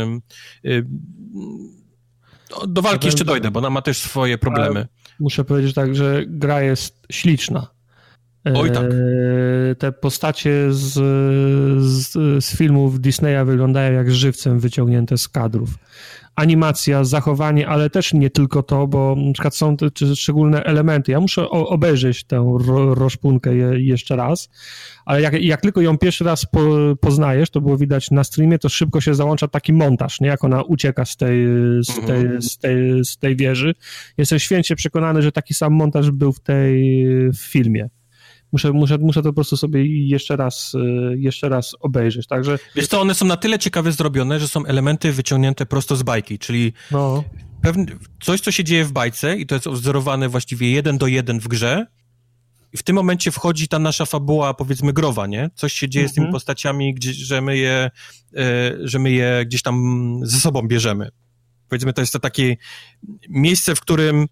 Do walki jeszcze dojdę, bo ona ma też swoje problemy. Muszę powiedzieć tak, że gra jest śliczna. Oj tak. Te postacie z filmów Disneya wyglądają jak żywcem wyciągnięte z kadrów. Animacja, zachowanie, ale też nie tylko to, bo na przykład są te szczególne elementy. Ja muszę obejrzeć tę rozpunkę jeszcze raz, ale jak tylko ją pierwszy raz poznajesz, to było widać na streamie, to szybko się załącza taki montaż, nie? Jak ona ucieka z tej wieży. Jestem święcie przekonany, że taki sam montaż był w filmie. Muszę to po prostu sobie jeszcze raz obejrzeć, także... Wiesz co, one są na tyle ciekawie zrobione, że są elementy wyciągnięte prosto z bajki, czyli coś, co się dzieje w bajce i to jest wzorowane właściwie 1 do 1 w grze i w tym momencie wchodzi ta nasza fabuła, powiedzmy, growa, nie? Coś się dzieje z tymi postaciami, że my je gdzieś tam ze sobą bierzemy. Powiedzmy, to jest to takie miejsce, w którym...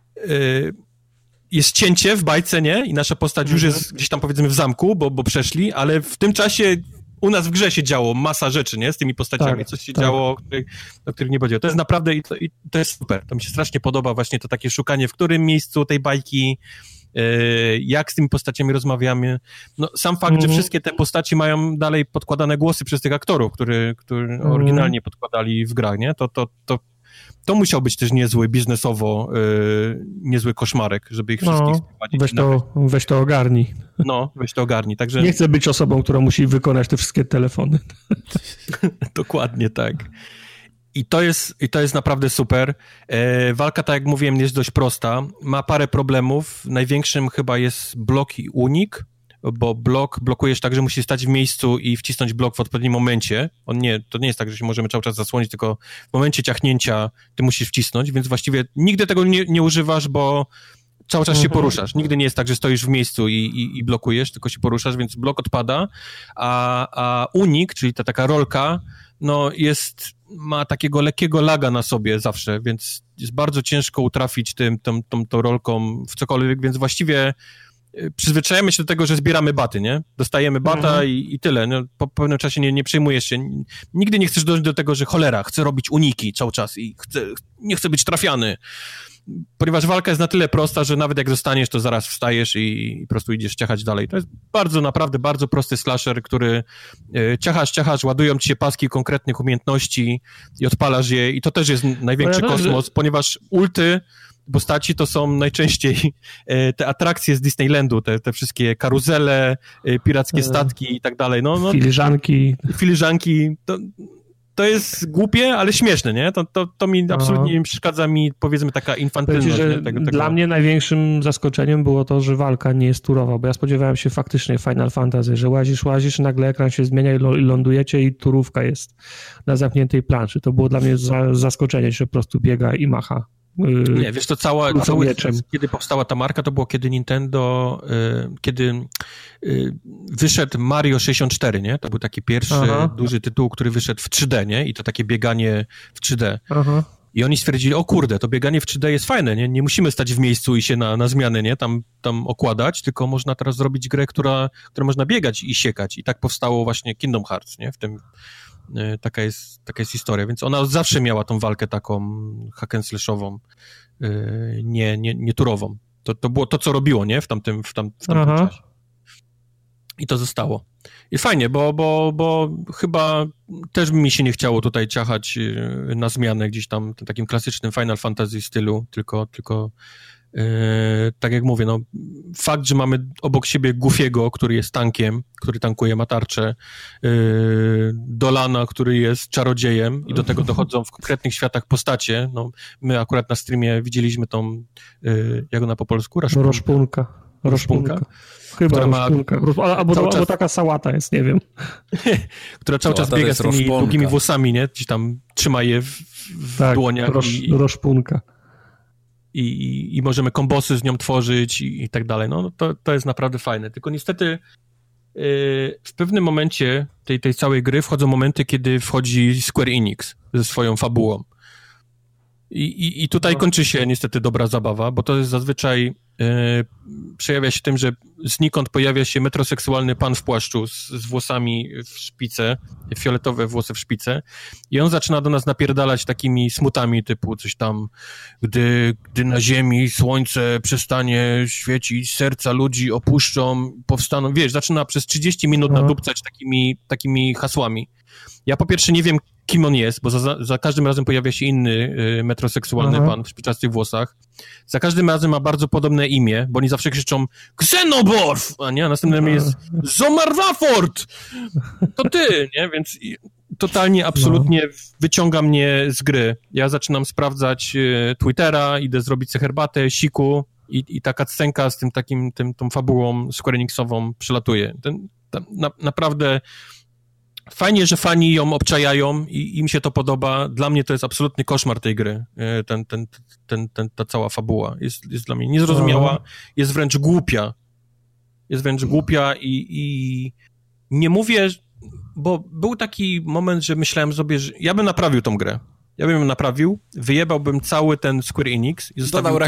jest cięcie w bajce, nie? I nasza postać już jest gdzieś tam, powiedzmy, w zamku, bo przeszli, ale w tym czasie u nas w grze się działo masa rzeczy, nie? Z tymi postaciami. Tak, coś się działo, o których nie powiedział. To jest naprawdę, i to jest super. To mi się strasznie podoba właśnie to takie szukanie, w którym miejscu tej bajki, jak z tymi postaciami rozmawiamy. No, sam fakt, że wszystkie te postaci mają dalej podkładane głosy przez tych aktorów, którzy oryginalnie podkładali w grach, nie? To musiał być też niezły biznesowo, niezły koszmarek, żeby ich wszystkich sprowadzić. Weź to ogarnij. No, weź to ogarnij. Także... Nie chcę być osobą, która musi wykonać te wszystkie telefony. Dokładnie tak. I to jest naprawdę super. Walka, tak jak mówiłem, jest dość prosta. Ma parę problemów. Największym chyba jest blok i unik. bo blokujesz tak, że musisz stać w miejscu i wcisnąć blok w odpowiednim momencie. To nie jest tak, że się możemy cały czas zasłonić, tylko w momencie ciachnięcia ty musisz wcisnąć, więc właściwie nigdy tego nie używasz, bo cały czas się poruszasz. Nigdy nie jest tak, że stoisz w miejscu i blokujesz, tylko się poruszasz, więc blok odpada, a unik, czyli ta taka rolka, no ma takiego lekkiego laga na sobie zawsze, więc jest bardzo ciężko utrafić tą rolką w cokolwiek, więc właściwie przyzwyczajamy się do tego, że zbieramy baty, nie? Dostajemy bata i tyle. No, po pewnym czasie nie przejmujesz się. Nigdy nie chcesz dojść do tego, że cholera, chcę robić uniki cały czas i nie chcę być trafiany. Ponieważ walka jest na tyle prosta, że nawet jak zostaniesz, to zaraz wstajesz i po prostu idziesz ciachać dalej. To jest naprawdę bardzo prosty slasher, który ciachasz, ładują ci się paski konkretnych umiejętności i odpalasz je i to też jest największy kosmos, ponieważ ulty postaci to są najczęściej te atrakcje z Disneylandu, te wszystkie karuzele, pirackie statki i tak dalej. Filiżanki, to jest głupie, ale śmieszne, nie? To mi absolutnie nie przeszkadza powiedzmy, taka infantylność. Tego. Dla mnie największym zaskoczeniem było to, że walka nie jest turowa, bo ja spodziewałem się faktycznie Final Fantasy, że łazisz, nagle ekran się zmienia i lądujecie i turówka jest na zamkniętej planszy. To było dla mnie zaskoczenie, że po prostu biega i macha. Nie, wiesz, to kiedy powstała ta marka, to było kiedy Nintendo, wyszedł Mario 64, nie? To był taki pierwszy duży tytuł, który wyszedł w 3D, nie? I to takie bieganie w 3D. Aha. I oni stwierdzili, o kurde, to bieganie w 3D jest fajne, nie? Nie musimy stać w miejscu i się na zmiany, nie? Tam okładać, tylko można teraz zrobić grę, która można biegać i siekać. I tak powstało właśnie Kingdom Hearts, nie? W tym taka jest historia, więc ona zawsze miała tą walkę taką hack and slashową, nie turową. To było to, co robiło, nie? W tamtym czasie. I to zostało. I fajnie, bo chyba też mi się nie chciało tutaj ciachać na zmianę gdzieś tam w takim klasycznym Final Fantasy stylu, tylko tak jak mówię, no fakt, że mamy obok siebie Goofiego, który jest tankiem, który tankuje ma tarczę, Dolana, który jest czarodziejem i do tego dochodzą w konkretnych światach postacie. No, my akurat na streamie widzieliśmy tą, jak ona po polsku? Roszpunka. Chyba roszpunka. Albo taka sałata jest, nie wiem. Która cały czas biega z tymi długimi włosami, nie? Gdzieś tam trzyma je w dłoniach. Roszpunka. I możemy kombosy z nią tworzyć i tak dalej. No to jest naprawdę fajne. Tylko niestety w pewnym momencie tej całej gry wchodzą momenty, kiedy wchodzi Square Enix ze swoją fabułą. I tutaj kończy się niestety dobra zabawa, bo to jest zazwyczaj przejawia się tym, że znikąd pojawia się metroseksualny pan w płaszczu z włosami w szpice, fioletowe włosy w szpice i on zaczyna do nas napierdalać takimi smutami typu coś tam, gdy na ziemi słońce przestanie świecić, serca ludzi opuszczą, powstaną, wiesz, zaczyna przez 30 minut nadupcać takimi hasłami. Ja po pierwsze nie wiem, kim on jest, bo za każdym razem pojawia się inny metroseksualny pan w szpiczastych włosach. Za każdym razem ma bardzo podobne imię, bo oni zawsze krzyczą Xenoborf, a nie? A następnym jest Zomarwafort! To ty, nie? Więc totalnie, absolutnie wyciąga mnie z gry. Ja zaczynam sprawdzać Twittera, idę zrobić sobie herbatę, siku i taka scenka z tą fabułą Square Enixową przelatuje. Naprawdę fajnie, że fani ją obczajają i im się to podoba. Dla mnie to jest absolutny koszmar tej gry. Ta cała fabuła jest dla mnie niezrozumiała, jest wręcz głupia. I nie mówię, bo był taki moment, że myślałem sobie, że ja bym naprawił tą grę. Ja bym ją naprawił, wyjebałbym cały ten Square Enix i zostawił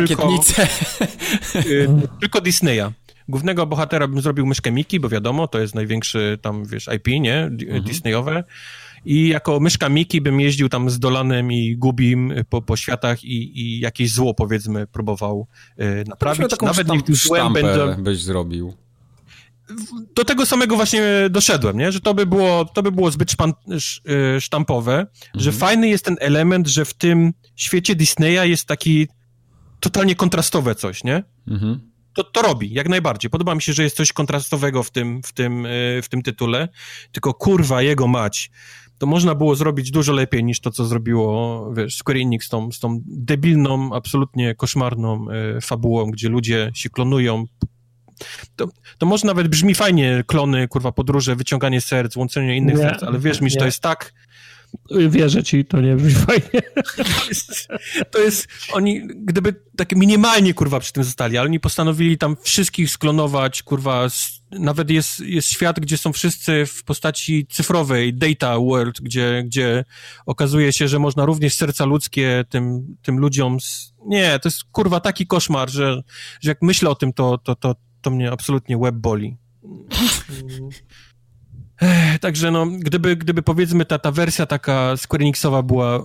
tylko Disneya. Głównego bohatera bym zrobił myszkę Mickey, bo wiadomo, to jest największy tam, wiesz, IP, nie? Disneyowe. I jako myszka Mickey bym jeździł tam z Dolanem i Gubim po światach i jakieś zło, powiedzmy, próbował naprawić. Nawet niech sztampę byś zrobił. Do tego samego właśnie doszedłem, nie? Że to by było zbyt sztampowe, że fajny jest ten element, że w tym świecie Disneya jest taki totalnie kontrastowe coś, nie? To robi, jak najbardziej. Podoba mi się, że jest coś kontrastowego w tym tytule, tylko kurwa jego mać. To można było zrobić dużo lepiej niż to, co zrobiło, wiesz, Square Enix z tą debilną, absolutnie koszmarną fabułą, gdzie ludzie się klonują. To może nawet brzmi fajnie, klony, kurwa, podróże, wyciąganie serc, łączenie innych serc, ale wierz mi, że to jest tak... Wierzę ci, to nie brzmi fajnie. To jest, oni, gdyby tak minimalnie, kurwa, przy tym zostali, ale oni postanowili tam wszystkich sklonować, kurwa, nawet jest świat, gdzie są wszyscy w postaci cyfrowej, data world, gdzie okazuje się, że można również serca ludzkie tym ludziom... Nie, to jest, kurwa, taki koszmar, że jak myślę o tym, to mnie absolutnie łeb boli. Także no, gdyby powiedzmy ta wersja taka Square Enixowa była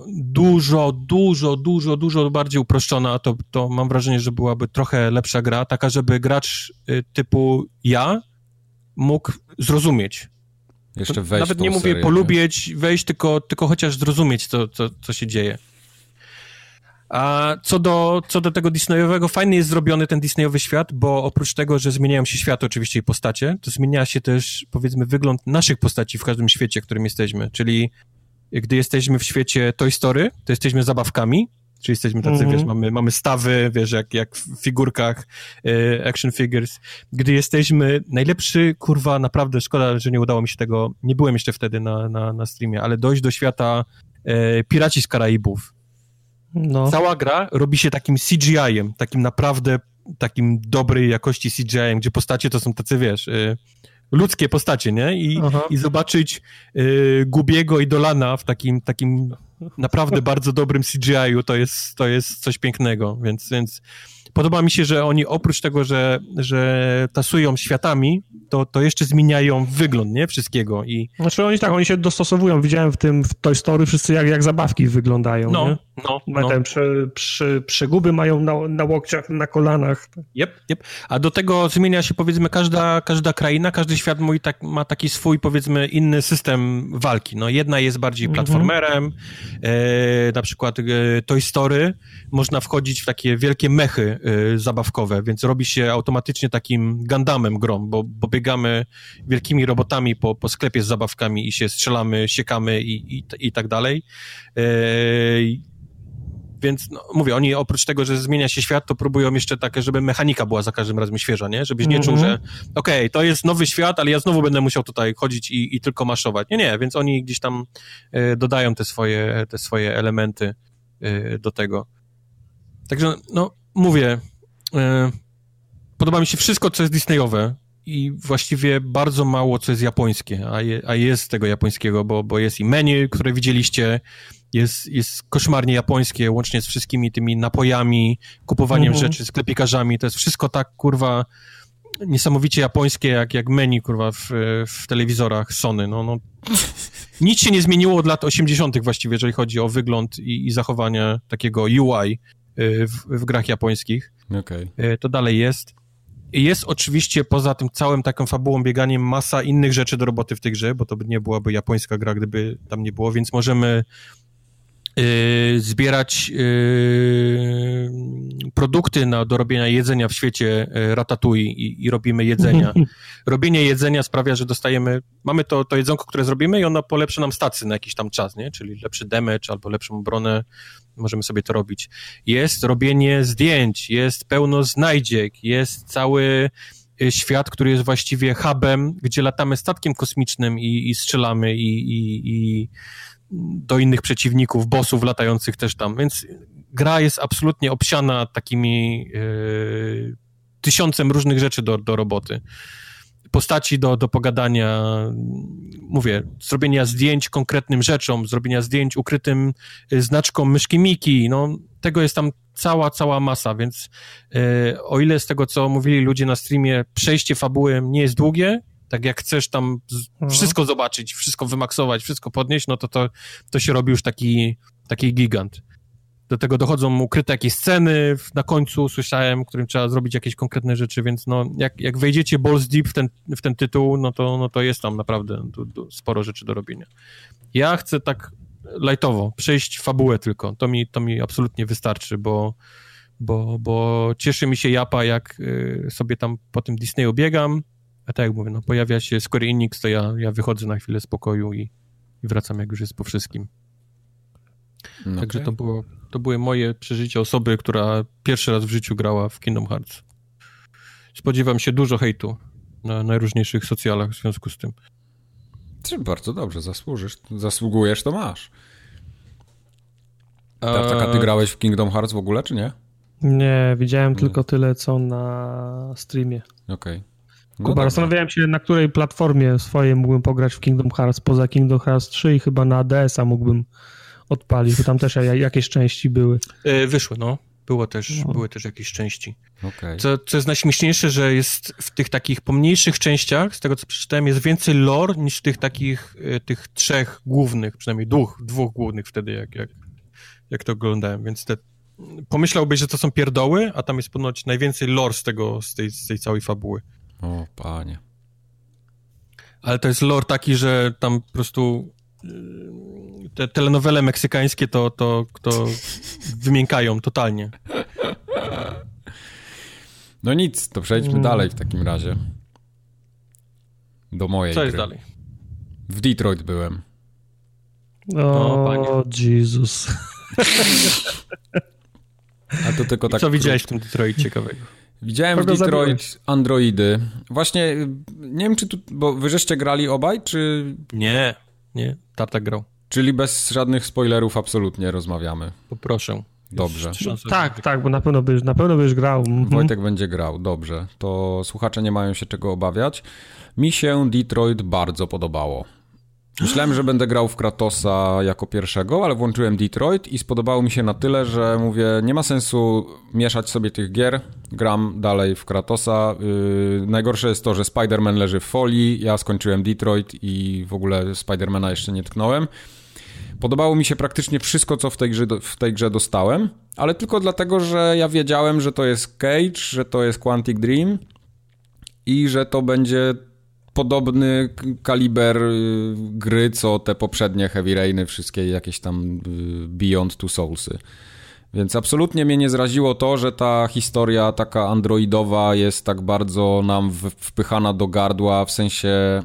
dużo bardziej uproszczona, to mam wrażenie, że byłaby trochę lepsza gra, taka, żeby gracz typu ja mógł zrozumieć. Jeszcze wejść nawet nie mówię polubić, wejść, tylko chociaż zrozumieć, co się dzieje. A co do tego Disneyowego, fajny jest zrobiony ten Disneyowy świat, bo oprócz tego, że zmieniają się światy oczywiście i postacie, to zmienia się też, powiedzmy, wygląd naszych postaci w każdym świecie, w którym jesteśmy, czyli gdy jesteśmy w świecie Toy Story, to jesteśmy zabawkami, czyli jesteśmy tacy, wiesz, mamy stawy, wiesz, jak w figurkach, action figures. Gdy jesteśmy, najlepszy, kurwa, naprawdę szkoda, że nie udało mi się tego, nie byłem jeszcze wtedy na streamie, ale dojść do świata Piraci z Karaibów. No. Cała gra robi się takim CGI-em, takim naprawdę, takim dobrej jakości CGI-em, gdzie postacie to są tacy, wiesz, ludzkie postacie, nie? I zobaczyć Gubiego i Dolana w takim naprawdę bardzo dobrym CGI-u, to jest coś pięknego, więc podoba mi się, że oni oprócz tego, że tasują światami, to jeszcze zmieniają wygląd, nie? Wszystkiego. Znaczy oni się dostosowują. Widziałem w Toy Story wszyscy jak zabawki wyglądają, nie? Przeguby mają na łokciach, na kolanach. Yep. A do tego zmienia się, powiedzmy, każda kraina, każdy świat ma taki swój, powiedzmy, inny system walki. No, jedna jest bardziej platformerem, na przykład Toy Story, można wchodzić w takie wielkie mechy zabawkowe, więc robi się automatycznie takim Gundamem grą, bo biegamy wielkimi robotami po sklepie z zabawkami i się strzelamy, siekamy i tak dalej. Więc no, mówię, oni oprócz tego, że zmienia się świat, to próbują jeszcze takie, żeby mechanika była za każdym razem świeża, nie? Żebyś nie czuł, że okej, to jest nowy świat, ale ja znowu będę musiał tutaj chodzić i tylko maszować. Nie, więc oni gdzieś tam dodają te swoje elementy do tego. Także, no, mówię, podoba mi się wszystko, co jest Disneyowe i właściwie bardzo mało, co jest japońskie, a jest tego japońskiego, bo jest i menu, które widzieliście, jest koszmarnie japońskie, łącznie z wszystkimi tymi napojami, kupowaniem rzeczy, sklepikarzami, to jest wszystko tak, kurwa, niesamowicie japońskie, jak menu, kurwa, w telewizorach Sony, no. Nic się nie zmieniło od lat 80. właściwie, jeżeli chodzi o wygląd i zachowanie takiego UI w grach japońskich. Okay. To dalej jest. I jest oczywiście poza tym całym taką fabułą, bieganiem masa innych rzeczy do roboty w tej grze, bo to nie byłaby japońska gra, gdyby tam nie było, więc możemy zbierać produkty do robienia jedzenia w świecie Ratatouille i robimy jedzenia. Robienie jedzenia sprawia, że mamy to jedzonko, które zrobimy i ono polepszy nam stacje na jakiś tam czas, nie? Czyli lepszy damage albo lepszą obronę, możemy sobie to robić. Jest robienie zdjęć, jest pełno znajdziek, jest cały świat, który jest właściwie hubem, gdzie latamy statkiem kosmicznym i strzelamy i do innych przeciwników, bossów latających też tam, więc gra jest absolutnie obsiana takimi 1000 różnych rzeczy do roboty. Postaci do pogadania, mówię, zrobienia zdjęć konkretnym rzeczom, zrobienia zdjęć ukrytym znaczkom myszki Miki, no tego jest tam cała masa, więc o ile z tego, co mówili ludzie na streamie, przejście fabuły nie jest długie, tak jak chcesz tam wszystko zobaczyć, wszystko wymaksować, wszystko podnieść, no to się robi już taki gigant. Do tego dochodzą ukryte jakieś sceny na końcu, słyszałem, którym trzeba zrobić jakieś konkretne rzeczy, więc no jak wejdziecie balls deep w ten tytuł, no to jest tam naprawdę sporo rzeczy do robienia. Ja chcę tak lightowo przejść fabułę tylko, to mi absolutnie wystarczy, bo cieszy mi się japa, jak sobie tam po tym Disneyu biegam, a tak jak mówię, no pojawia się Square Enix, to ja wychodzę na chwilę spokoju i wracam, jak już jest po wszystkim. Okay. Także to były moje przeżycia osoby, która pierwszy raz w życiu grała w Kingdom Hearts. spodziewam się dużo hejtu na najróżniejszych socjalach w związku z tym. Ty bardzo dobrze, zasługujesz, to masz. Tartaka, ty grałeś w Kingdom Hearts w ogóle, czy nie? Nie, widziałem tylko tyle, co na streamie. Okej. No Kuba, zastanawiałem się, na której platformie swojej mógłbym pograć w Kingdom Hearts, poza Kingdom Hearts 3 i chyba na DS-a mógłbym odpalić, bo tam też jakieś części były. Wyszły, no. Były też jakieś części. Okay. Co jest najśmieszniejsze, że jest w tych takich pomniejszych częściach, z tego co przeczytałem, jest więcej lore niż w tych takich, tych 3 głównych, przynajmniej dwóch głównych wtedy, jak to oglądałem, więc pomyślałbyś, że to są pierdoły, a tam jest ponoć najwięcej lore z tej całej fabuły. O, panie. Ale to jest lore taki, że tam po prostu te telenowele meksykańskie to wymiękają totalnie. No nic, to przejdźmy dalej w takim razie. Do mojej Co gry. jest dalej? W Detroit byłem. O, Jezus. A to tylko tak. Co widziałeś w tym Detroit ciekawego? Widziałem w Detroit androidy. Właśnie, nie wiem czy tu, bo wy żeście grali obaj, czy... Nie, Tartak grał. Czyli bez żadnych spoilerów absolutnie rozmawiamy. Poproszę. Dobrze. Tak, bo na pewno byś grał. Wojtek będzie grał, dobrze. To słuchacze nie mają się czego obawiać. Mi się Detroit bardzo podobało. Myślałem, że będę grał w Kratosa jako pierwszego, ale włączyłem Detroit i spodobało mi się na tyle, że mówię, nie ma sensu mieszać sobie tych gier, gram dalej w Kratosa. Najgorsze jest to, że Spider-Man leży w folii, ja skończyłem Detroit i w ogóle Spider-Mana jeszcze nie tknąłem. Podobało mi się praktycznie wszystko, co w tej grze dostałem, ale tylko dlatego, że ja wiedziałem, że to jest Cage, że to jest Quantic Dream i że to będzie podobny kaliber gry, co te poprzednie Heavy Rainy, wszystkie jakieś tam Beyond Two Soulsy. Więc absolutnie mnie nie zraziło to, że ta historia taka androidowa jest tak bardzo nam wpychana do gardła, w sensie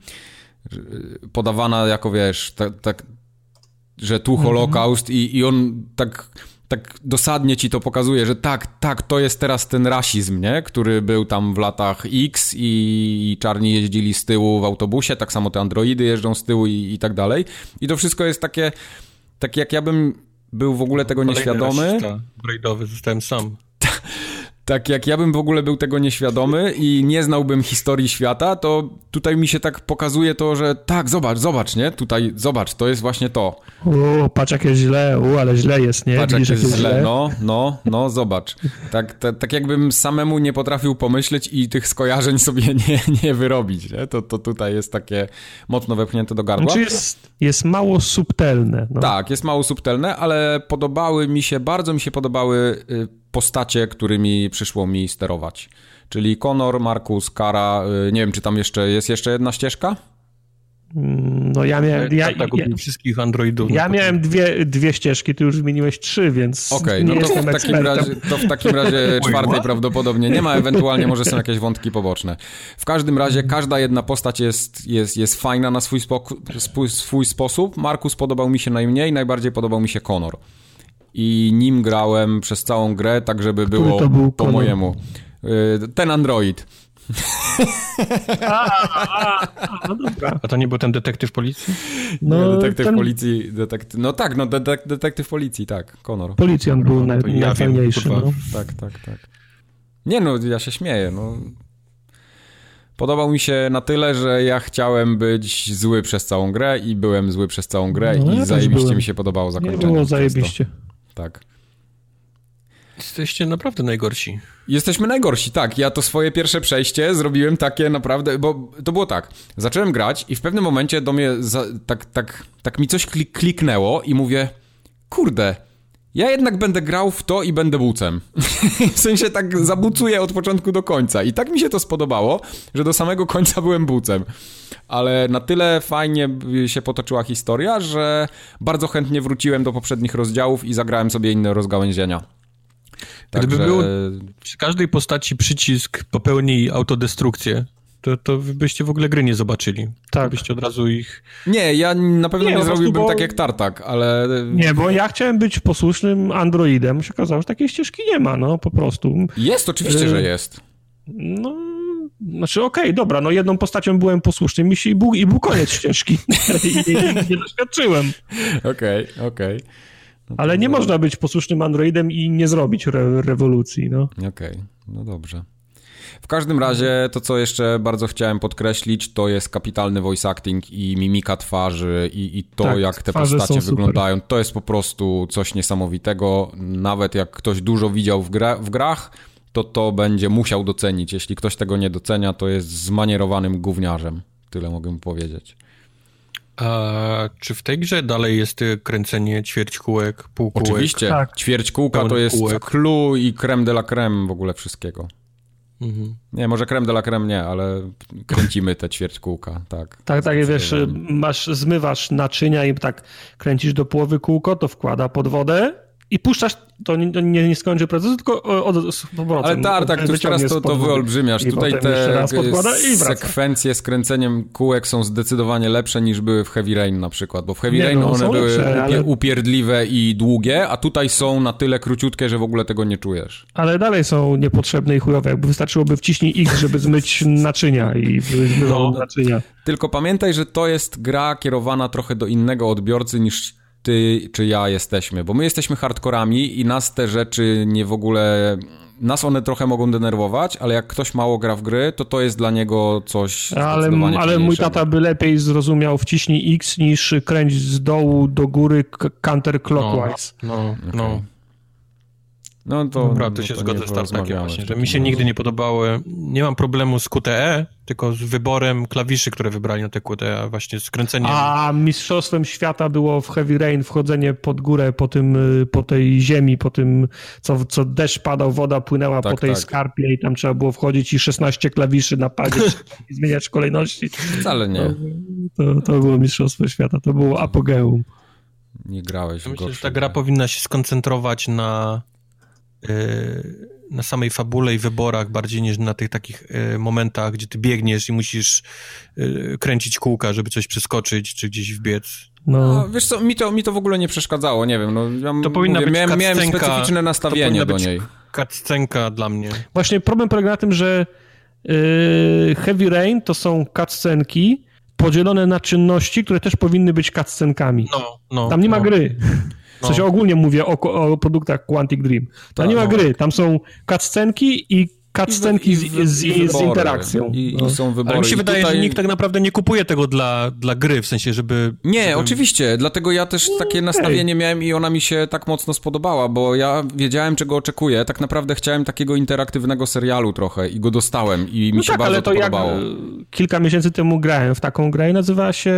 podawana jako, wiesz, tak że tu Holokaust i on tak dosadnie ci to pokazuje, że tak, to jest teraz ten rasizm, nie? Który był tam w latach X i czarni jeździli z tyłu w autobusie, tak samo te androidy jeżdżą z tyłu i tak dalej. I to wszystko jest takie jak ja bym był w ogóle tego nieświadomy. Androidowy, zostałem sam. Tak jak ja bym w ogóle był tego nieświadomy i nie znałbym historii świata, to tutaj mi się tak pokazuje to, że tak, zobacz, nie? Tutaj, zobacz, to jest właśnie to. Patrz jakie źle, ale źle jest, nie? Patrz jak jest źle, no, zobacz. Tak jakbym samemu nie potrafił pomyśleć i tych skojarzeń sobie nie wyrobić, nie? To tutaj jest takie mocno wepchnięte do gardła. Znaczy jest mało subtelne. No. Tak, jest mało subtelne, ale bardzo mi się podobały postacie, którymi przyszło mi sterować. Czyli Connor, Marcus, Kara, nie wiem, czy tam jest jeszcze jedna ścieżka? No ja miałem... wszystkich androidów. Ja miałem dwie ścieżki, ty już wymieniłeś 3, więc Okej, no to w takim razie czwartej prawdopodobnie nie ma, ewentualnie może są jakieś wątki poboczne. W każdym razie każda jedna postać jest fajna na swój sposób. Marcus podobał mi się najmniej, najbardziej podobał mi się Connor. I nim grałem przez całą grę, tak żeby było po mojemu. Ten android. No dobra. A to nie był ten detektyw policji? No, policji. Detektyw policji, tak, Connor. Policjant był najfajniejszy. No. Tak. Nie no, ja się śmieję, no. Podobał mi się na tyle, że ja chciałem być zły przez całą grę i byłem zły przez całą grę i zajebiście mi się podobało zakończenie. Nie było zajebiście. Tak. Jesteście naprawdę najgorsi. Jesteśmy najgorsi, tak. Ja to swoje pierwsze przejście zrobiłem takie naprawdę, bo to było tak. Zacząłem grać i w pewnym momencie do mnie tak mi coś kliknęło i mówię, kurde, ja jednak będę grał w to i będę bucem. W sensie tak zabucuję od początku do końca. I tak mi się to spodobało, że do samego końca byłem bucem. Ale na tyle fajnie się potoczyła historia, że bardzo chętnie wróciłem do poprzednich rozdziałów i zagrałem sobie inne rozgałęzienia. Gdyby był przy każdej postaci przycisk popełnij autodestrukcję, to byście w ogóle gry nie zobaczyli. Tak. Byście od razu ich... Nie, ja na pewno nie zrobiłbym tak jak Tartak, ale... Nie, bo ja chciałem być posłusznym androidem. Się okazało, że takiej ścieżki nie ma, no po prostu. Jest, oczywiście, że jest. No, znaczy okej, dobra, no jedną postacią byłem posłuszny i był koniec ścieżki. I nie doświadczyłem. Okej. No ale nie można być posłusznym androidem i nie zrobić rewolucji, no. Okej, no dobrze. W każdym razie to, co jeszcze bardzo chciałem podkreślić, to jest kapitalny voice acting i mimika twarzy i to, tak, jak te postacie wyglądają. To jest po prostu coś niesamowitego. Nawet jak ktoś dużo widział w grach, to będzie musiał docenić. Jeśli ktoś tego nie docenia, to jest zmanierowanym gówniarzem. Tyle mogę mu powiedzieć. A czy w tej grze dalej jest kręcenie ćwierćkółek, półkółek? Oczywiście. Tak. Ćwierćkółka to jest clue i creme de la creme w ogóle wszystkiego. Mhm. Nie, może creme de la creme nie, ale kręcimy te ćwierćkółka, tak. Tak, wiesz, zmywasz naczynia i tak kręcisz do połowy kółko, to wkłada pod wodę i puszczasz, to nie skończy procesu, tylko z powrotem. Ale tak, tu już teraz to wyolbrzymiasz. Tutaj te sekwencje z kręceniem kółek są zdecydowanie lepsze niż były w Heavy Rain na przykład, bo w Heavy Rain one były upierdliwe i długie, a tutaj są na tyle króciutkie, że w ogóle tego nie czujesz. Ale dalej są niepotrzebne i chujowe, jakby wystarczyłoby wciśnij X, żeby zmyć naczynia i zmywał naczynia. Tylko pamiętaj, że to jest gra kierowana trochę do innego odbiorcy niż ty czy ja jesteśmy, bo my jesteśmy hardkorami i nas te rzeczy nas one trochę mogą denerwować, ale jak ktoś mało gra w gry, to jest dla niego coś zdecydowanie ale mój tata by lepiej zrozumiał wciśnij X niż kręć z dołu do góry counterclockwise. No to naprawdę się zgodzę z Tartakiem właśnie, że mi się nigdy nie podobały. Nie mam problemu z QTE, tylko z wyborem klawiszy, które wybrali na te QTE, a właśnie z kręceniem. A mistrzostwem świata było w Heavy Rain wchodzenie pod górę po tej ziemi, po tym, co deszcz padał, woda płynęła po tej skarpie i tam trzeba było wchodzić i 16 klawiszy na padzie i zmieniać kolejności. Wcale nie. To było mistrzostwo świata, to było apogeum. Nie grałeś w myślę, że ta gra powinna się skoncentrować na samej fabule i wyborach bardziej niż na tych takich momentach, gdzie ty biegniesz i musisz kręcić kółka, żeby coś przeskoczyć, czy gdzieś wbiec. No, wiesz co, mi to w ogóle nie przeszkadzało, nie wiem, to powinna być miałem specyficzne nastawienie do niej. Cutscenka dla mnie. Właśnie problem polega na tym, że Heavy Rain to są cutscenki podzielone na czynności, które też powinny być cutscenkami. Tam nie ma gry. W sensie ogólnie mówię o produktach Quantic Dream. Tam nie ma gry, tam są cutscenki i cutscenki z interakcją. I są wybory. Ale mi się wydaje, że nikt tak naprawdę nie kupuje tego dla gry, w sensie, żeby... Nie, oczywiście, dlatego ja też takie nastawienie miałem i ona mi się tak mocno spodobała, bo ja wiedziałem, czego oczekuję. Tak naprawdę chciałem takiego interaktywnego serialu trochę i go dostałem i mi się bardzo to podobało. Kilka miesięcy temu grałem w taką grę i nazywała się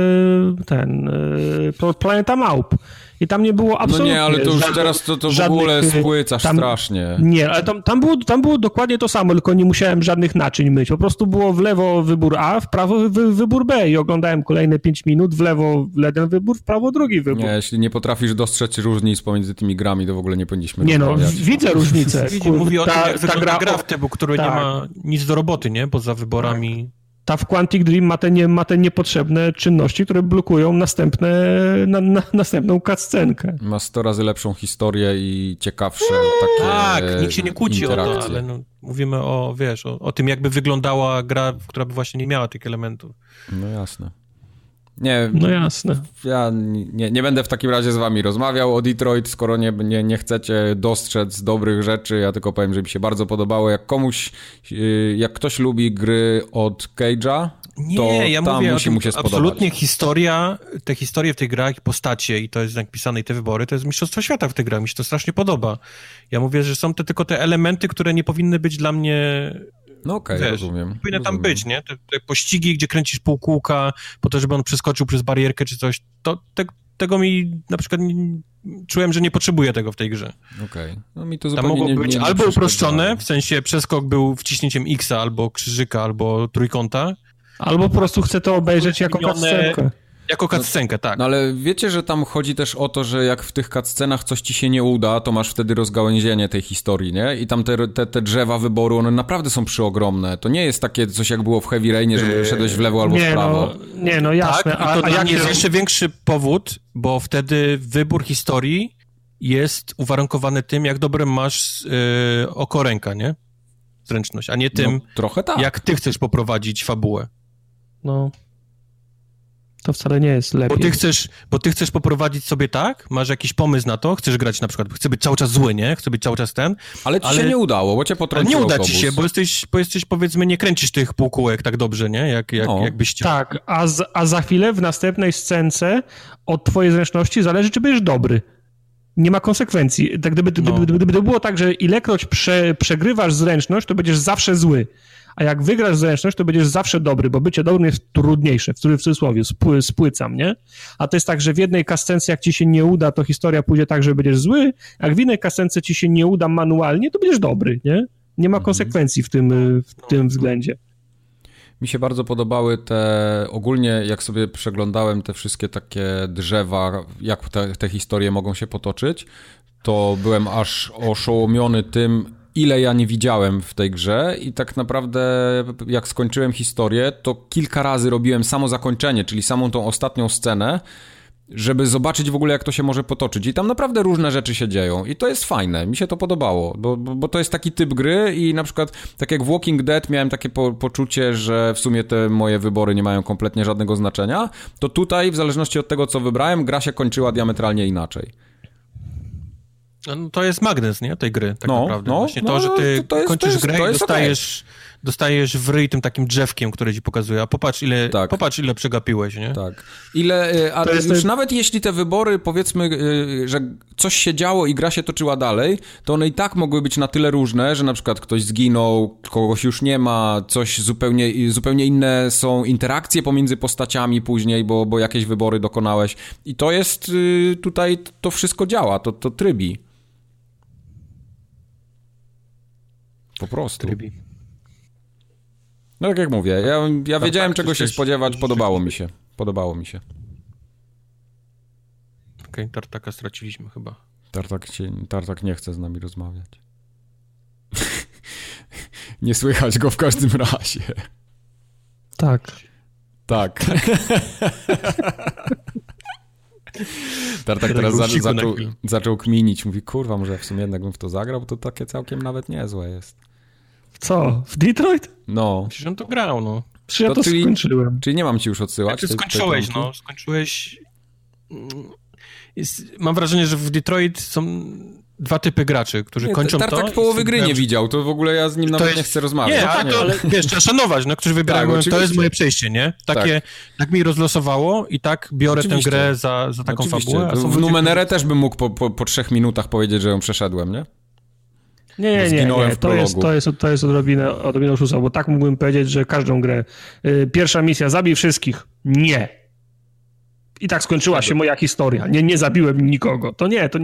Planeta Małp. I tam nie było absolutnie... No nie, ale to już teraz to w ogóle spłycasz strasznie. Nie, ale tam było dokładnie to samo, tylko nie musiałem żadnych naczyń myć. Po prostu było w lewo wybór A, w prawo wybór B i oglądałem kolejne 5 minut, w lewo jeden wybór, w prawo drugi wybór. Nie, jeśli nie potrafisz dostrzec różnic pomiędzy tymi grami, to w ogóle nie powinniśmy widzę różnicę. Mówi o tym, jak wygląda gra w typu, który nie ma nic do roboty, nie? Poza wyborami... Ta w Quantic Dream ma te niepotrzebne czynności, które blokują następną cutscenkę. Ma 100 razy lepszą historię i ciekawsze takie Tak, nikt się nie kłóci o to, ale mówimy o tym, jakby wyglądała gra, która by właśnie nie miała tych elementów. No jasne. Jasne. Ja nie będę w takim razie z wami rozmawiał o Detroit, skoro nie chcecie dostrzec dobrych rzeczy. Ja tylko powiem, że mi się bardzo podobało. Jak ktoś lubi gry od Cage'a, musi się spodobać. Absolutnie te historie w tych grach i postacie, i to jest napisane i te wybory, to jest mistrzostwo świata w tych grach. Mi się to strasznie podoba. Ja mówię, że są tylko te elementy, które nie powinny być dla mnie... No okej, rozumiem. Powinny tam być, nie? Te pościgi, gdzie kręcisz półkółka po to, żeby on przeskoczył przez barierkę czy coś, tego mi na przykład czułem, że nie potrzebuję tego w tej grze. Okej. No mi to zupełnie tam mogło być albo uproszczone, w sensie przeskok był wciśnięciem X-a, albo krzyżyka, albo trójkąta. Albo po prostu chcę to obejrzeć jako cutscenkę. Jako cutscenkę, tak. No ale wiecie, że tam chodzi też o to, że jak w tych cutscenach coś ci się nie uda, to masz wtedy rozgałęzienie tej historii, nie? I tam te drzewa wyboru, one naprawdę są przeogromne. To nie jest takie coś, jak było w Heavy Rainie, że szedłeś w lewo albo w prawo. Jasne. Tak, i to dla mnie jest jeszcze większy powód, bo wtedy wybór historii jest uwarunkowany tym, jak dobrym masz oko ręka, nie? zręczność, a nie tym, trochę tak. jak ty chcesz poprowadzić fabułę. No, to wcale nie jest lepiej. Bo ty chcesz poprowadzić sobie tak, masz jakiś pomysł na to, chcesz grać na przykład, chcę być cały czas zły, nie? Chcę być cały czas ten. Ale ci się nie udało, bo cię potrącił nie uda autobus. ci się, bo jesteś powiedzmy, nie kręcisz tych półkółek tak dobrze, nie? Jakbyś chciał. Tak, a za chwilę w następnej scence od twojej zręczności zależy, czy będziesz dobry. Nie ma konsekwencji. Tak, gdyby było tak, że ilekroć przegrywasz zręczność, to będziesz zawsze zły. A jak wygrasz zręczność, to będziesz zawsze dobry, bo bycie dobrym jest trudniejsze, w cudzysłowie, spłycam, nie? A to jest tak, że w jednej kascence, jak ci się nie uda, to historia pójdzie tak, że będziesz zły, jak w innej kascence ci się nie uda manualnie, to będziesz dobry, nie? Nie ma konsekwencji w tym względzie. Mi się bardzo podobały ogólnie jak sobie przeglądałem te wszystkie takie drzewa, jak te historie mogą się potoczyć, to byłem aż oszołomiony tym, ile ja nie widziałem w tej grze i tak naprawdę jak skończyłem historię, to kilka razy robiłem samo zakończenie, czyli samą tą ostatnią scenę, żeby zobaczyć w ogóle, jak to się może potoczyć. I tam naprawdę różne rzeczy się dzieją i to jest fajne, mi się to podobało, bo to jest taki typ gry i na przykład tak jak w Walking Dead miałem takie poczucie, że w sumie te moje wybory nie mają kompletnie żadnego znaczenia, to tutaj w zależności od tego, co wybrałem, gra się kończyła diametralnie inaczej. No, to jest magnes, nie? Tej gry, tak naprawdę. Właśnie to, że ty kończysz grę i dostajesz w ryj tym takim drzewkiem, które ci pokazuje, a popatrz, ile przegapiłeś, nie? Tak. Nawet jeśli te wybory, powiedzmy, że coś się działo i gra się toczyła dalej, to one i tak mogły być na tyle różne, że na przykład ktoś zginął, kogoś już nie ma, coś zupełnie inne są interakcje pomiędzy postaciami później, bo jakieś wybory dokonałeś. I to jest tutaj, to wszystko działa, to trybi. Po prostu. Trybi. No tak jak mówię, ja wiedziałem, czego się spodziewać, podobało mi się. Okej, Tartaka straciliśmy chyba. Tartak nie chce z nami rozmawiać. Nie słychać go w każdym razie. Tak. Tartak teraz zaczął kminić. Mówi, kurwa, może w sumie jednak bym w to zagrał, bo to takie całkiem nawet niezłe jest. Co? W Detroit? No. Przecież on to grał, no. Przecież ja to skończyłem. Czyli nie mam ci już odsyłać? Ty skończyłeś. Mam wrażenie, że w Detroit są dwa typy graczy, którzy kończą to... Tartak połowy gry nie widział, to w ogóle ja z nim nawet nie chcę rozmawiać. Nie, ale wiesz, trzeba szanować, no, którzy wybierają, tak, to jest moje przejście, nie? Tak mi rozlosowało i tak biorę tę grę za taką fabułę. W Numenerę też bym mógł po 3 minutach powiedzieć, że ją przeszedłem, nie? Nie. To jest odrobinę oszustwa, bo tak mógłbym powiedzieć, że każdą grę. Pierwsza misja, zabij wszystkich. Nie. I tak skończyła się moja historia. Nie zabiłem nikogo.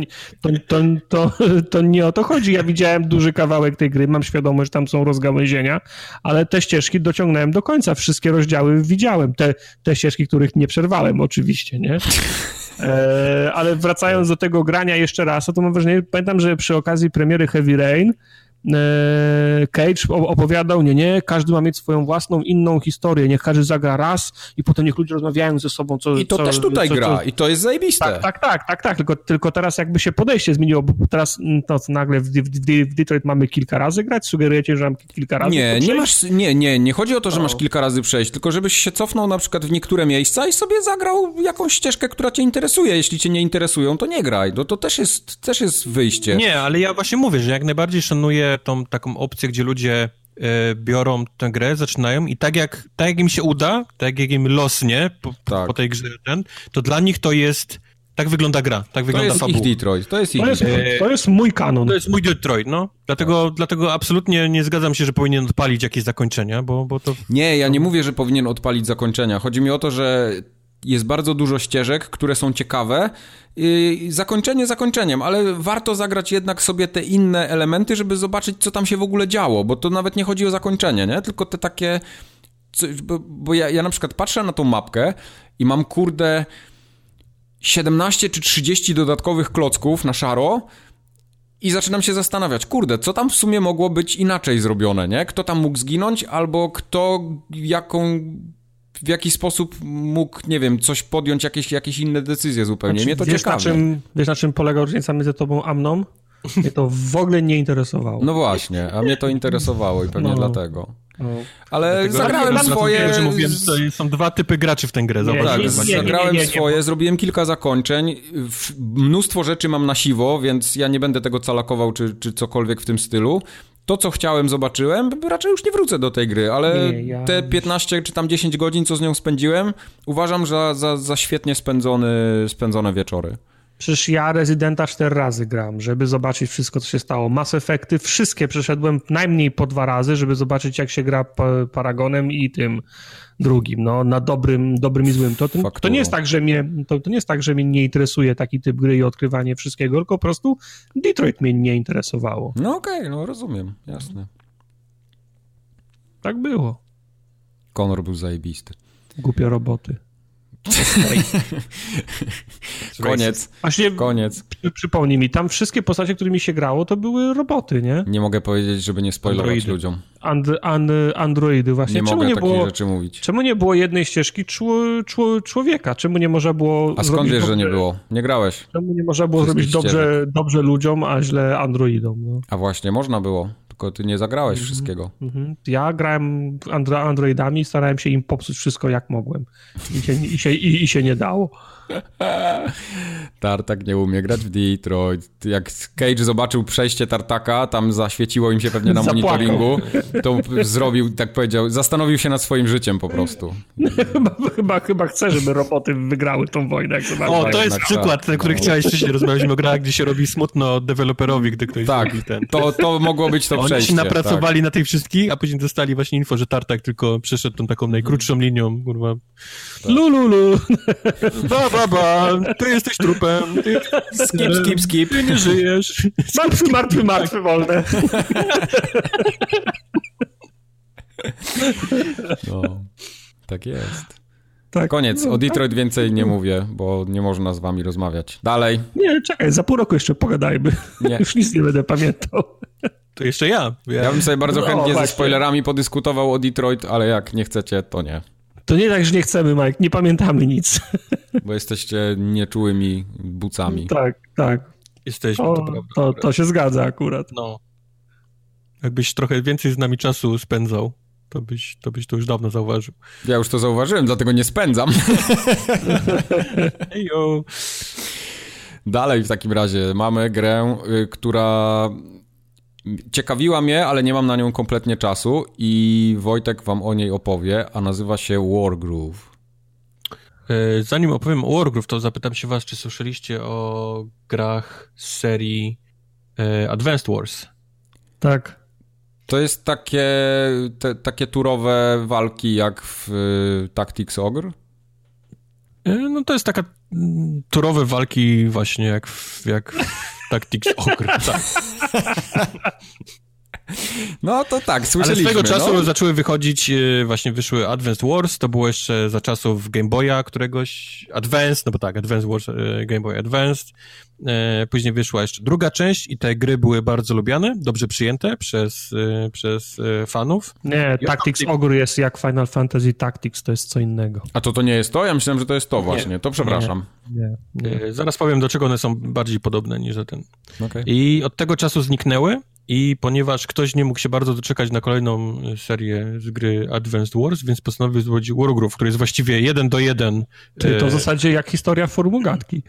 To nie o to chodzi. Ja widziałem duży kawałek tej gry, mam świadomość, że tam są rozgałęzienia, ale te ścieżki dociągnąłem do końca. Wszystkie rozdziały widziałem. Te ścieżki, których nie przerwałem oczywiście, nie? Ale wracając do tego grania jeszcze raz, to mam wrażenie, pamiętam, że przy okazji premiery Heavy Rain Cage opowiadał, nie, każdy ma mieć swoją własną, inną historię, niech każdy zagra raz i potem niech ludzie rozmawiają ze sobą. I to też tutaj gra i to jest zajebiste. Tak, tylko teraz jakby się podejście zmieniło, bo teraz nagle w Detroit mamy kilka razy grać, sugerujecie, że mam kilka razy nie chodzi o to, że masz kilka razy przejść, tylko żebyś się cofnął na przykład w niektóre miejsca i sobie zagrał jakąś ścieżkę, która cię interesuje. Jeśli cię nie interesują, to nie graj. To też jest wyjście. Nie, ale ja właśnie mówię, że jak najbardziej szanuję tą taką opcję, gdzie ludzie biorą tę grę, zaczynają i tak jak im się uda, tak jak im losnie po tej grze, to dla nich to jest, tak wygląda gra, tak wygląda fabuła. To jest mój kanon. To jest mój Detroit, no. Dlatego absolutnie nie zgadzam się, że powinien odpalić jakieś zakończenia, bo to... Nie, ja nie mówię, że powinien odpalić zakończenia. Chodzi mi o to, że jest bardzo dużo ścieżek, które są ciekawe. Zakończenie zakończeniem, ale warto zagrać jednak sobie te inne elementy, żeby zobaczyć, co tam się w ogóle działo, bo to nawet nie chodzi o zakończenie, nie? Tylko te takie... Bo ja na przykład patrzę na tą mapkę i mam, 17 czy 30 dodatkowych klocków na szaro i zaczynam się zastanawiać, co tam w sumie mogło być inaczej zrobione, nie? Kto tam mógł zginąć, albo w jaki sposób mógł, nie wiem, coś podjąć, jakieś inne decyzje zupełnie. Mnie to ciekawi. Wiesz, na czym polega różnica między tobą a mną? Mnie to w ogóle nie interesowało. No właśnie, a mnie to interesowało i pewnie dlatego. Ale Dlatego zagrałem swoje... Że mówiłem, że są dwa typy graczy w tę grę. Tak, zagrałem swoje, zrobiłem kilka zakończeń, mnóstwo rzeczy mam na siwo, więc ja nie będę tego calakował czy cokolwiek w tym stylu. To, co chciałem, zobaczyłem, raczej już nie wrócę do tej gry, ale te 15 czy tam 10 godzin, co z nią spędziłem, uważam, że za świetnie spędzone wieczory. Przecież ja Residenta 4 razy gram, żeby zobaczyć wszystko, co się stało. Mass Effecty wszystkie przeszedłem najmniej po 2 razy, żeby zobaczyć, jak się gra Paragonem i tym drugim, no, na dobrym i złym. To nie jest tak, że to nie jest tak, że mnie nie interesuje taki typ gry i odkrywanie wszystkiego, tylko po prostu Detroit mnie nie interesowało. No okej, no rozumiem, jasne. Tak było. Connor był zajebisty. Głupie roboty. Koniec. Właśnie Koniec. Przypomnij mi, tam wszystkie postacie, którymi się grało, to były roboty, nie? Nie mogę powiedzieć, żeby nie spoilować ludziom. Androidy właśnie. Nie mogę takich rzeczy mówić. Czemu nie było jednej ścieżki człowieka? Czemu nie można było A skąd wiesz, że nie było? Nie grałeś. Czemu nie można było zrobić dobrze ludziom, a źle androidom? No. A właśnie, można było. Tylko ty nie zagrałeś wszystkiego. Ja grałem androidami i starałem się im popsuć wszystko, jak mogłem. I się nie dało. Tartak nie umie grać w Detroit. Jak Cage zobaczył przejście Tartaka, tam zaświeciło im się pewnie na monitoringu, to zrobił, tak powiedział, zastanowił się nad swoim życiem po prostu. Chyba chce, żeby roboty wygrały tą wojnę. Jak to jest tak, przykład, ten, który chciałeś wcześniej. Rozmawialiśmy o grach, gdzie się robi smutno deweloperowi, gdy ktoś zrobi ten. To mogło być to przejście. Oni się napracowali na tej wszystkich, a później dostali właśnie info, że Tartak tylko przeszedł tą taką najkrótszą linią, kurwa. Tak. Lululu. Baba, ty jesteś trupem. Skip. Ty nie żyjesz. Martwy, wolne. No, tak jest. Tak. Koniec. O Detroit więcej nie mówię, bo nie można z wami rozmawiać. Dalej. Nie, czekaj, za pół roku jeszcze pogadajmy. Nie. Już nic nie będę pamiętał. To jeszcze ja. Ja bym sobie bardzo chętnie ze spoilerami podyskutował o Detroit, ale jak nie chcecie, to nie. To nie tak, że nie chcemy, Mike, nie pamiętamy nic. Bo jesteście nieczułymi bucami. Tak. Jesteśmy, to prawda. To się zgadza akurat. No. Jakbyś trochę więcej z nami czasu spędzał, to byś to już dawno zauważył. Ja już to zauważyłem, dlatego nie spędzam. Ejo. Dalej w takim razie mamy grę, która ciekawiła mnie, ale nie mam na nią kompletnie czasu i Wojtek wam o niej opowie, a nazywa się Wargroove. Zanim opowiem o Wargroove, to zapytam się was, czy słyszeliście o grach z serii Advanced Wars? Tak. To jest takie turowe walki jak w Tactics Ogre? No to jest taka turowe walki właśnie jak w Tactics Ogre, tak. No to tak, słyszeliśmy. Ale swego czasu zaczęły wychodzić, właśnie wyszły Advanced Wars, to było jeszcze za czasów Game Boya któregoś, Advanced, no bo tak, Advanced Wars, Game Boy Advanced. Później wyszła jeszcze druga część i te gry były bardzo lubiane, dobrze przyjęte przez fanów. Nie, Tactics Ogre jest jak Final Fantasy Tactics, to jest co innego. A to nie jest to? Ja myślałem, że to jest to właśnie, nie, to przepraszam. Nie. Zaraz powiem, do czego one są bardziej podobne niż ten. Okay. I od tego czasu zniknęły i ponieważ ktoś nie mógł się bardzo doczekać na kolejną serię z gry Advanced Wars, więc postanowił zrobić Wargroove, który jest właściwie 1:1. Czyli to w zasadzie jak historia formułgatki.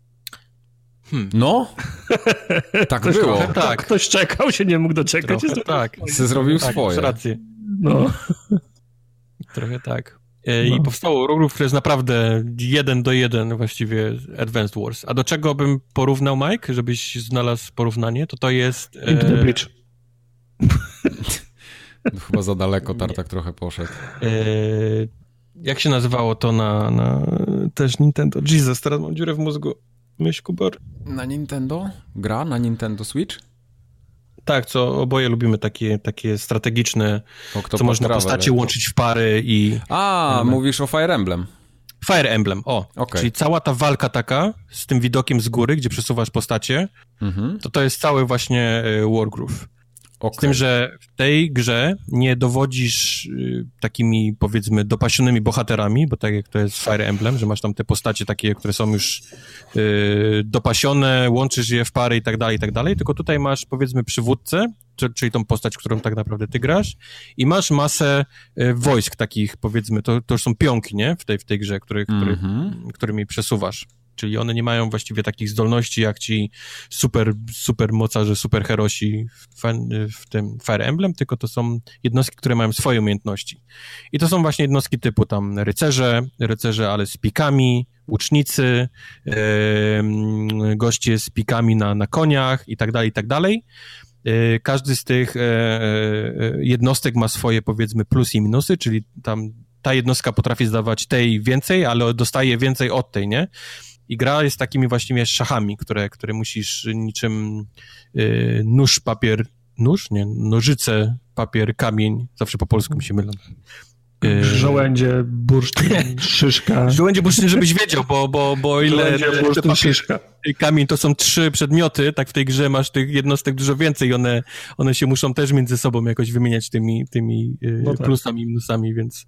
No, tak było. Tak. Ktoś czekał, się nie mógł doczekać. Trochę, tak. Zrobił swoje. Masz rację. No. Trochę tak. I powstało Wargroove, który jest naprawdę 1:1 właściwie Advanced Wars. A do czego bym porównał, Mike, żebyś znalazł porównanie, to jest... Into the Bridge. Chyba za daleko Tartak trochę poszedł. Jak się nazywało to na też Nintendo? Jesus, teraz mam dziurę w mózgu. Myśl, Kubar. Na Nintendo? Gra na Nintendo Switch? Tak, co oboje lubimy takie strategiczne, co można postacie łączyć w pary i... mówisz o Fire Emblem. Fire Emblem, okay. Czyli cała ta walka taka, z tym widokiem z góry, gdzie przesuwasz postacie, to jest cały właśnie Wargroove. Z tym, że w tej grze nie dowodzisz takimi, powiedzmy, dopasionymi bohaterami, bo tak jak to jest Fire Emblem, że masz tam te postacie takie, które są już dopasione, łączysz je w pary i tak dalej, tylko tutaj masz, powiedzmy, przywódcę, czyli tą postać, którą tak naprawdę ty grasz i masz masę wojsk takich, powiedzmy, to już są pionki, nie? W tej grze, którymi przesuwasz. Czyli one nie mają właściwie takich zdolności jak ci super mocarze, super herosi w tym Fire Emblem, tylko to są jednostki, które mają swoje umiejętności. I to są właśnie jednostki typu tam rycerze, ale z pikami, łucznicy, goście z pikami na koniach i tak dalej. Każdy z tych jednostek ma swoje, powiedzmy, plusy i minusy, czyli tam ta jednostka potrafi zdawać tej więcej, ale dostaje więcej od tej, nie? I gra jest takimi właściwie szachami, które musisz niczym nożyce, papier, kamień, zawsze po polsku mi się mylą. Żołędzie, bursztyn, szyszka. Żołędzie, bursztyn, żebyś wiedział, bo o ile bursztyn, szyszka. Kamień to są 3 przedmioty, tak w tej grze masz tych jednostek dużo więcej i one się muszą też między sobą jakoś wymieniać tymi plusami i minusami, więc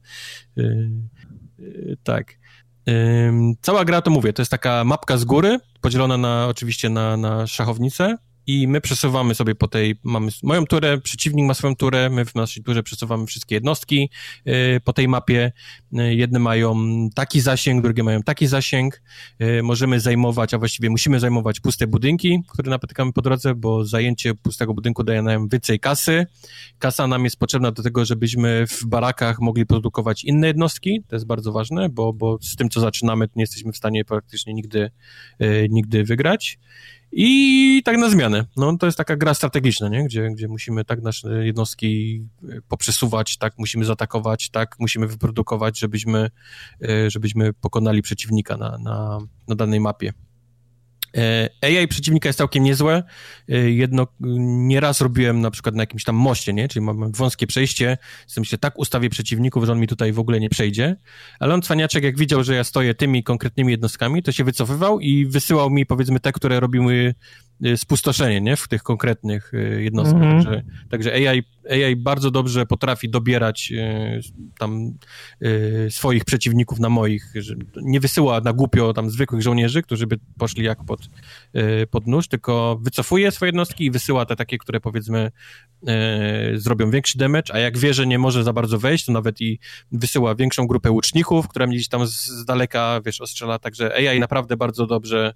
tak. Cała gra, to mówię, to jest taka mapka z góry, podzielona oczywiście na szachownicę i my przesuwamy sobie mamy moją turę, przeciwnik ma swoją turę, my w naszej turze przesuwamy wszystkie jednostki po tej mapie. Jedne mają taki zasięg, drugie mają taki zasięg. Możemy zajmować, a właściwie musimy zajmować puste budynki, które napotykamy po drodze, bo zajęcie pustego budynku daje nam więcej kasy. Kasa nam jest potrzebna do tego, żebyśmy w barakach mogli produkować inne jednostki. To jest bardzo ważne, bo z tym, co zaczynamy, to nie jesteśmy w stanie praktycznie nigdy wygrać. I tak na zmianę. No to jest taka gra strategiczna, nie? Gdzie musimy tak nasze jednostki poprzesuwać, tak musimy zaatakować, tak musimy wyprodukować, żebyśmy pokonali przeciwnika na danej mapie. AI przeciwnika jest całkiem niezłe. Nieraz robiłem na przykład na jakimś tam moście, nie? Czyli mamy wąskie przejście, się tak ustawię przeciwników, że on mi tutaj w ogóle nie przejdzie. Ale on, cwaniaczek, jak widział, że ja stoję tymi konkretnymi jednostkami, to się wycofywał i wysyłał mi, powiedzmy, te, które robiły spustoszenie, nie? W tych konkretnych jednostkach. Także AI bardzo dobrze potrafi dobierać swoich przeciwników na moich. Że nie wysyła na głupio tam zwykłych żołnierzy, którzy by poszli jak pod nóż, tylko wycofuje swoje jednostki i wysyła te takie, które, powiedzmy, zrobią większy damage, a jak wie, że nie może za bardzo wejść, to nawet i wysyła większą grupę łuczników, która mnie gdzieś tam z daleka, ostrzela. Także AI naprawdę bardzo dobrze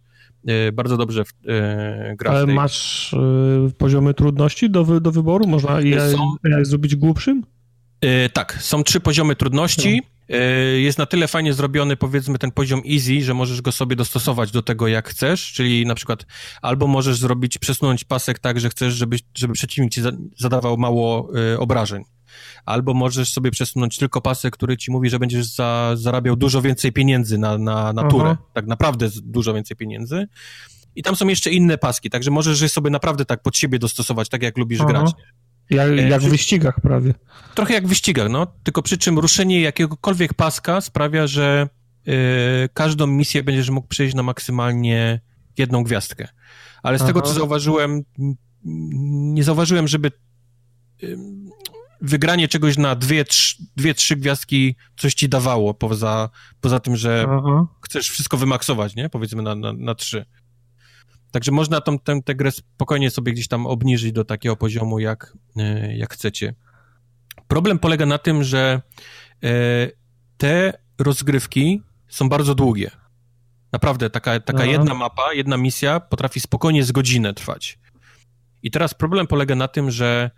gra. Ale masz poziomy trudności do wyboru? Można AI zrobić głupszym? Tak, są 3 poziomy trudności. Jest na tyle fajnie zrobiony, powiedzmy, ten poziom easy, że możesz go sobie dostosować do tego, jak chcesz, czyli na przykład albo możesz przesunąć pasek tak, że chcesz, żeby przeciwnik ci zadawał mało obrażeń. Albo możesz sobie przesunąć tylko pasek, który ci mówi, że będziesz zarabiał dużo więcej pieniędzy na turę. Tak naprawdę dużo więcej pieniędzy. I tam są jeszcze inne paski, także możesz je sobie naprawdę tak pod siebie dostosować, tak jak lubisz grać. Jak w wyścigach prawie. Trochę jak w wyścigach, no. Tylko przy czym ruszenie jakiegokolwiek paska sprawia, że każdą misję będziesz mógł przejść na maksymalnie 1 gwiazdkę. Ale z tego, co zauważyłem, nie zauważyłem, żeby wygranie czegoś na 2-3 gwiazdki coś ci dawało, poza tym, że chcesz wszystko wymaksować, nie? Powiedzmy na 3. Także można tę grę spokojnie sobie gdzieś tam obniżyć do takiego poziomu, jak chcecie. Problem polega na tym, że te rozgrywki są bardzo długie. Naprawdę, taka jedna mapa, jedna misja potrafi spokojnie z godzinę trwać. I teraz problem polega na tym, że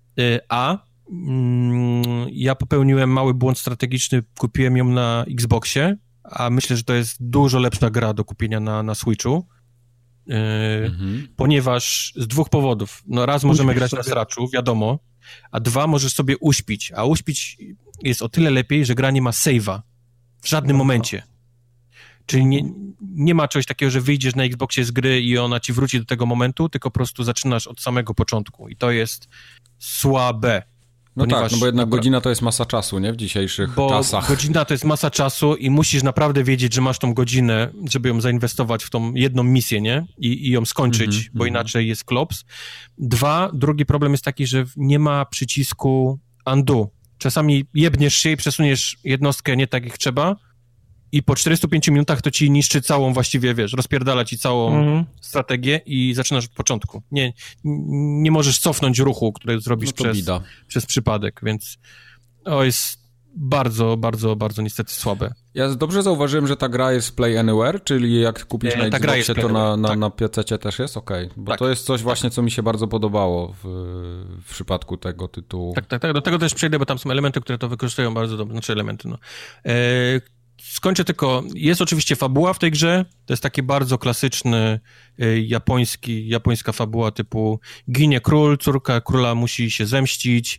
ja popełniłem mały błąd strategiczny, kupiłem ją na Xboxie, a myślę, że to jest dużo lepsza gra do kupienia na Switchu, ponieważ z 2 powodów. No raz możemy grać na sraczu, wiadomo, a 2 możesz sobie uśpić, a uśpić jest o tyle lepiej, że gra nie ma save'a w żadnym momencie. Czyli nie ma czegoś takiego, że wyjdziesz na Xboxie z gry i ona ci wróci do tego momentu, tylko po prostu zaczynasz od samego początku i to jest słabe. No ponieważ, tak, no bo jednak godzina to jest masa czasu, nie? W dzisiejszych czasach. Godzina to jest masa czasu i musisz naprawdę wiedzieć, że masz tą godzinę, żeby ją zainwestować w tą jedną misję, nie? I ją skończyć, bo inaczej jest klops. Drugi problem jest taki, że nie ma przycisku undo. Czasami jebniesz się i przesuniesz jednostkę nie tak jak trzeba i po 45 minutach to ci niszczy całą właściwie, rozpierdala ci całą strategię i zaczynasz od początku. Nie możesz cofnąć ruchu, który zrobisz przez przypadek, więc jest bardzo, bardzo, bardzo niestety słabe. Ja dobrze zauważyłem, że ta gra jest Play Anywhere, czyli jak kupisz na Xboxie, to na PC też jest? Okej. Bo tak, to jest coś właśnie, co mi się bardzo podobało w przypadku tego tytułu. Tak. Do tego też przejdę, bo tam są elementy, które to wykorzystują bardzo dobrze. Znaczy elementy, skończę tylko, jest oczywiście fabuła w tej grze, to jest taki bardzo klasyczny japońska fabuła typu ginie król, córka króla musi się zemścić,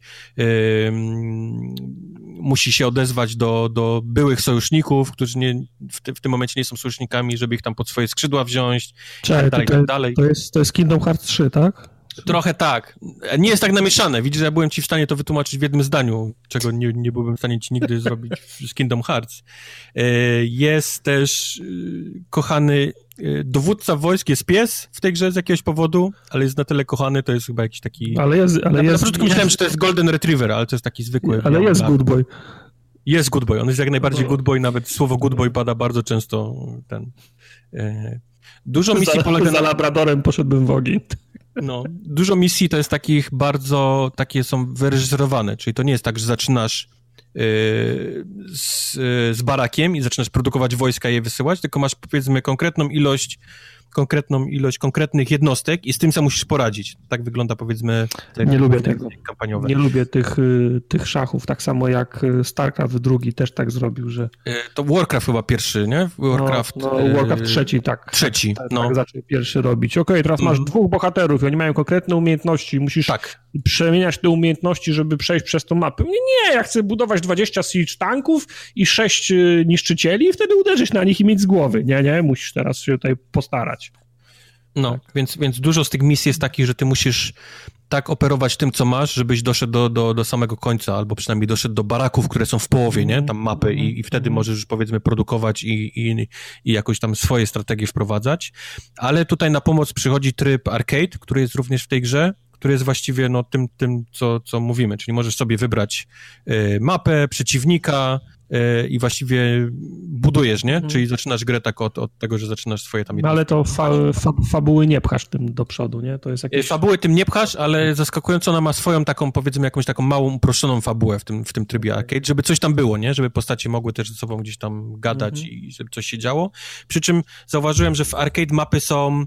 musi się odezwać do byłych sojuszników, którzy w tym momencie nie są sojusznikami, żeby ich tam pod swoje skrzydła wziąć, i tak dalej. To jest Kingdom Hearts 3, tak? Trochę tak. Nie jest tak namieszane. Widzisz, że ja byłem ci w stanie to wytłumaczyć w jednym zdaniu, czego nie byłbym w stanie ci nigdy zrobić z Kingdom Hearts. Jest też kochany dowódca wojsk, jest pies w tej grze z jakiegoś powodu, ale jest na tyle kochany, to jest chyba jakiś taki... Ale jest... Na początku myślałem, że to jest Golden Retriever, ale to jest taki zwykły... Ale jest Good Boy. Jest Good Boy. On jest jak najbardziej Good Boy, nawet słowo Good Boy pada bardzo często Dużo misji polega za Labradorem poszedłbym w ogień. Dużo misji to jest takich bardzo, takie są wyreżyserowane, czyli to nie jest tak, że zaczynasz z barakiem i zaczynasz produkować wojska i je wysyłać, tylko masz powiedzmy konkretną ilość konkretnych jednostek i z tym sam musisz poradzić. Tak wygląda powiedzmy nie lubię tego. Kampaniowe. Nie lubię tych szachów, tak samo jak StarCraft II też tak zrobił, że... To Warcraft chyba pierwszy, nie? Warcraft trzeci, tak. Trzeci, tak zaczął pierwszy robić. Okej, teraz masz dwóch bohaterów i oni mają konkretne umiejętności, musisz przemieniać te umiejętności, żeby przejść przez tą mapę. Nie, ja chcę budować 20 siege tanków i 6 niszczycieli i wtedy uderzyć na nich i mieć z głowy. Nie, musisz teraz się tutaj postarać. Więc dużo z tych misji jest takich, że ty musisz tak operować tym, co masz, żebyś doszedł do samego końca, albo przynajmniej doszedł do baraków, które są w połowie, nie? Tam mapy i wtedy możesz już powiedzmy produkować i jakoś tam swoje strategie wprowadzać. Ale tutaj na pomoc przychodzi tryb arcade, który jest również w tej grze, który jest właściwie tym co mówimy, czyli możesz sobie wybrać mapę, przeciwnika i właściwie budujesz, nie? Czyli zaczynasz grę tak od tego, że zaczynasz swoje tam... ale to fabuły nie pchasz tym do przodu, nie? To jest jakieś... Fabuły tym nie pchasz, ale zaskakująco ona ma swoją taką, powiedzmy, jakąś taką małą, uproszczoną fabułę w tym trybie arcade, żeby coś tam było, nie? Żeby postacie mogły też ze sobą gdzieś tam gadać i żeby coś się działo. Przy czym zauważyłem, że w arcade mapy są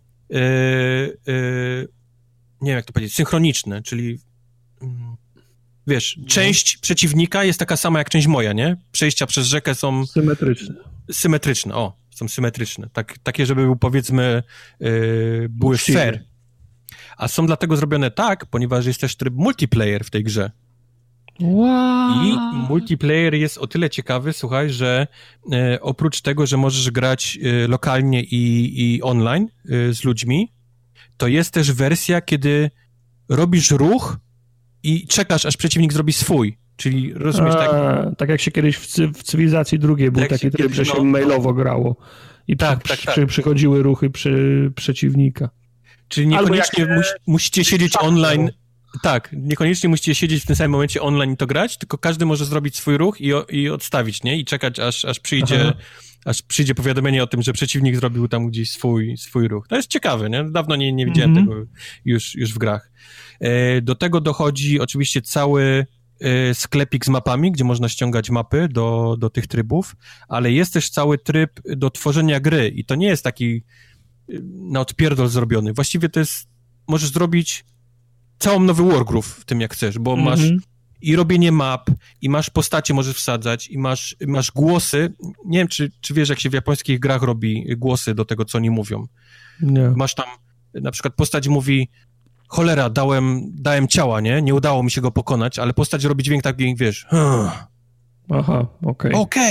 nie wiem jak to powiedzieć, synchroniczne, czyli wiesz, część przeciwnika jest taka sama jak część moja, nie? Przejścia przez rzekę są... Symetryczne, są symetryczne. Takie, żeby był, powiedzmy, były fair. A są dlatego zrobione tak, ponieważ jest też tryb multiplayer w tej grze. Wow. I multiplayer jest o tyle ciekawy, słuchaj, że oprócz tego, że możesz grać lokalnie i online z ludźmi, to jest też wersja, kiedy robisz ruch i czekasz, aż przeciwnik zrobi swój. Czyli rozumiesz, tak jak się kiedyś w Cywilizacji II był taki tryb, że się mailowo grało i przychodziły ruchy przeciwnika. Czyli niekoniecznie musicie siedzieć online. Tak, niekoniecznie musicie siedzieć w tym samym momencie online i to grać, tylko każdy może zrobić swój ruch i odstawić, nie? I czekać, aż przyjdzie powiadomienie o tym, że przeciwnik zrobił tam gdzieś swój ruch. To jest ciekawe, nie? Dawno nie widziałem tego już w grach. Do tego dochodzi oczywiście cały sklepik z mapami, gdzie można ściągać mapy do tych trybów, ale jest też cały tryb do tworzenia gry i to nie jest taki na odpierdol zrobiony. Właściwie to jest, możesz zrobić całą nowy Wargroove w tym, jak chcesz, bo masz i robienie map, i masz postacie, możesz wsadzać, i masz głosy. Nie wiem, czy wiesz, jak się w japońskich grach robi głosy do tego, co oni mówią. Nie. Masz tam, na przykład postać mówi, cholera, dałem ciała, nie udało mi się go pokonać, ale postać robi dźwięk taki, wiesz, Aha, okej. Okej,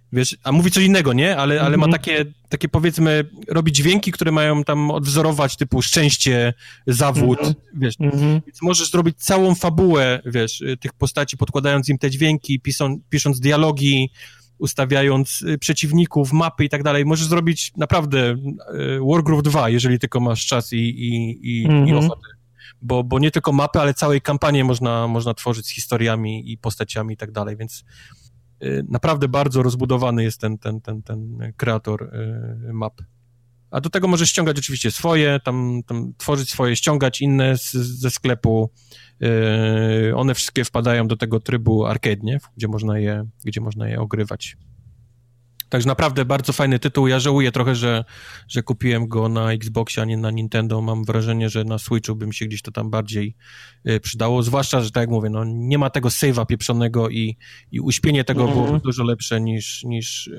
Wiesz, a mówi coś innego, nie? Ale ma takie powiedzmy, robi dźwięki, które mają tam odwzorować typu szczęście, zawód, wiesz. Więc możesz zrobić całą fabułę, wiesz, tych postaci, podkładając im te dźwięki, pisząc dialogi, ustawiając przeciwników, mapy i tak dalej. Możesz zrobić naprawdę Wargroove 2, jeżeli tylko masz czas i ochotę. Bo nie tylko mapy, ale całej kampanię można tworzyć z historiami i postaciami i tak dalej, więc naprawdę bardzo rozbudowany jest ten kreator map. A do tego możesz ściągać oczywiście swoje, tam tworzyć swoje, ściągać inne ze sklepu. One wszystkie wpadają do tego trybu arcade, nie? Gdzie można je ogrywać. Także naprawdę bardzo fajny tytuł. Ja żałuję trochę, że kupiłem go na Xboxie, a nie na Nintendo. Mam wrażenie, że na Switchu by mi się gdzieś to tam bardziej przydało. Zwłaszcza, że tak jak mówię, no nie ma tego save'a pieprzonego i uśpienie tego było dużo lepsze niż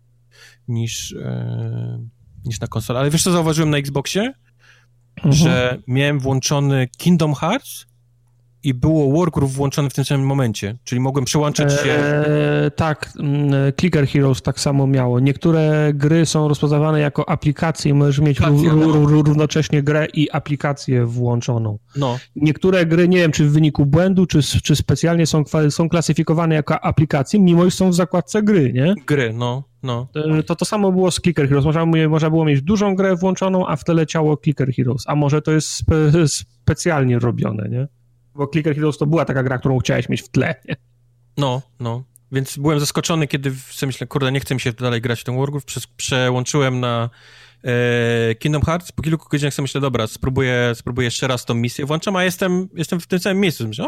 na konsolę. Ale wiesz, co zauważyłem na Xboxie? Że miałem włączony Kingdom Hearts i było Wargroove włączone w tym samym momencie, czyli mogłem przełączać się... Tak, Clicker Heroes tak samo miało. Niektóre gry są rozpoznawane jako aplikacje i możesz mieć równocześnie grę i aplikację włączoną. No. Niektóre gry, nie wiem, czy w wyniku błędu, czy specjalnie są klasyfikowane jako aplikacje, mimo że są w zakładce gry, nie? Gry, no. To samo było z Clicker Heroes. Można było mieć dużą grę włączoną, a w tle leciało Clicker Heroes. A może to jest specjalnie robione, nie? Bo Clicker Heroes to była taka gra, którą chciałeś mieć w tle. Nie? No. Więc byłem zaskoczony, kiedy sobie myślę, kurde, nie chcę mi się dalej grać w ten Wargroove. Przełączyłem na Kingdom Hearts. Po kilku godzinach sobie myślę, dobra, spróbuję jeszcze raz tą misję. Włączam, a jestem w tym samym miejscu. Myślę,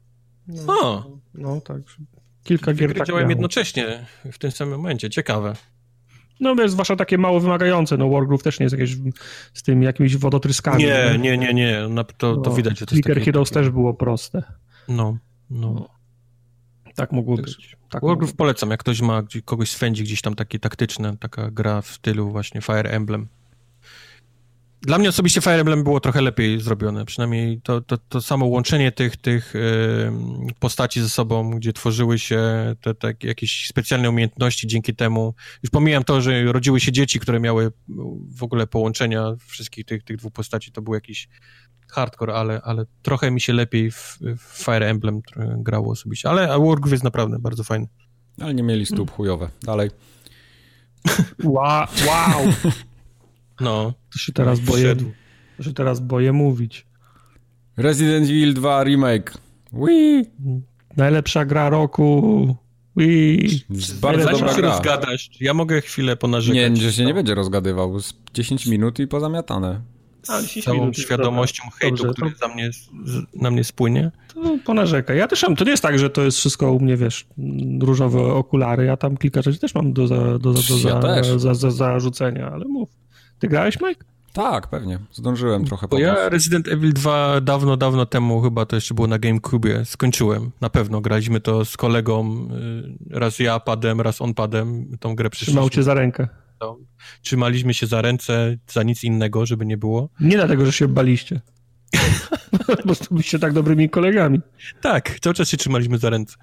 No tak. Kilka gier tak działają jednocześnie w tym samym momencie. Ciekawe. No wiesz, zwłaszcza takie mało wymagające. No Wargroove też nie jest jakieś z tym jakimiś wodotryskami. Nie. To widać, że to jest Clicker Heroes też było proste. No. Tak mogło być. Wargroove polecam, jak ktoś ma kogoś swędzi gdzieś tam takie taktyczne, taka gra w stylu właśnie Fire Emblem. Dla mnie osobiście Fire Emblem było trochę lepiej zrobione, przynajmniej to samo łączenie tych postaci ze sobą, gdzie tworzyły się te jakieś specjalne umiejętności dzięki temu. Już pomijam to, że rodziły się dzieci, które miały w ogóle połączenia wszystkich tych dwóch postaci, to był jakiś hardcore, ale trochę mi się lepiej w Fire Emblem grało osobiście, ale Wargroove jest naprawdę bardzo fajny. Ale nie mieli stóp chujowe. Dalej. Wow! No. To się teraz boję mówić. Resident Evil 2 Remake. Wii. Najlepsza gra roku. Wii. Bardzo dobra gra. Rozgadasz. Ja mogę chwilę ponarzekać. Nie, że się nie będzie rozgadywał. Z 10 minut i pozamiatane. Z całą świadomością hejtu, który na mnie spłynie. To ponarzekaj. Ja też mam, to nie jest tak, że to jest wszystko u mnie, wiesz, różowe okulary. Ja tam kilka rzeczy też mam do zarzucenia, ale mów. Ty grałeś, Mike? Tak, pewnie. Zdążyłem trochę Bo ja Resident Evil 2 dawno temu, chyba to jeszcze było na GameCube, skończyłem. Na pewno. Graliśmy to z kolegą, raz ja padem, raz on padem. Tą grę przyszliśmy. Trzymał cię za rękę. Trzymaliśmy się za ręce, za nic innego, żeby nie było. Nie dlatego, że się baliście. Po prostu byliście tak dobrymi kolegami. Tak, cały czas się trzymaliśmy za ręce.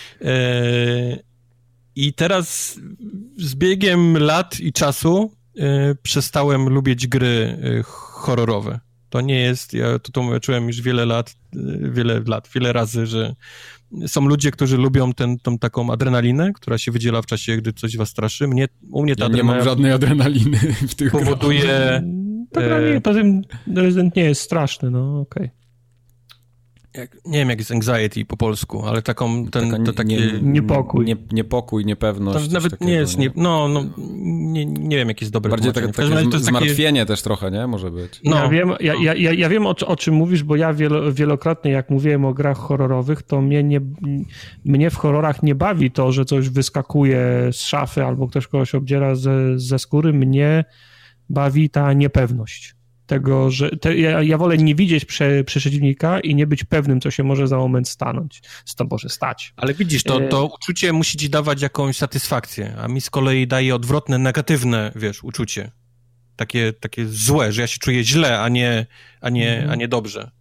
I teraz z biegiem lat i czasu przestałem lubić gry horrorowe. To nie jest, ja to tłumaczyłem już wiele razy, że są ludzie, którzy lubią tą taką adrenalinę, która się wydziela w czasie, gdy coś was straszy. U mnie ta nie mam żadnej adrenaliny w tych powoduje... Poza tym Resident nie jest straszny, no okej. Nie wiem, jak jest anxiety po polsku, ale takie... Niepokój. Niepokój, niepewność. To nawet nie jest... Nie wiem, jak jest dobre bardziej takie zmartwienie też trochę, nie? Może być. No. Ja wiem o czym mówisz, bo ja wielokrotnie, jak mówiłem o grach horrorowych, to mnie w horrorach nie bawi to, że coś wyskakuje z szafy albo ktoś kogoś obdziera ze skóry. Mnie bawi ta niepewność. Tego, że ja wolę nie widzieć przeciwnika i nie być pewnym, co się może za moment stać. Ale widzisz, to uczucie musi ci dawać jakąś satysfakcję, a mi z kolei daje odwrotne, negatywne, uczucie. Takie złe, że ja się czuję źle, a nie dobrze.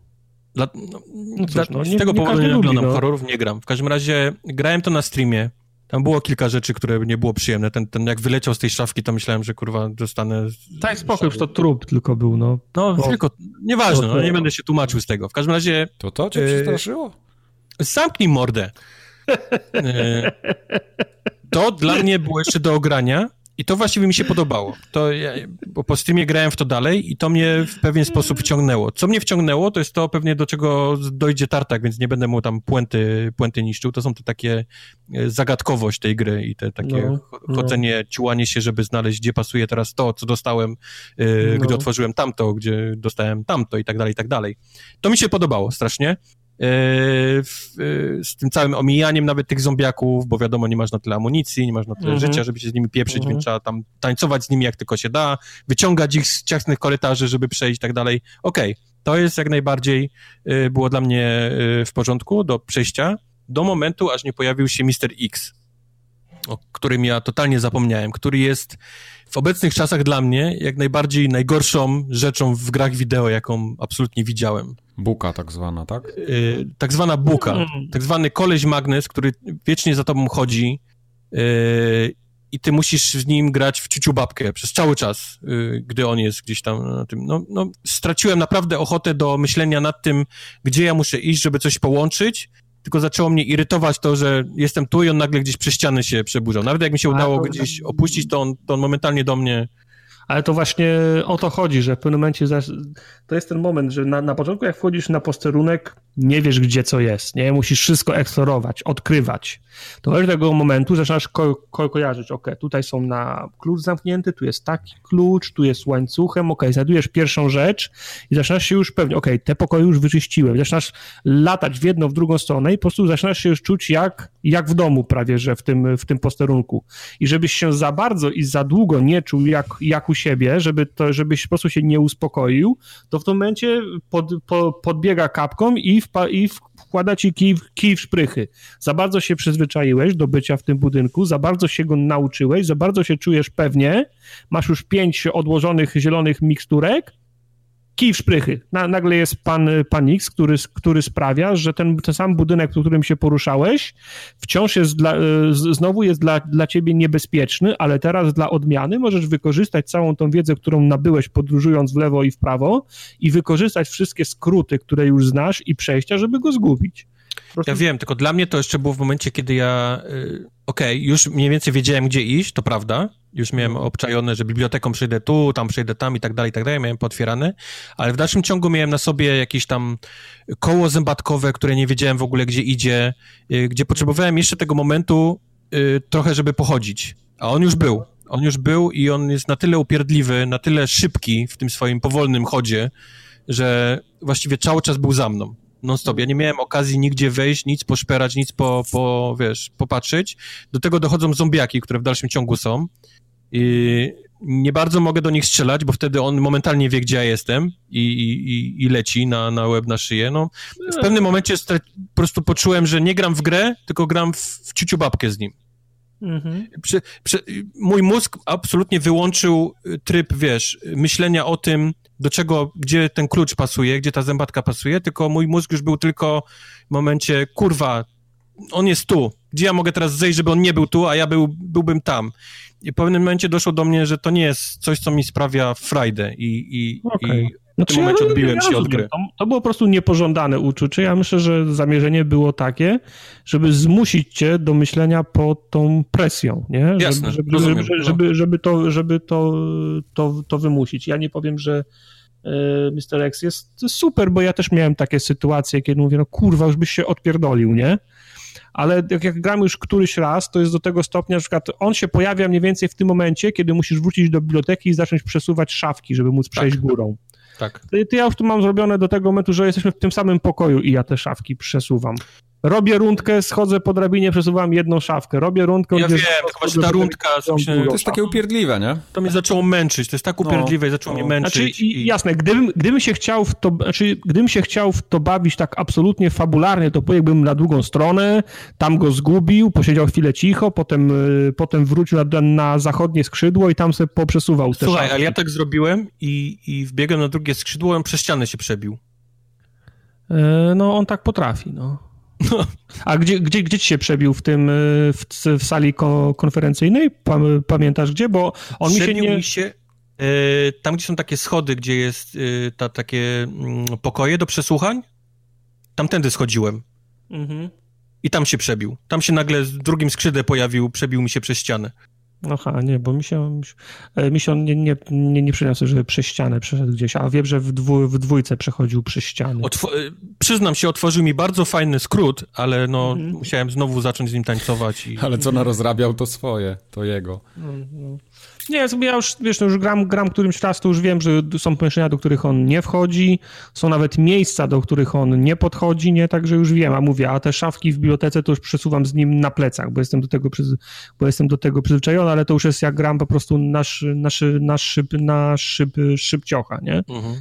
Z tego powodu nie oglądam horrorów, nie gram. W każdym razie grałem to na streamie Tam było kilka rzeczy, które nie było przyjemne. Ten jak wyleciał z tej szafki, to myślałem, że kurwa dostanę... Tak, spokój, już to trup tylko był, no. No, tylko, nieważne, no, nie będę się tłumaczył z tego. W każdym razie... To cię przestraszyło? Zamknij mordę. To dla mnie było jeszcze do ogrania i to właściwie mi się podobało. Bo po Steamie grałem w to dalej i to mnie w pewien sposób wciągnęło. Co mnie wciągnęło, to jest to pewnie do czego dojdzie Tartak, więc nie będę mu tam puenty niszczył. To są te takie zagadkowość tej gry i te takie chodzenie, ciłanie się, żeby znaleźć, gdzie pasuje teraz to, co dostałem, gdy otworzyłem tamto, gdzie dostałem tamto i tak dalej, i tak dalej. To mi się podobało strasznie. Z tym całym omijaniem nawet tych zombiaków, bo wiadomo, nie masz na tyle amunicji, nie masz na tyle życia, żeby się z nimi pieprzyć, więc trzeba tam tańcować z nimi jak tylko się da, wyciągać ich z ciasnych korytarzy, żeby przejść i tak dalej. Okej, to jest jak najbardziej było dla mnie w porządku do przejścia, do momentu, aż nie pojawił się Mr. X, o którym ja totalnie zapomniałem, który jest w obecnych czasach dla mnie jak najbardziej najgorszą rzeczą w grach wideo, jaką absolutnie widziałem. Buka tak zwana, tak? Tak zwana buka. Tak zwany koleś magnes, który wiecznie za tobą chodzi i ty musisz z nim grać w ciuciu babkę przez cały czas, gdy on jest gdzieś tam na tym. No, straciłem naprawdę ochotę do myślenia nad tym, gdzie ja muszę iść, żeby coś połączyć, tylko zaczęło mnie irytować to, że jestem tu i on nagle gdzieś przez ściany się przeburzał. Nawet jak mi się udało gdzieś opuścić, to on momentalnie do mnie... Ale to właśnie o to chodzi, że w pewnym momencie to jest ten moment, że na początku jak wchodzisz na posterunek, nie wiesz gdzie co jest, nie? Musisz wszystko eksplorować, odkrywać. To do tego momentu zaczynasz kojarzyć, tutaj są na klucz zamknięty, tu jest taki klucz, tu jest łańcuchem, znajdujesz pierwszą rzecz i zaczynasz się już pewnie, te pokoje już wyczyściłem, zaczynasz latać w jedną, w drugą stronę i po prostu zaczynasz się już czuć jak w domu prawie, że w tym posterunku. I żebyś się za bardzo i za długo nie czuł jak u siebie, żebyś po prostu się nie uspokoił, to w tym momencie podbiega kapką i wkłada ci kij w szprychy. Za bardzo się przyzwyczaiłeś do bycia w tym budynku, za bardzo się go nauczyłeś, za bardzo się czujesz pewnie, masz już 5 odłożonych zielonych miksturek, kij w szprychy. Nagle jest pan X, który sprawia, że ten sam budynek, w którym się poruszałeś, wciąż jest znowu jest dla ciebie niebezpieczny, ale teraz dla odmiany możesz wykorzystać całą tą wiedzę, którą nabyłeś podróżując w lewo i w prawo i wykorzystać wszystkie skróty, które już znasz i przejścia, żeby go zgubić. Ja wiem, tylko dla mnie to jeszcze było w momencie, kiedy ja już mniej więcej wiedziałem, gdzie iść, to prawda, już miałem obczajone, że biblioteką przejdę tu, tam przejdę tam i tak dalej, miałem pootwierane, ale w dalszym ciągu miałem na sobie jakieś tam koło zębatkowe, które nie wiedziałem w ogóle, gdzie idzie, gdzie potrzebowałem jeszcze tego momentu trochę, żeby pochodzić, a on już był i on jest na tyle upierdliwy, na tyle szybki w tym swoim powolnym chodzie, że właściwie cały czas był za mną. Non-stop. Ja nie miałem okazji nigdzie wejść, nic poszperać, nic popatrzeć. Do tego dochodzą zombiaki, które w dalszym ciągu są. I nie bardzo mogę do nich strzelać, bo wtedy on momentalnie wie, gdzie ja jestem i leci na łeb, na szyję. No, w pewnym momencie po prostu poczułem, że nie gram w grę, tylko gram w ciuciu babkę z nim. Mhm. Mój mózg absolutnie wyłączył tryb, myślenia o tym, do czego, gdzie ten klucz pasuje, gdzie ta zębatka pasuje, tylko mój mózg już był tylko w momencie, kurwa, on jest tu, gdzie ja mogę teraz zejść, żeby on nie był tu, a ja byłbym tam. I w pewnym momencie doszło do mnie, że to nie jest coś, co mi sprawia frajdę i w tym momencie odbiłem się od gry. To było po prostu niepożądane uczucie. Ja myślę, że zamierzenie było takie, żeby zmusić cię do myślenia pod tą presją, nie? Jasne, żeby to wymusić. Ja nie powiem, że Mr. X jest super, bo ja też miałem takie sytuacje, kiedy mówię, no kurwa, już byś się odpierdolił, nie? Ale jak gram już któryś raz, to jest do tego stopnia, że na przykład on się pojawia mniej więcej w tym momencie, kiedy musisz wrócić do biblioteki i zacząć przesuwać szafki, żeby móc przejść górą. Tak. To ja już tu mam zrobione do tego momentu, że jesteśmy w tym samym pokoju i ja te szafki przesuwam. Robię rundkę, schodzę po drabinie, przesuwam jedną szafkę. Robię rundkę... Ja wiem, tylko właśnie ta rundka... To jest takie upierdliwe, nie? To mnie zaczęło męczyć, to jest tak upierdliwe i zaczęło mnie męczyć. Jasne, gdybym się chciał w to bawić tak absolutnie fabularnie, to pobiegłbym na drugą stronę, tam go zgubił, posiedział chwilę cicho, potem wrócił na zachodnie skrzydło i tam sobie poprzesuwał te Słuchaj, szafki. ale ja tak zrobiłem i wbiegłem na drugie skrzydło, on przez ścianę się przebił. No, on tak potrafi, no. A gdzie ci się przebił w sali konferencyjnej? Pamiętasz gdzie? Bo on mi się tam, gdzie są takie schody, gdzie jest takie pokoje do przesłuchań, tamtędy schodziłem. Mhm. I tam się przebił. Tam się nagle w drugim skrzydle przebił mi się przez ścianę. Aha, nie, bo mi się on nie przyniosł, że przez ścianę przeszedł gdzieś, a wiem, że w dwójce przechodził przez ścianę. Przyznam się, otworzył mi bardzo fajny skrót, ale musiałem znowu zacząć z nim tańcować. Ale co narozrabiał, to swoje, to jego. Nie, ja już, wiesz, już gram którymś raz, to już wiem, że są pomieszczenia, do których on nie wchodzi, są nawet miejsca, do których on nie podchodzi, nie, także już wiem, a te szafki w bibliotece to już przesuwam z nim na plecach, bo jestem do tego przyzwyczajony, ale to już jest jak gram po prostu na szybciocha, nie?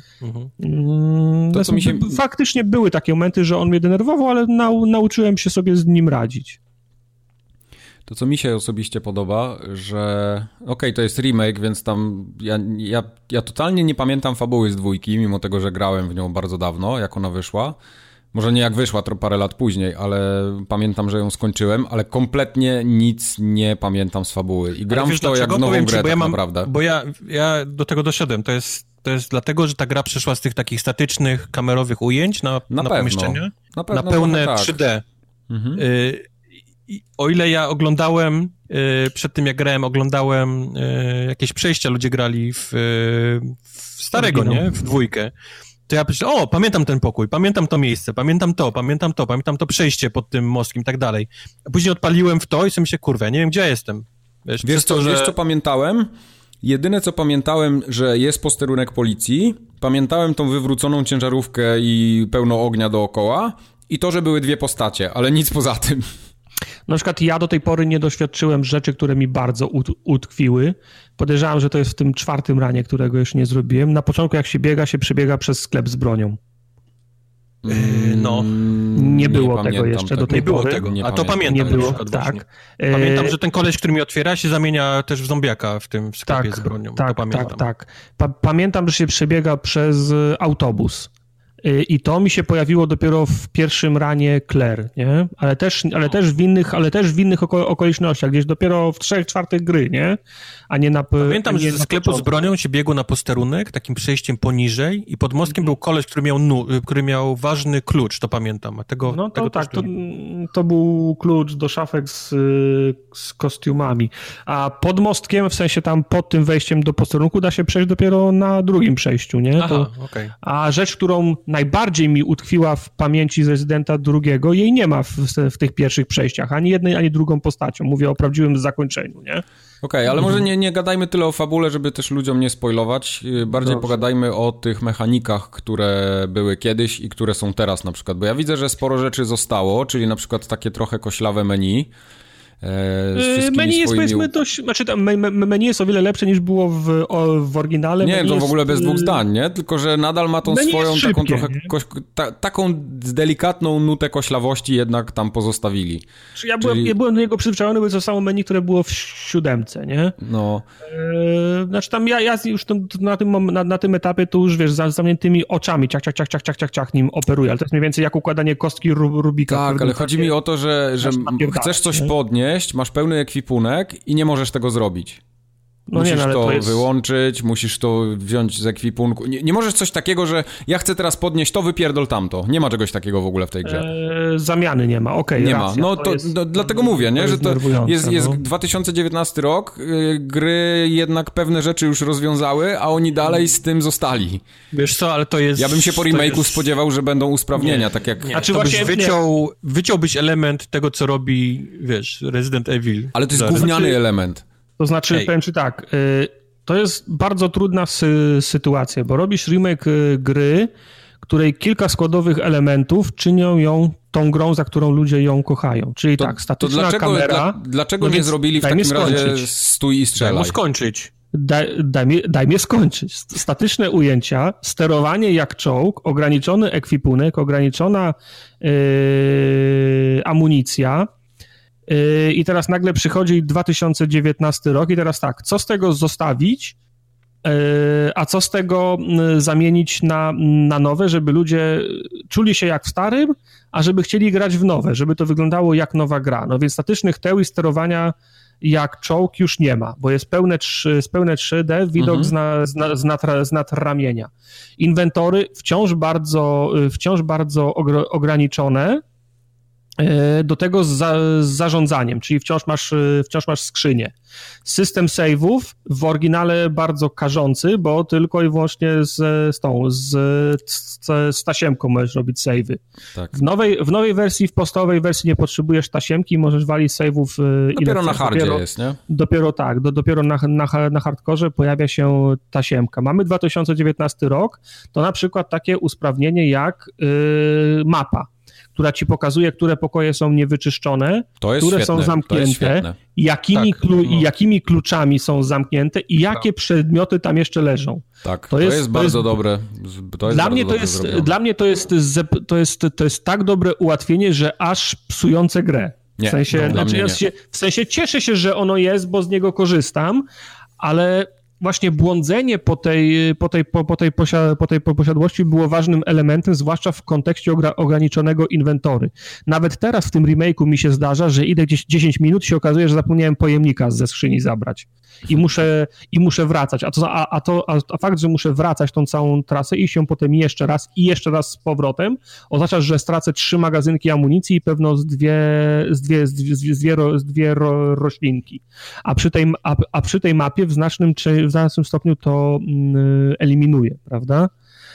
Faktycznie były takie momenty, że on mnie denerwował, ale nauczyłem się sobie z nim radzić. To, co mi się osobiście podoba, że to jest remake, więc tam ja totalnie nie pamiętam fabuły z 2, mimo tego, że grałem w nią bardzo dawno, jak ona wyszła. Może nie jak wyszła, to parę lat później, ale pamiętam, że ją skończyłem, ale kompletnie nic nie pamiętam z fabuły. I gram w to jak w nową grę, tak naprawdę. Bo ja do tego doszedłem. To jest dlatego, że ta gra przeszła z tych takich statycznych, kamerowych ujęć na pomieszczenia na pełne 3D. Mhm. O ile ja oglądałem, przed tym jak grałem, oglądałem jakieś przejścia, ludzie grali w starego, nie? W 2. To ja myślałem, pamiętam ten pokój, pamiętam to miejsce, pamiętam to przejście pod tym mostkiem i tak dalej. A później odpaliłem w to i sobie myślę, kurwa, nie wiem, gdzie ja jestem. Wiesz co pamiętałem? Jedyne, co pamiętałem, że jest posterunek policji, pamiętałem tą wywróconą ciężarówkę i pełno ognia dookoła i to, że były 2 postacie, ale nic poza tym. Na przykład ja do tej pory nie doświadczyłem rzeczy, które mi bardzo utkwiły. Podejrzewam, że to jest w tym 4. ranie, którego już nie zrobiłem. Na początku, jak się przebiega przez sklep z bronią. Nie było tego jeszcze do tej pory. Nie było tego, a to pamiętam. Nie było, tak. Pamiętam, że ten koleś, który mi otwiera, się zamienia też w zombiaka w tym sklepie z bronią. Tak. Pamiętam, że się przebiega przez autobus. I to mi się pojawiło dopiero w 1. ranie Claire, nie? Ale też w innych okolicznościach, gdzieś dopiero w 3/4 gry, nie? A nie na Pamiętam, że ze sklepu z bronią się biegło na posterunek, takim przejściem poniżej i pod mostkiem był koleś, który miał ważny klucz, to pamiętam. A tego to był klucz do szafek z kostiumami. A pod mostkiem, w sensie tam pod tym wejściem do posterunku da się przejść dopiero na drugim przejściu, nie? A rzecz, którą najbardziej mi utkwiła w pamięci z Residenta 2, jej nie ma w tych pierwszych przejściach, ani jednej, ani drugą postacią. Mówię o prawdziwym zakończeniu, nie? Okej, ale może nie gadajmy tyle o fabule, żeby też ludziom nie spoilować. Bardziej pogadajmy o tych mechanikach, które były kiedyś i które są teraz na przykład. Bo ja widzę, że sporo rzeczy zostało, czyli na przykład takie trochę koślawe menu. Menu jest, powiedzmy, dość... Znaczy, menu jest o wiele lepsze niż było w oryginale. Nie, to w ogóle bez 2 zdań, nie? Tylko, że nadal ma tą swoją taką trochę... taką delikatną nutę koślawości jednak tam pozostawili. Ja byłem do niego przyzwyczajony, bo to samo menu, które było w 7, nie? No. Znaczy tam ja już na tym etapie to już, wiesz, z zamkniętymi oczami ciach, nim operuję, ale to jest mniej więcej jak układanie kostki Rubika. Tak, ale chodzi mi o to, że chcesz coś podnieść, masz pełny ekwipunek i nie możesz tego zrobić. Musisz to wyłączyć, musisz to wziąć z ekwipunku. Nie możesz coś takiego, że ja chcę teraz podnieść to, wypierdol tamto. Nie ma czegoś takiego w ogóle w tej grze. Zamiany nie ma, nie racja, ma. No to dlatego mówię, nie? Że to jest 2019 rok, gry jednak pewne rzeczy już rozwiązały, a oni dalej z tym zostali. Wiesz co, ale to jest... Ja bym się po remake'u spodziewał, że będą usprawnienia, tak jak... Znaczy właśnie wyciąłbyś element tego, co robi, wiesz, Resident Evil. Ale to jest gówniany element. To znaczy, powiem ci tak, to jest bardzo trudna sytuacja, bo robisz remake gry, której kilka składowych elementów czynią ją tą grą, za którą ludzie ją kochają. Czyli statyczna kamera... Dlaczego nie zrobili w takim razie stój i strzelaj? Daj mu skończyć. Daj mnie skończyć. Statyczne ujęcia, sterowanie jak czołg, ograniczony ekwipunek, ograniczona amunicja. I teraz nagle przychodzi 2019 rok i teraz tak, co z tego zostawić, a co z tego zamienić na nowe, żeby ludzie czuli się jak w starym, a żeby chcieli grać w nowe, żeby to wyglądało jak nowa gra. No więc statycznych teorii sterowania jak czołg już nie ma, bo jest pełne 3D, widok z nad ramienia. Inwentory wciąż bardzo ograniczone do tego z zarządzaniem, czyli wciąż masz skrzynię. System save'ów w oryginale bardzo karzący, bo tylko i wyłącznie z tasiemką możesz robić save'y. Tak. W nowej wersji, w podstawowej wersji nie potrzebujesz tasiemki, możesz walić save'ów dopiero na hardzie jest, nie? Dopiero na hardkorze pojawia się tasiemka. Mamy 2019 rok, to na przykład takie usprawnienie jak mapa, która ci pokazuje, które pokoje są niewyczyszczone, które są zamknięte, jakimi kluczami są zamknięte i jakie przedmioty tam jeszcze leżą. Tak, to jest bardzo dobre. Dla mnie to jest tak dobre ułatwienie, że aż psujące grę. Nie, w sensie cieszę się, że ono jest, bo z niego korzystam, ale właśnie błądzenie po tej posiadłości było ważnym elementem, zwłaszcza w kontekście ograniczonego inwentory. Nawet teraz w tym remake'u mi się zdarza, że idę gdzieś 10 minut i się okazuje, że zapomniałem pojemnika ze skrzyni zabrać. I muszę wracać. A fakt, że muszę wracać tą całą trasę i się potem jeszcze raz z powrotem, oznacza, że stracę 3 magazynki amunicji i pewno z dwie roślinki. A przy tej mapie w znacznym stopniu to eliminuje, prawda?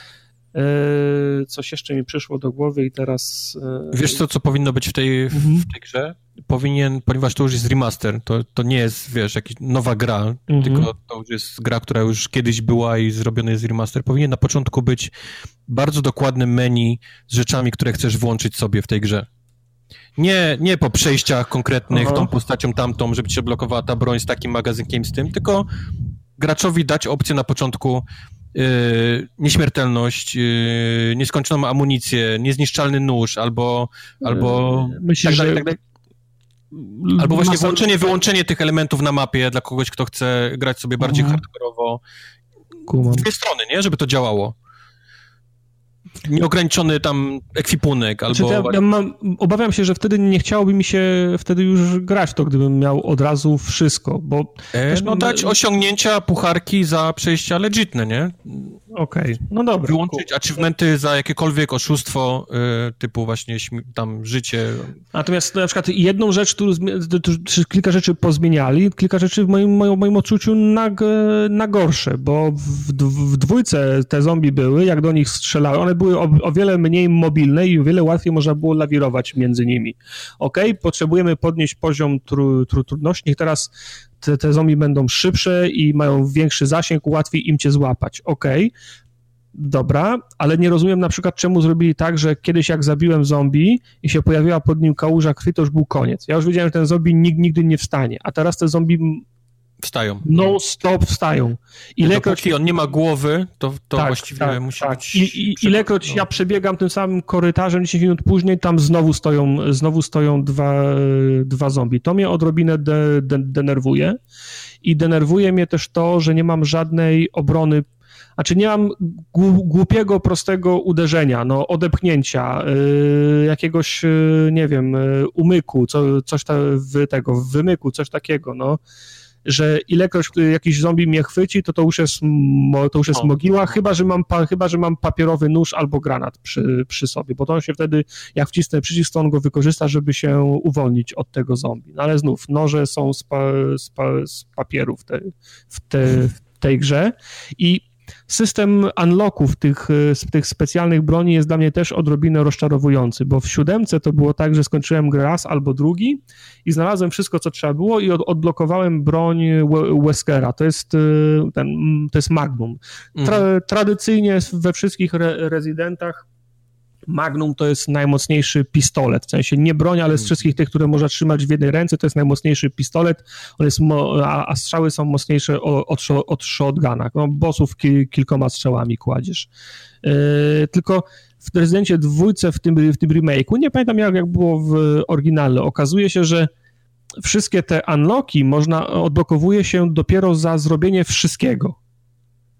Coś jeszcze mi przyszło do głowy i teraz... Wiesz co powinno być w tej grze? Ponieważ to już jest remaster, to nie jest, jakaś nowa gra, tylko to już jest gra, która już kiedyś była i zrobiony jest remaster. Powinien na początku być bardzo dokładne menu z rzeczami, które chcesz włączyć sobie w tej grze. Nie po przejściach konkretnych, tą postacią tamtą, żeby ci się blokowała ta broń z takim magazynkiem, z tym, tylko graczowi dać opcję na początku nieśmiertelność, nieskończoną amunicję, niezniszczalny nóż, albo myślę, że... Albo właśnie wyłączenie tych elementów na mapie dla kogoś, kto chce grać sobie bardziej hardkorowo. Dwie strony, nie? Żeby to działało. Nieograniczony tam ekwipunek, albo... Obawiam się, że wtedy nie chciałoby mi się wtedy już grać to, gdybym miał od razu wszystko, bo... dać osiągnięcia, pucharki za przejścia legitne, nie? Okej, no dobra. Wyłączyć achievementy za jakiekolwiek oszustwo, typu właśnie tam życie. Natomiast na przykład jedną rzecz, kilka rzeczy pozmieniali, kilka rzeczy w moim odczuciu na gorsze, bo w dwójce te zombie były, jak do nich strzelały, one były o wiele mniej mobilne i o wiele łatwiej można było lawirować między nimi. Potrzebujemy podnieść poziom trudności, niech teraz te zombie będą szybsze i mają większy zasięg, łatwiej im cię złapać. Dobra, ale nie rozumiem na przykład, czemu zrobili tak, że kiedyś jak zabiłem zombie i się pojawiła pod nim kałuża krwi, to już był koniec. Ja już wiedziałem, że ten zombie nigdy nie wstanie, a teraz te zombie wstają. Non-stop wstają. Dopóki on nie ma głowy, to właściwie musi być... Ilekroć ja przebiegam tym samym korytarzem 10 minut później, tam znowu stoją dwa zombie. To mnie odrobinę denerwuje i denerwuje mnie też to, że nie mam żadnej obrony. Znaczy nie mam głupiego, prostego uderzenia, odepchnięcia, jakiegoś, nie wiem, umyku, w wymyku, coś takiego, że ilekroć jakiś zombie mnie chwyci, to już jest mogiła, chyba że mam papierowy nóż albo granat przy sobie, bo to on się wtedy, jak wcisnę przycisk, to on go wykorzysta, żeby się uwolnić od tego zombie. No ale znów, noże są z papieru w tej grze i system unlocków tych specjalnych broni jest dla mnie też odrobinę rozczarowujący, bo w 7 to było tak, że skończyłem grę raz albo drugi i znalazłem wszystko, co trzeba było i odblokowałem broń Weskera. To jest Magnum. Tradycyjnie we wszystkich Residentach Magnum to jest najmocniejszy pistolet, w sensie nie broń, ale z wszystkich tych, które można trzymać w jednej ręce, to jest najmocniejszy pistolet, a strzały są mocniejsze od shotguna. Bossów kilkoma strzałami kładziesz. Tylko w Rezydencie 2, w tym remake'u, nie pamiętam jak było w oryginale, okazuje się, że wszystkie te unlocki odblokowuje się dopiero za zrobienie wszystkiego.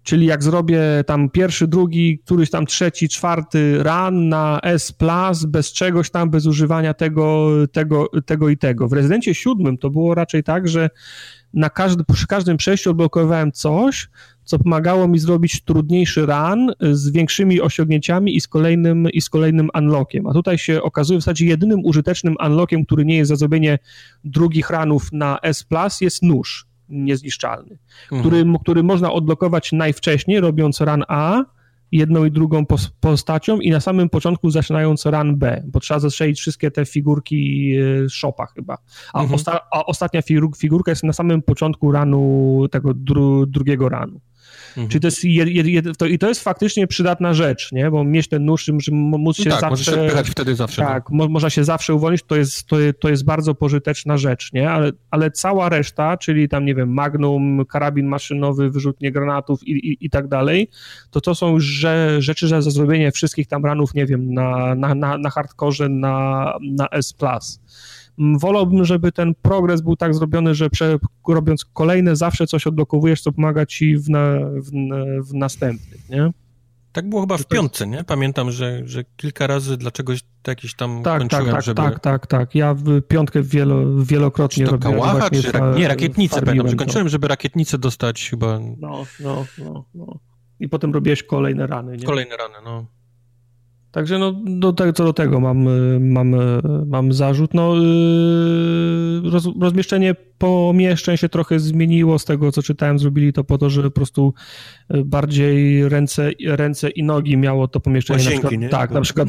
Czyli jak zrobię tam pierwszy, drugi, któryś tam trzeci, czwarty run na S+, bez czegoś tam, bez używania tego i tego. W Rezydencie 7 to było raczej tak, że przy każdym przejściu odblokowałem coś, co pomagało mi zrobić trudniejszy run z większymi osiągnięciami i z kolejnym unlockiem. A tutaj się okazuje w zasadzie jedynym użytecznym unlockiem, który nie jest za zrobienie drugich runów na S+, jest nóż niezniszczalny, który można odblokować najwcześniej, robiąc run A, jedną i drugą postacią i na samym początku zaczynając run B, bo trzeba zastrzelić wszystkie te figurki shopa chyba. A ostatnia figurka jest na samym początku runu, tego drugiego runu. Czyli to jest faktycznie przydatna rzecz, nie? Bo mieć ten nóż, żeby móc się zawsze... możesz się odpychać wtedy zawsze. Tak, można się zawsze uwolnić, to jest bardzo pożyteczna rzecz, nie? Ale cała reszta, czyli tam, nie wiem, magnum, karabin maszynowy, wyrzutnie granatów i tak dalej, to są już rzeczy za zrobienie wszystkich tam runów, nie wiem, na hardkorze, na S+. Wolałbym, żeby ten progres był tak zrobiony, że robiąc kolejne zawsze coś odblokowujesz, co pomaga ci w następnych, nie? Tak było chyba w piątce, nie? Pamiętam, że kilka razy dlaczegoś jakieś tam kończyłem, żeby... Tak. Ja w piątkę wielokrotnie robiłem. Kałacha, czy rakietnicę, pamiętam, że kończyłem, żeby rakietnicę dostać chyba... No. I potem robiłeś kolejne rany, nie? Kolejne rany, no. Także co do tego mam zarzut. Rozmieszczenie pomieszczeń się trochę zmieniło z tego, co czytałem, zrobili to po to, żeby po prostu bardziej ręce i nogi miało to pomieszczenie. Łazienki, nie? Tak, na przykład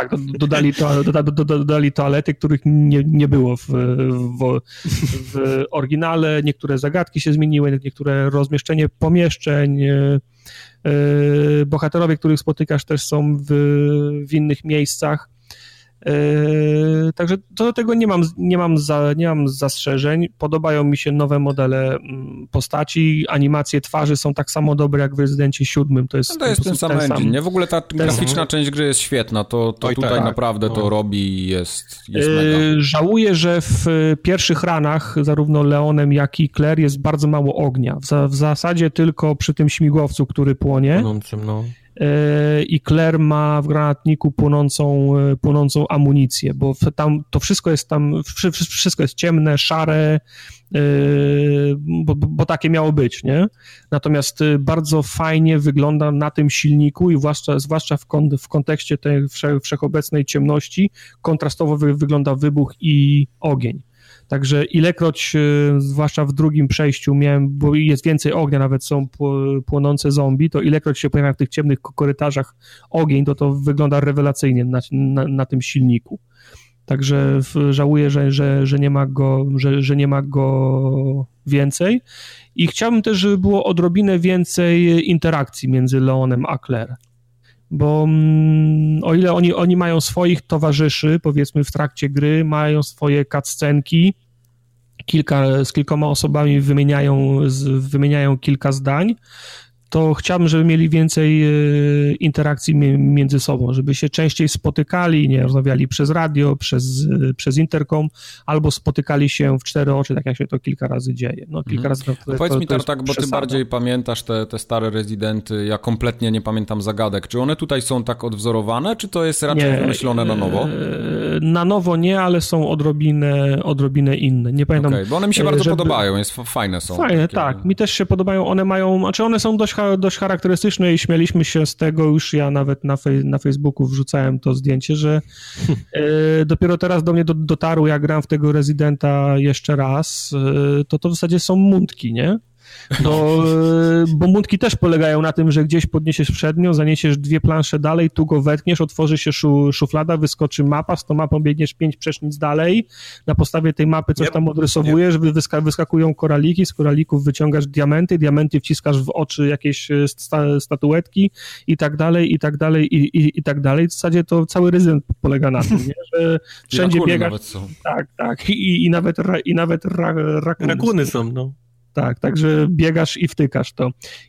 dodali toalety, których nie było w oryginale. Niektóre zagadki się zmieniły, niektóre rozmieszczenie pomieszczeń. Bohaterowie, których spotykasz, też są w innych miejscach. Także do tego nie mam zastrzeżeń. Podobają mi się nowe modele postaci, animacje twarzy są tak samo dobre jak w Rezydencie 7. To jest ten sam engine, nie? W ogóle ta graficzna część gry jest świetna, to tutaj tak, naprawdę to robi i jest mega. Żałuję, że w pierwszych ranach zarówno Leonem, jak i Claire jest bardzo mało ognia. W zasadzie tylko przy tym śmigłowcu, który płonie. I Claire ma w granatniku płonącą amunicję, bo tam to wszystko jest ciemne, szare, bo takie miało być, nie? Natomiast bardzo fajnie wygląda na tym silniku i zwłaszcza w kontekście tej wszechobecnej ciemności kontrastowo wygląda wybuch i ogień. Także ilekroć, zwłaszcza w drugim przejściu miałem, bo jest więcej ognia, nawet są płonące zombie, to ilekroć się pojawia w tych ciemnych korytarzach ogień, to wygląda rewelacyjnie na tym silniku. Także żałuję, że nie ma go więcej. I chciałbym też, żeby było odrobinę więcej interakcji między Leonem a Claire. Bo o ile oni mają swoich towarzyszy, powiedzmy w trakcie gry, mają swoje cutscenki, z kilkoma osobami wymieniają kilka zdań, to chciałbym, żeby mieli więcej interakcji między sobą, żeby się częściej spotykali, nie rozmawiali przez radio, przez interkom, albo spotykali się w 4 oczy, tak jak się to kilka razy dzieje. Kilka razy powiedz mi tak, bo ty bardziej pamiętasz te stare Rezydenty, ja kompletnie nie pamiętam zagadek. Czy one tutaj są tak odwzorowane, czy to jest raczej wymyślone na nowo? Na nowo nie, ale są odrobinę inne. Nie pamiętam. Okay, bo one mi się bardzo podobają, fajne są. Fajne, tak. Mi też się podobają. One są dość charakterystyczne i śmialiśmy się z tego, już ja nawet na Facebooku wrzucałem to zdjęcie, że dopiero teraz do mnie dotarło, jak gram w tego Rezydenta jeszcze raz, to w zasadzie są mundki, nie? Bo mundki też polegają na tym, że gdzieś podniesiesz przedmiot, zaniesiesz 2 plansze dalej, tu go wetkniesz, otworzy się szuflada, wyskoczy mapa, z tą mapą biegniesz 5 przecznic dalej, na podstawie tej mapy coś tam odrysowujesz, wyskakują koraliki, z koralików wyciągasz diamenty wciskasz w oczy jakieś statuetki i tak dalej. W zasadzie to cały Rezydent polega na tym, nie? Że wszędzie biegasz. Nawet są. Tak. I nawet rakuny są, no. Tak, także biegasz i wtykasz to.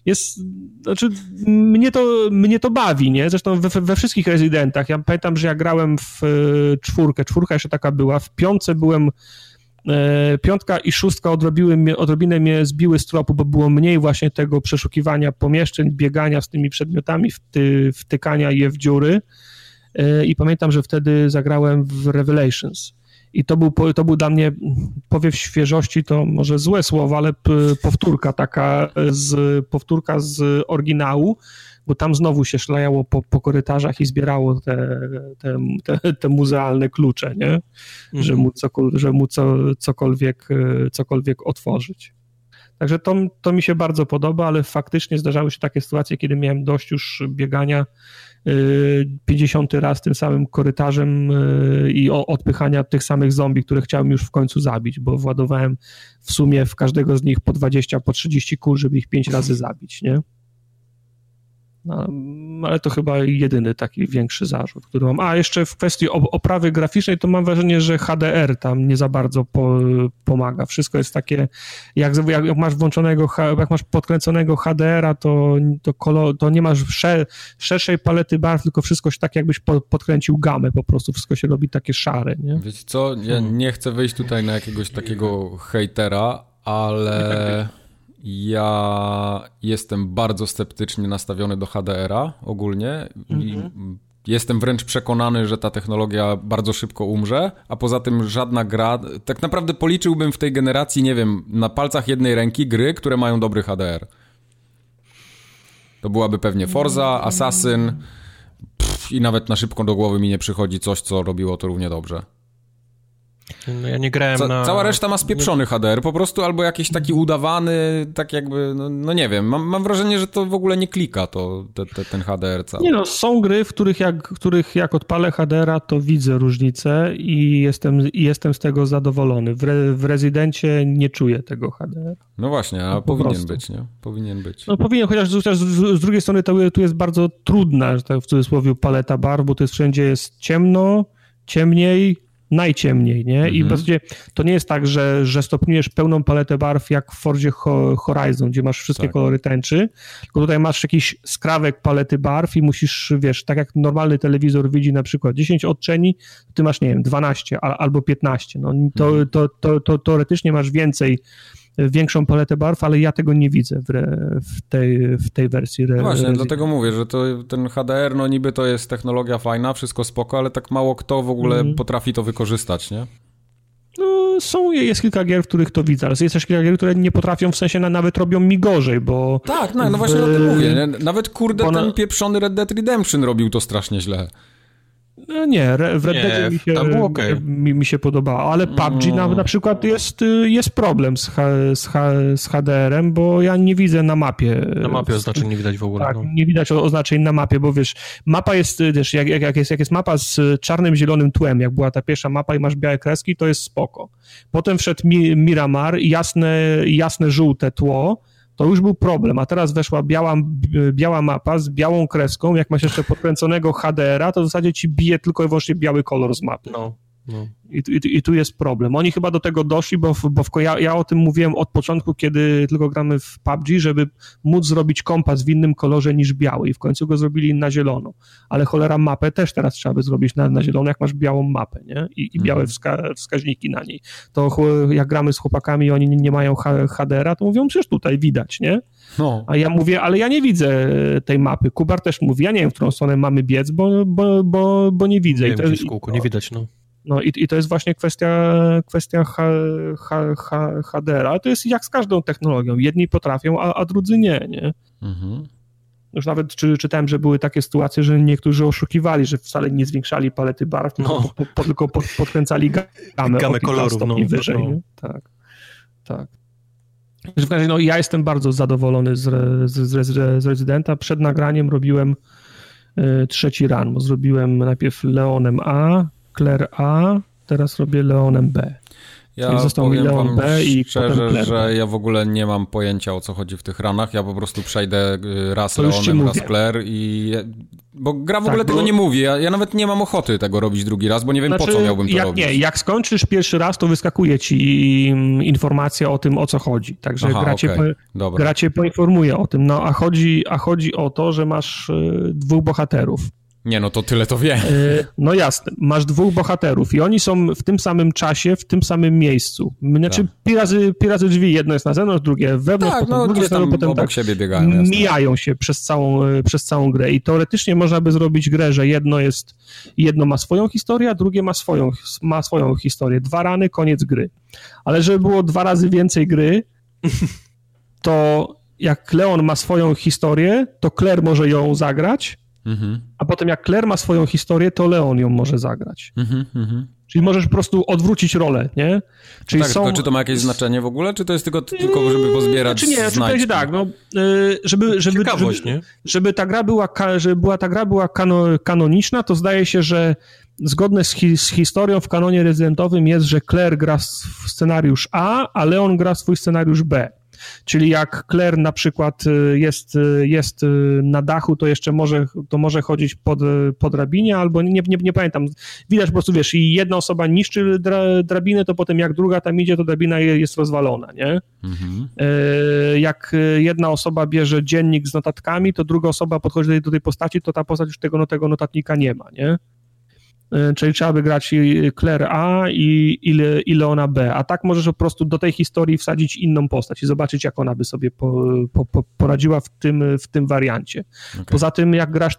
Mnie to bawi, nie? Zresztą we wszystkich Rezydentach. Ja pamiętam, że ja grałem w 4, 4 jeszcze taka była, w 5 byłem Piątka i szóstka odrobinę mnie zbiły z tropu, bo było mniej właśnie tego przeszukiwania pomieszczeń, biegania z tymi przedmiotami, wtykania je w dziury. I pamiętam, że wtedy zagrałem w Revelations. I to był dla mnie powiew świeżości, to może złe słowo, ale powtórka z oryginału, bo tam znowu się szlajało po korytarzach i zbierało te muzealne klucze, nie? Że móc cokolwiek otworzyć. Także to mi się bardzo podoba, ale faktycznie zdarzały się takie sytuacje, kiedy miałem dość już biegania 50 raz tym samym korytarzem i odpychania tych samych zombie, które chciałem już w końcu zabić, bo władowałem w sumie w każdego z nich po 20, po 30 kul, żeby ich 5 razy zabić, nie? No, ale to chyba jedyny taki większy zarzut, który mam. A jeszcze w kwestii oprawy graficznej, to mam wrażenie, że HDR tam nie za bardzo pomaga. Wszystko jest takie, jak masz włączonego, jak masz podkręconego HDR-a, to nie masz szerszej palety barw, tylko wszystko się tak jakbyś podkręcił gamę, po prostu wszystko się robi takie szare, nie? Wiecie co, ja nie chcę wyjść tutaj na jakiegoś takiego hejtera, ale... Ja jestem bardzo sceptycznie nastawiony do HDR-a ogólnie i jestem wręcz przekonany, że ta technologia bardzo szybko umrze, a poza tym żadna gra... Tak naprawdę policzyłbym w tej generacji, nie wiem, na palcach jednej ręki gry, które mają dobry HDR. To byłaby pewnie Forza, Assassin i nawet na szybko do głowy mi nie przychodzi coś, co robiło to równie dobrze. No ja nie grałem Cała reszta ma spieprzony HDR po prostu, albo jakiś taki udawany, tak jakby, no nie wiem, mam wrażenie, że to w ogóle nie klika ten HDR cały. Nie no, są gry, w których jak odpalę HDR-a, to widzę różnicę i jestem z tego zadowolony. W Rezydencie nie czuję tego HDR. No właśnie, a powinien być, nie? Powinien być. No powinien, chociaż z drugiej strony tu jest bardzo trudna, że tak w cudzysłowie, paleta barw, bo to jest wszędzie jest ciemno, ciemniej, najciemniej, nie? I w zasadzie to nie jest tak, że stopniujesz pełną paletę barw jak w Forzie Horizon, gdzie masz wszystkie kolory tęczy, tylko tutaj masz jakiś skrawek palety barw i musisz, wiesz, tak jak normalny telewizor widzi na przykład 10 odcieni, ty masz, nie wiem, 12 albo 15. No, to teoretycznie masz większą paletę barw, ale ja tego nie widzę w tej wersji. No właśnie, dlatego mówię, że ten HDR, no niby to jest technologia fajna, wszystko spoko, ale tak mało kto w ogóle potrafi to wykorzystać, nie? No, jest kilka gier, w których to widzę, ale jest też kilka gier, które nie potrafią, w sensie nawet robią mi gorzej, bo... Tak, no właśnie o tym mówię, nie? Nawet ten pieprzony Red Dead Redemption robił to strasznie źle. No nie, w Red Deadzie mi się podobało, ale PUBG na przykład jest problem z HDR-em, bo ja nie widzę na mapie. Na mapie oznaczeń nie widać w ogóle. Tak, nie widać oznaczeń na mapie, bo wiesz, mapa jest, wiesz, jak jest mapa z czarnym, zielonym tłem, jak była ta pierwsza mapa i masz białe kreski, to jest spoko. Potem wszedł Miramar i jasne żółte tło, to już był problem, a teraz weszła biała mapa z białą kreską, jak masz jeszcze podkręconego HDR-a, to w zasadzie ci bije tylko i wyłącznie biały kolor z mapy. No. I tu jest problem. Oni chyba do tego doszli, bo ja o tym mówiłem od początku, kiedy tylko gramy w PUBG, żeby móc zrobić kompas w innym kolorze niż biały i w końcu go zrobili na zielono. Ale cholera, mapę też teraz trzeba by zrobić na zielono, jak masz białą mapę, nie? I białe wskaźniki na niej. To jak gramy z chłopakami i oni nie mają HDR-a, to mówią, przecież tutaj widać, nie? No. A ja mówię, ale ja nie widzę tej mapy. Kubar też mówi, ja nie wiem, w którą stronę mamy biec, bo nie widzę. Nie wiem, w kółku, nie widać, no. No i to jest właśnie kwestia HDR-a. To jest jak z każdą technologią. Jedni potrafią, a drudzy nie? Już nawet czytałem, że były takie sytuacje, że niektórzy oszukiwali, że wcale nie zwiększali palety barw, tylko podkręcali gamę kolorów wyżej. No. Tak. W każdym razie, ja jestem bardzo zadowolony z Rezydenta. Przed nagraniem robiłem trzeci run, bo zrobiłem najpierw Leonem A, Claire A, teraz robię Leonem B. Ja został mi Leon B i szczerze, że ja w ogóle nie mam pojęcia, o co chodzi w tych ranach. Ja po prostu przejdę raz Leonem, raz Claire bo gra w ogóle tego nie mówi. Ja nawet nie mam ochoty tego robić drugi raz, bo nie wiem, po co miałbym to robić. Nie, jak skończysz pierwszy raz, to wyskakuje ci informacja o tym, o co chodzi. Także gra cię poinformuje o tym. No, a chodzi o to, że masz dwóch bohaterów. Nie, no to tyle to wie. No jasne, masz 2 bohaterów i oni są w tym samym czasie, w tym samym miejscu. Znaczy pi razy drzwi, jedno jest na zewnątrz, drugie wewnątrz, tak, potem drugie, potem obok tak siebie biegają. mijają się przez całą grę i teoretycznie można by zrobić grę, że jedno ma swoją historię, a drugie ma swoją historię. 2 rany, koniec gry. Ale żeby było 2 razy więcej gry, to jak Leon ma swoją historię, to Claire może ją zagrać, a potem jak Claire ma swoją historię, to Leon ją może zagrać. Czyli możesz po prostu odwrócić rolę, nie? Czyli tak, tylko czy to ma jakieś znaczenie w ogóle, czy to jest tylko żeby pozbierać znaczki? To jest tak, no, żeby ta gra była kanoniczna, to zdaje się, że zgodne z historią w kanonie rezydentowym jest, że Claire gra scenariusz A Leon gra swój scenariusz B. Czyli jak Claire na przykład jest na dachu, to jeszcze może chodzić po drabinie, albo nie pamiętam. Widać po prostu, wiesz, i jedna osoba niszczy drabinę, to potem jak druga tam idzie, to drabina jest rozwalona, nie? Jak jedna osoba bierze dziennik z notatkami, to druga osoba podchodzi do tej postaci, to ta postać już tego notatnika nie ma, nie? Czyli trzeba by grać Claire A i Leona B, a tak możesz po prostu do tej historii wsadzić inną postać i zobaczyć, jak ona by sobie poradziła w tym wariancie. Okay. Poza tym, jak grasz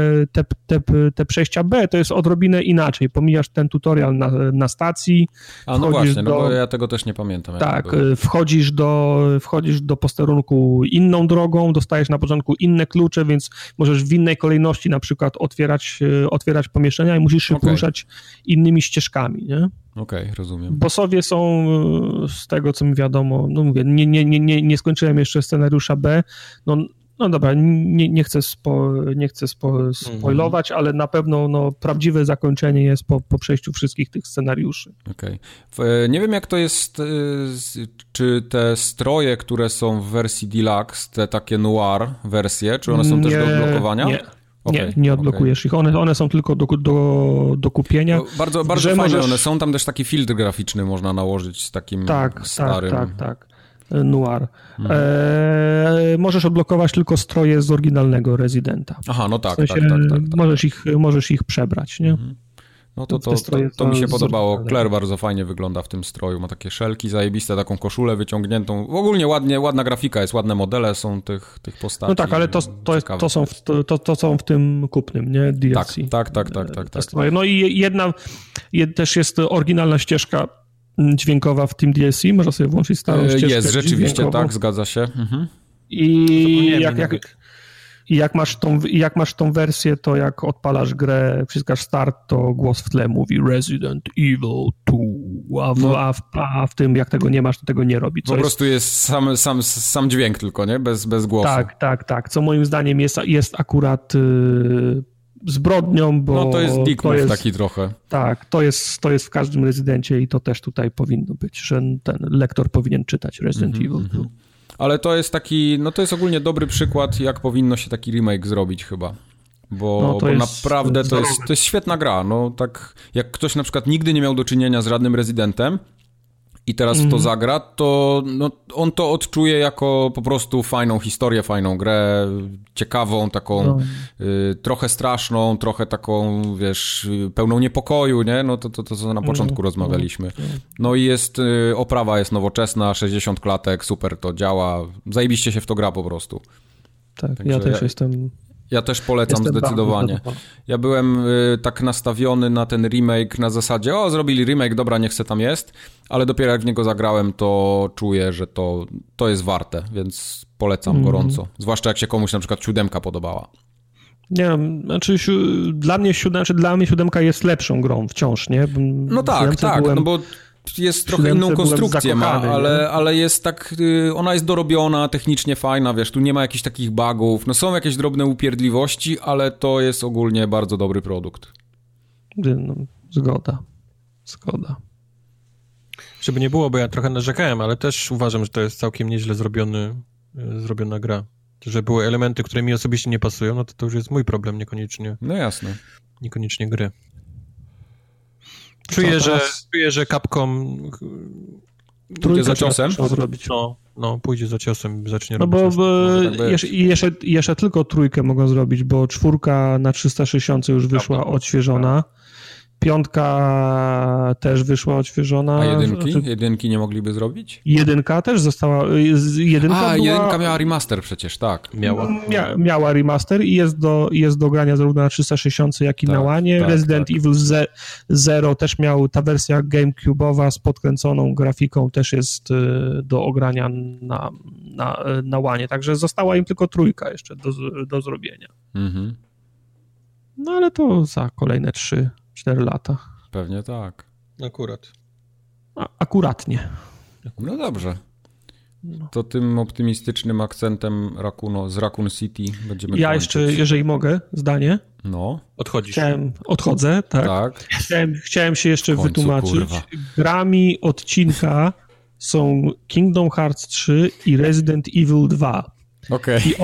te przejścia B, to jest odrobinę inaczej. Pomijasz ten tutorial na stacji. A no właśnie, no bo ja tego też nie pamiętam. Tak, wchodzisz do posterunku inną drogą, dostajesz na początku inne klucze, więc możesz w innej kolejności na przykład otwierać pomieszczenia i musisz się poruszać innymi ścieżkami, nie? Okej, rozumiem. Bossowie są, z tego co mi wiadomo, no mówię, nie skończyłem jeszcze scenariusza B, no dobra, nie chcę spoilować, ale na pewno prawdziwe zakończenie jest po przejściu wszystkich tych scenariuszy. Okej. Nie wiem, jak to jest, czy te stroje, które są w wersji Deluxe, te takie noir wersje, czy one są też do odblokowania? Nie. Nie odblokujesz ich. One są tylko do kupienia. No, bardzo fajne one są. Tam też taki filtr graficzny można nałożyć z takim starym. Tak. Noir. Możesz odblokować tylko stroje z oryginalnego Residenta. Aha, no tak, w sensie tak. Możesz ich przebrać, nie? No to mi się podobało. Claire bardzo fajnie wygląda w tym stroju. Ma takie szelki zajebiste, taką koszulę wyciągniętą. Ogólnie ładna grafika jest, ładne modele są tych postaci. No tak, ale to są w tym kupnym, nie? DLC. Tak. No i też jest oryginalna ścieżka dźwiękowa w tym DLC. Można sobie włączyć starą ścieżkę jest, rzeczywiście, dźwiękową. Tak, zgadza się. I jak masz tą wersję, to jak odpalasz grę, wciskasz start, to głos w tle mówi Resident Evil 2, a w tym, jak tego nie masz, to tego nie robi. Po prostu jest sam dźwięk tylko, nie? Bez głosu. Tak. Co moim zdaniem jest akurat zbrodnią, bo... No to jest dick move taki trochę. Tak, to jest w każdym Rezydencie i to też tutaj powinno być, że ten lektor powinien czytać Resident Evil 2. Ale to jest taki, to jest ogólnie dobry przykład, jak powinno się taki remake zrobić chyba. Bo naprawdę to jest świetna gra. No tak, jak ktoś na przykład nigdy nie miał do czynienia z żadnym Rezydentem i teraz w to zagra, to on to odczuje jako po prostu fajną historię, fajną grę, ciekawą, taką trochę straszną, trochę taką, wiesz, pełną niepokoju, nie? No to co na początku rozmawialiśmy. No i oprawa jest nowoczesna, 60 klatek, super to działa, zajebiście się w to gra po prostu. Tak, także ja też jestem... Ja też polecam zdecydowanie. Ja byłem tak nastawiony na ten remake na zasadzie, zrobili remake, dobra, niech se tam jest, ale dopiero jak w niego zagrałem, to czuję, że to jest warte, więc polecam gorąco. Zwłaszcza jak się komuś na przykład 7 podobała. Nie wiem, dla mnie 7 jest lepszą grą wciąż, nie? No tak, no bo jest trochę inną konstrukcję ma, ale jest tak, ona jest dorobiona, technicznie fajna, wiesz, tu nie ma jakichś takich bugów, no są jakieś drobne upierdliwości, ale to jest ogólnie bardzo dobry produkt. No, zgoda. Żeby nie było, bo ja trochę narzekałem, ale też uważam, że to jest całkiem nieźle zrobiona gra. Że były elementy, które mi osobiście nie pasują, no to już jest mój problem, niekoniecznie. No jasne. Niekoniecznie gry. Czuję, że Capcom idzie za ciosem. No, No, pójdzie za ciosem, zacznie No robić. bo jeszcze tylko trójkę mogą zrobić, bo 4 na 360 już wyszła odświeżona. 5 też wyszła odświeżona. A jedynki nie mogliby zrobić? 1 też została... Jedynka miała remaster przecież, tak. Miała remaster i jest do grania zarówno na 360, jak i na łanie. Resident Evil Zero też miał, ta wersja GameCube'owa z podkręconą grafiką też jest do ogrania na łanie. Także została im tylko 3 jeszcze do zrobienia. Mhm. No ale to za kolejne 3-4 lata. Pewnie tak. Akurat. Akuratnie. No dobrze. To tym optymistycznym akcentem z Raccoon City będziemy kończyć. Jeszcze, jeżeli mogę, zdanie. No. Odchodzisz. Odchodzę, tak. Chciałem się jeszcze wytłumaczyć. Kurwa. Grami odcinka są Kingdom Hearts 3 i Resident Evil 2. Okej. I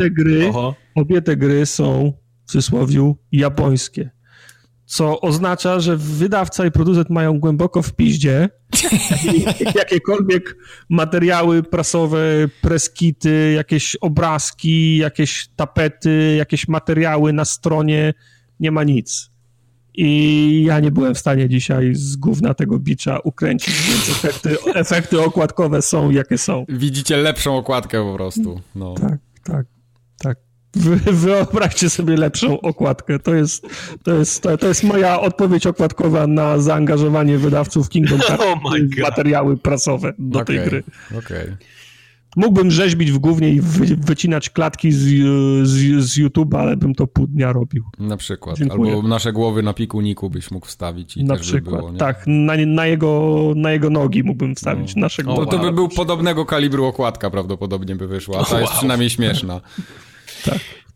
obie te gry są w cudzysłowie japońskie. Co oznacza, że wydawca i producent mają głęboko w piździe jakiekolwiek materiały prasowe, preskity, jakieś obrazki, jakieś tapety, jakieś materiały na stronie, nie ma nic. I ja nie byłem w stanie dzisiaj z gówna tego bicza ukręcić, więc efekty okładkowe są, jakie są. Widzicie lepszą okładkę po prostu. No. Tak. Wyobraźcie sobie lepszą okładkę. To jest moja odpowiedź okładkowa na zaangażowanie wydawców Kingdom Hearts w materiały prasowe do tej gry. Okej. Mógłbym rzeźbić w gównie i wycinać klatki z YouTube'a, ale bym to pół dnia robił. Na przykład. Dziękuję. Albo nasze głowy na pikuniku byś mógł wstawić i na też przykład, by było, nie? tak. Na jego nogi mógłbym wstawić nasze głowy. To by był podobnego kalibru okładka prawdopodobnie by wyszła, a ta jest przynajmniej śmieszna. Tak.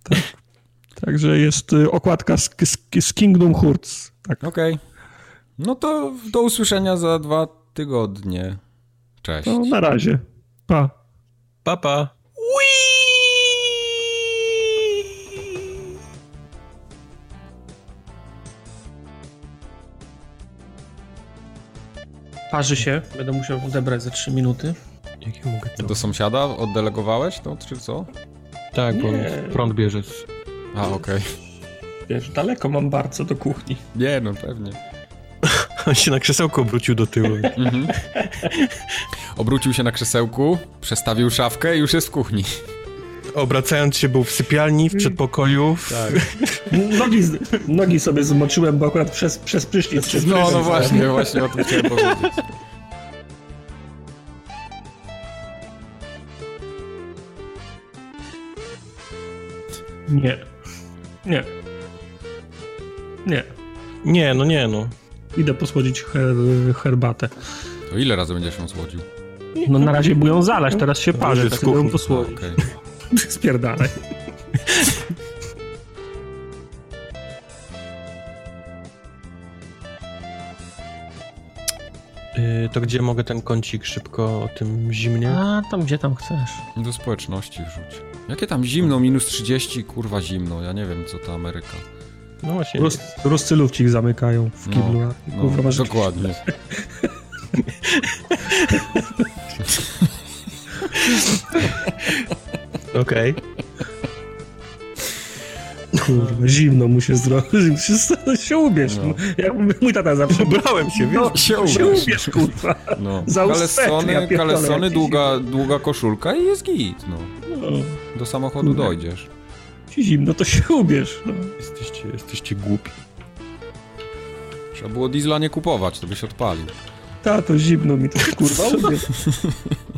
Także jest okładka z Kingdom Hearts. Tak. Okej. No to do usłyszenia za 2 tygodnie. Cześć. No, na razie. Pa. Pa. Parzy się. Będę musiał odebrać za 3 minuty. Jak ja mogę to? Do sąsiada oddelegowałeś to, czy co? Tak, bo prąd bierze. Okej. Wiesz, daleko mam bardzo do kuchni. Nie, no pewnie. On się na krzesełko obrócił do tyłu. Obrócił się na krzesełku, przestawił szafkę i już jest w kuchni. Obracając się był w sypialni, w przedpokoju. Tak. Nogi sobie zmoczyłem, bo akurat przez prysznic. No właśnie o tym chciałem powiedzieć. Nie. Nie, no. Idę posłodzić herbatę. To ile razy będziesz ją słodził? No na razie mu ją zalać, teraz się parzę, tak ją posłodzić. Okay. Spierdalaj. To gdzie mogę ten kącik szybko o tym zimnie? A, tam gdzie tam chcesz. Do społeczności wrzuć. Jakie tam zimno? Minus 30? Kurwa zimno. Ja nie wiem, co to Ameryka. No właśnie. Ruscy lufcik zamykają w kiblu. Dokładnie. Okej. Kurwa, zimno mu się zrobić. Się ubierz. No. Jak mój tata zawsze... Brałem się, wiesz? No, się ubierz, kurwa. No. Ja kalesony, długa koszulka i jest git, no. Do samochodu dojdziesz. Ci zimno, to się ubierz. No. Jesteście głupi. Trzeba było diesla nie kupować, to byś odpalił. To zimno mi to, kurwa, ubierz.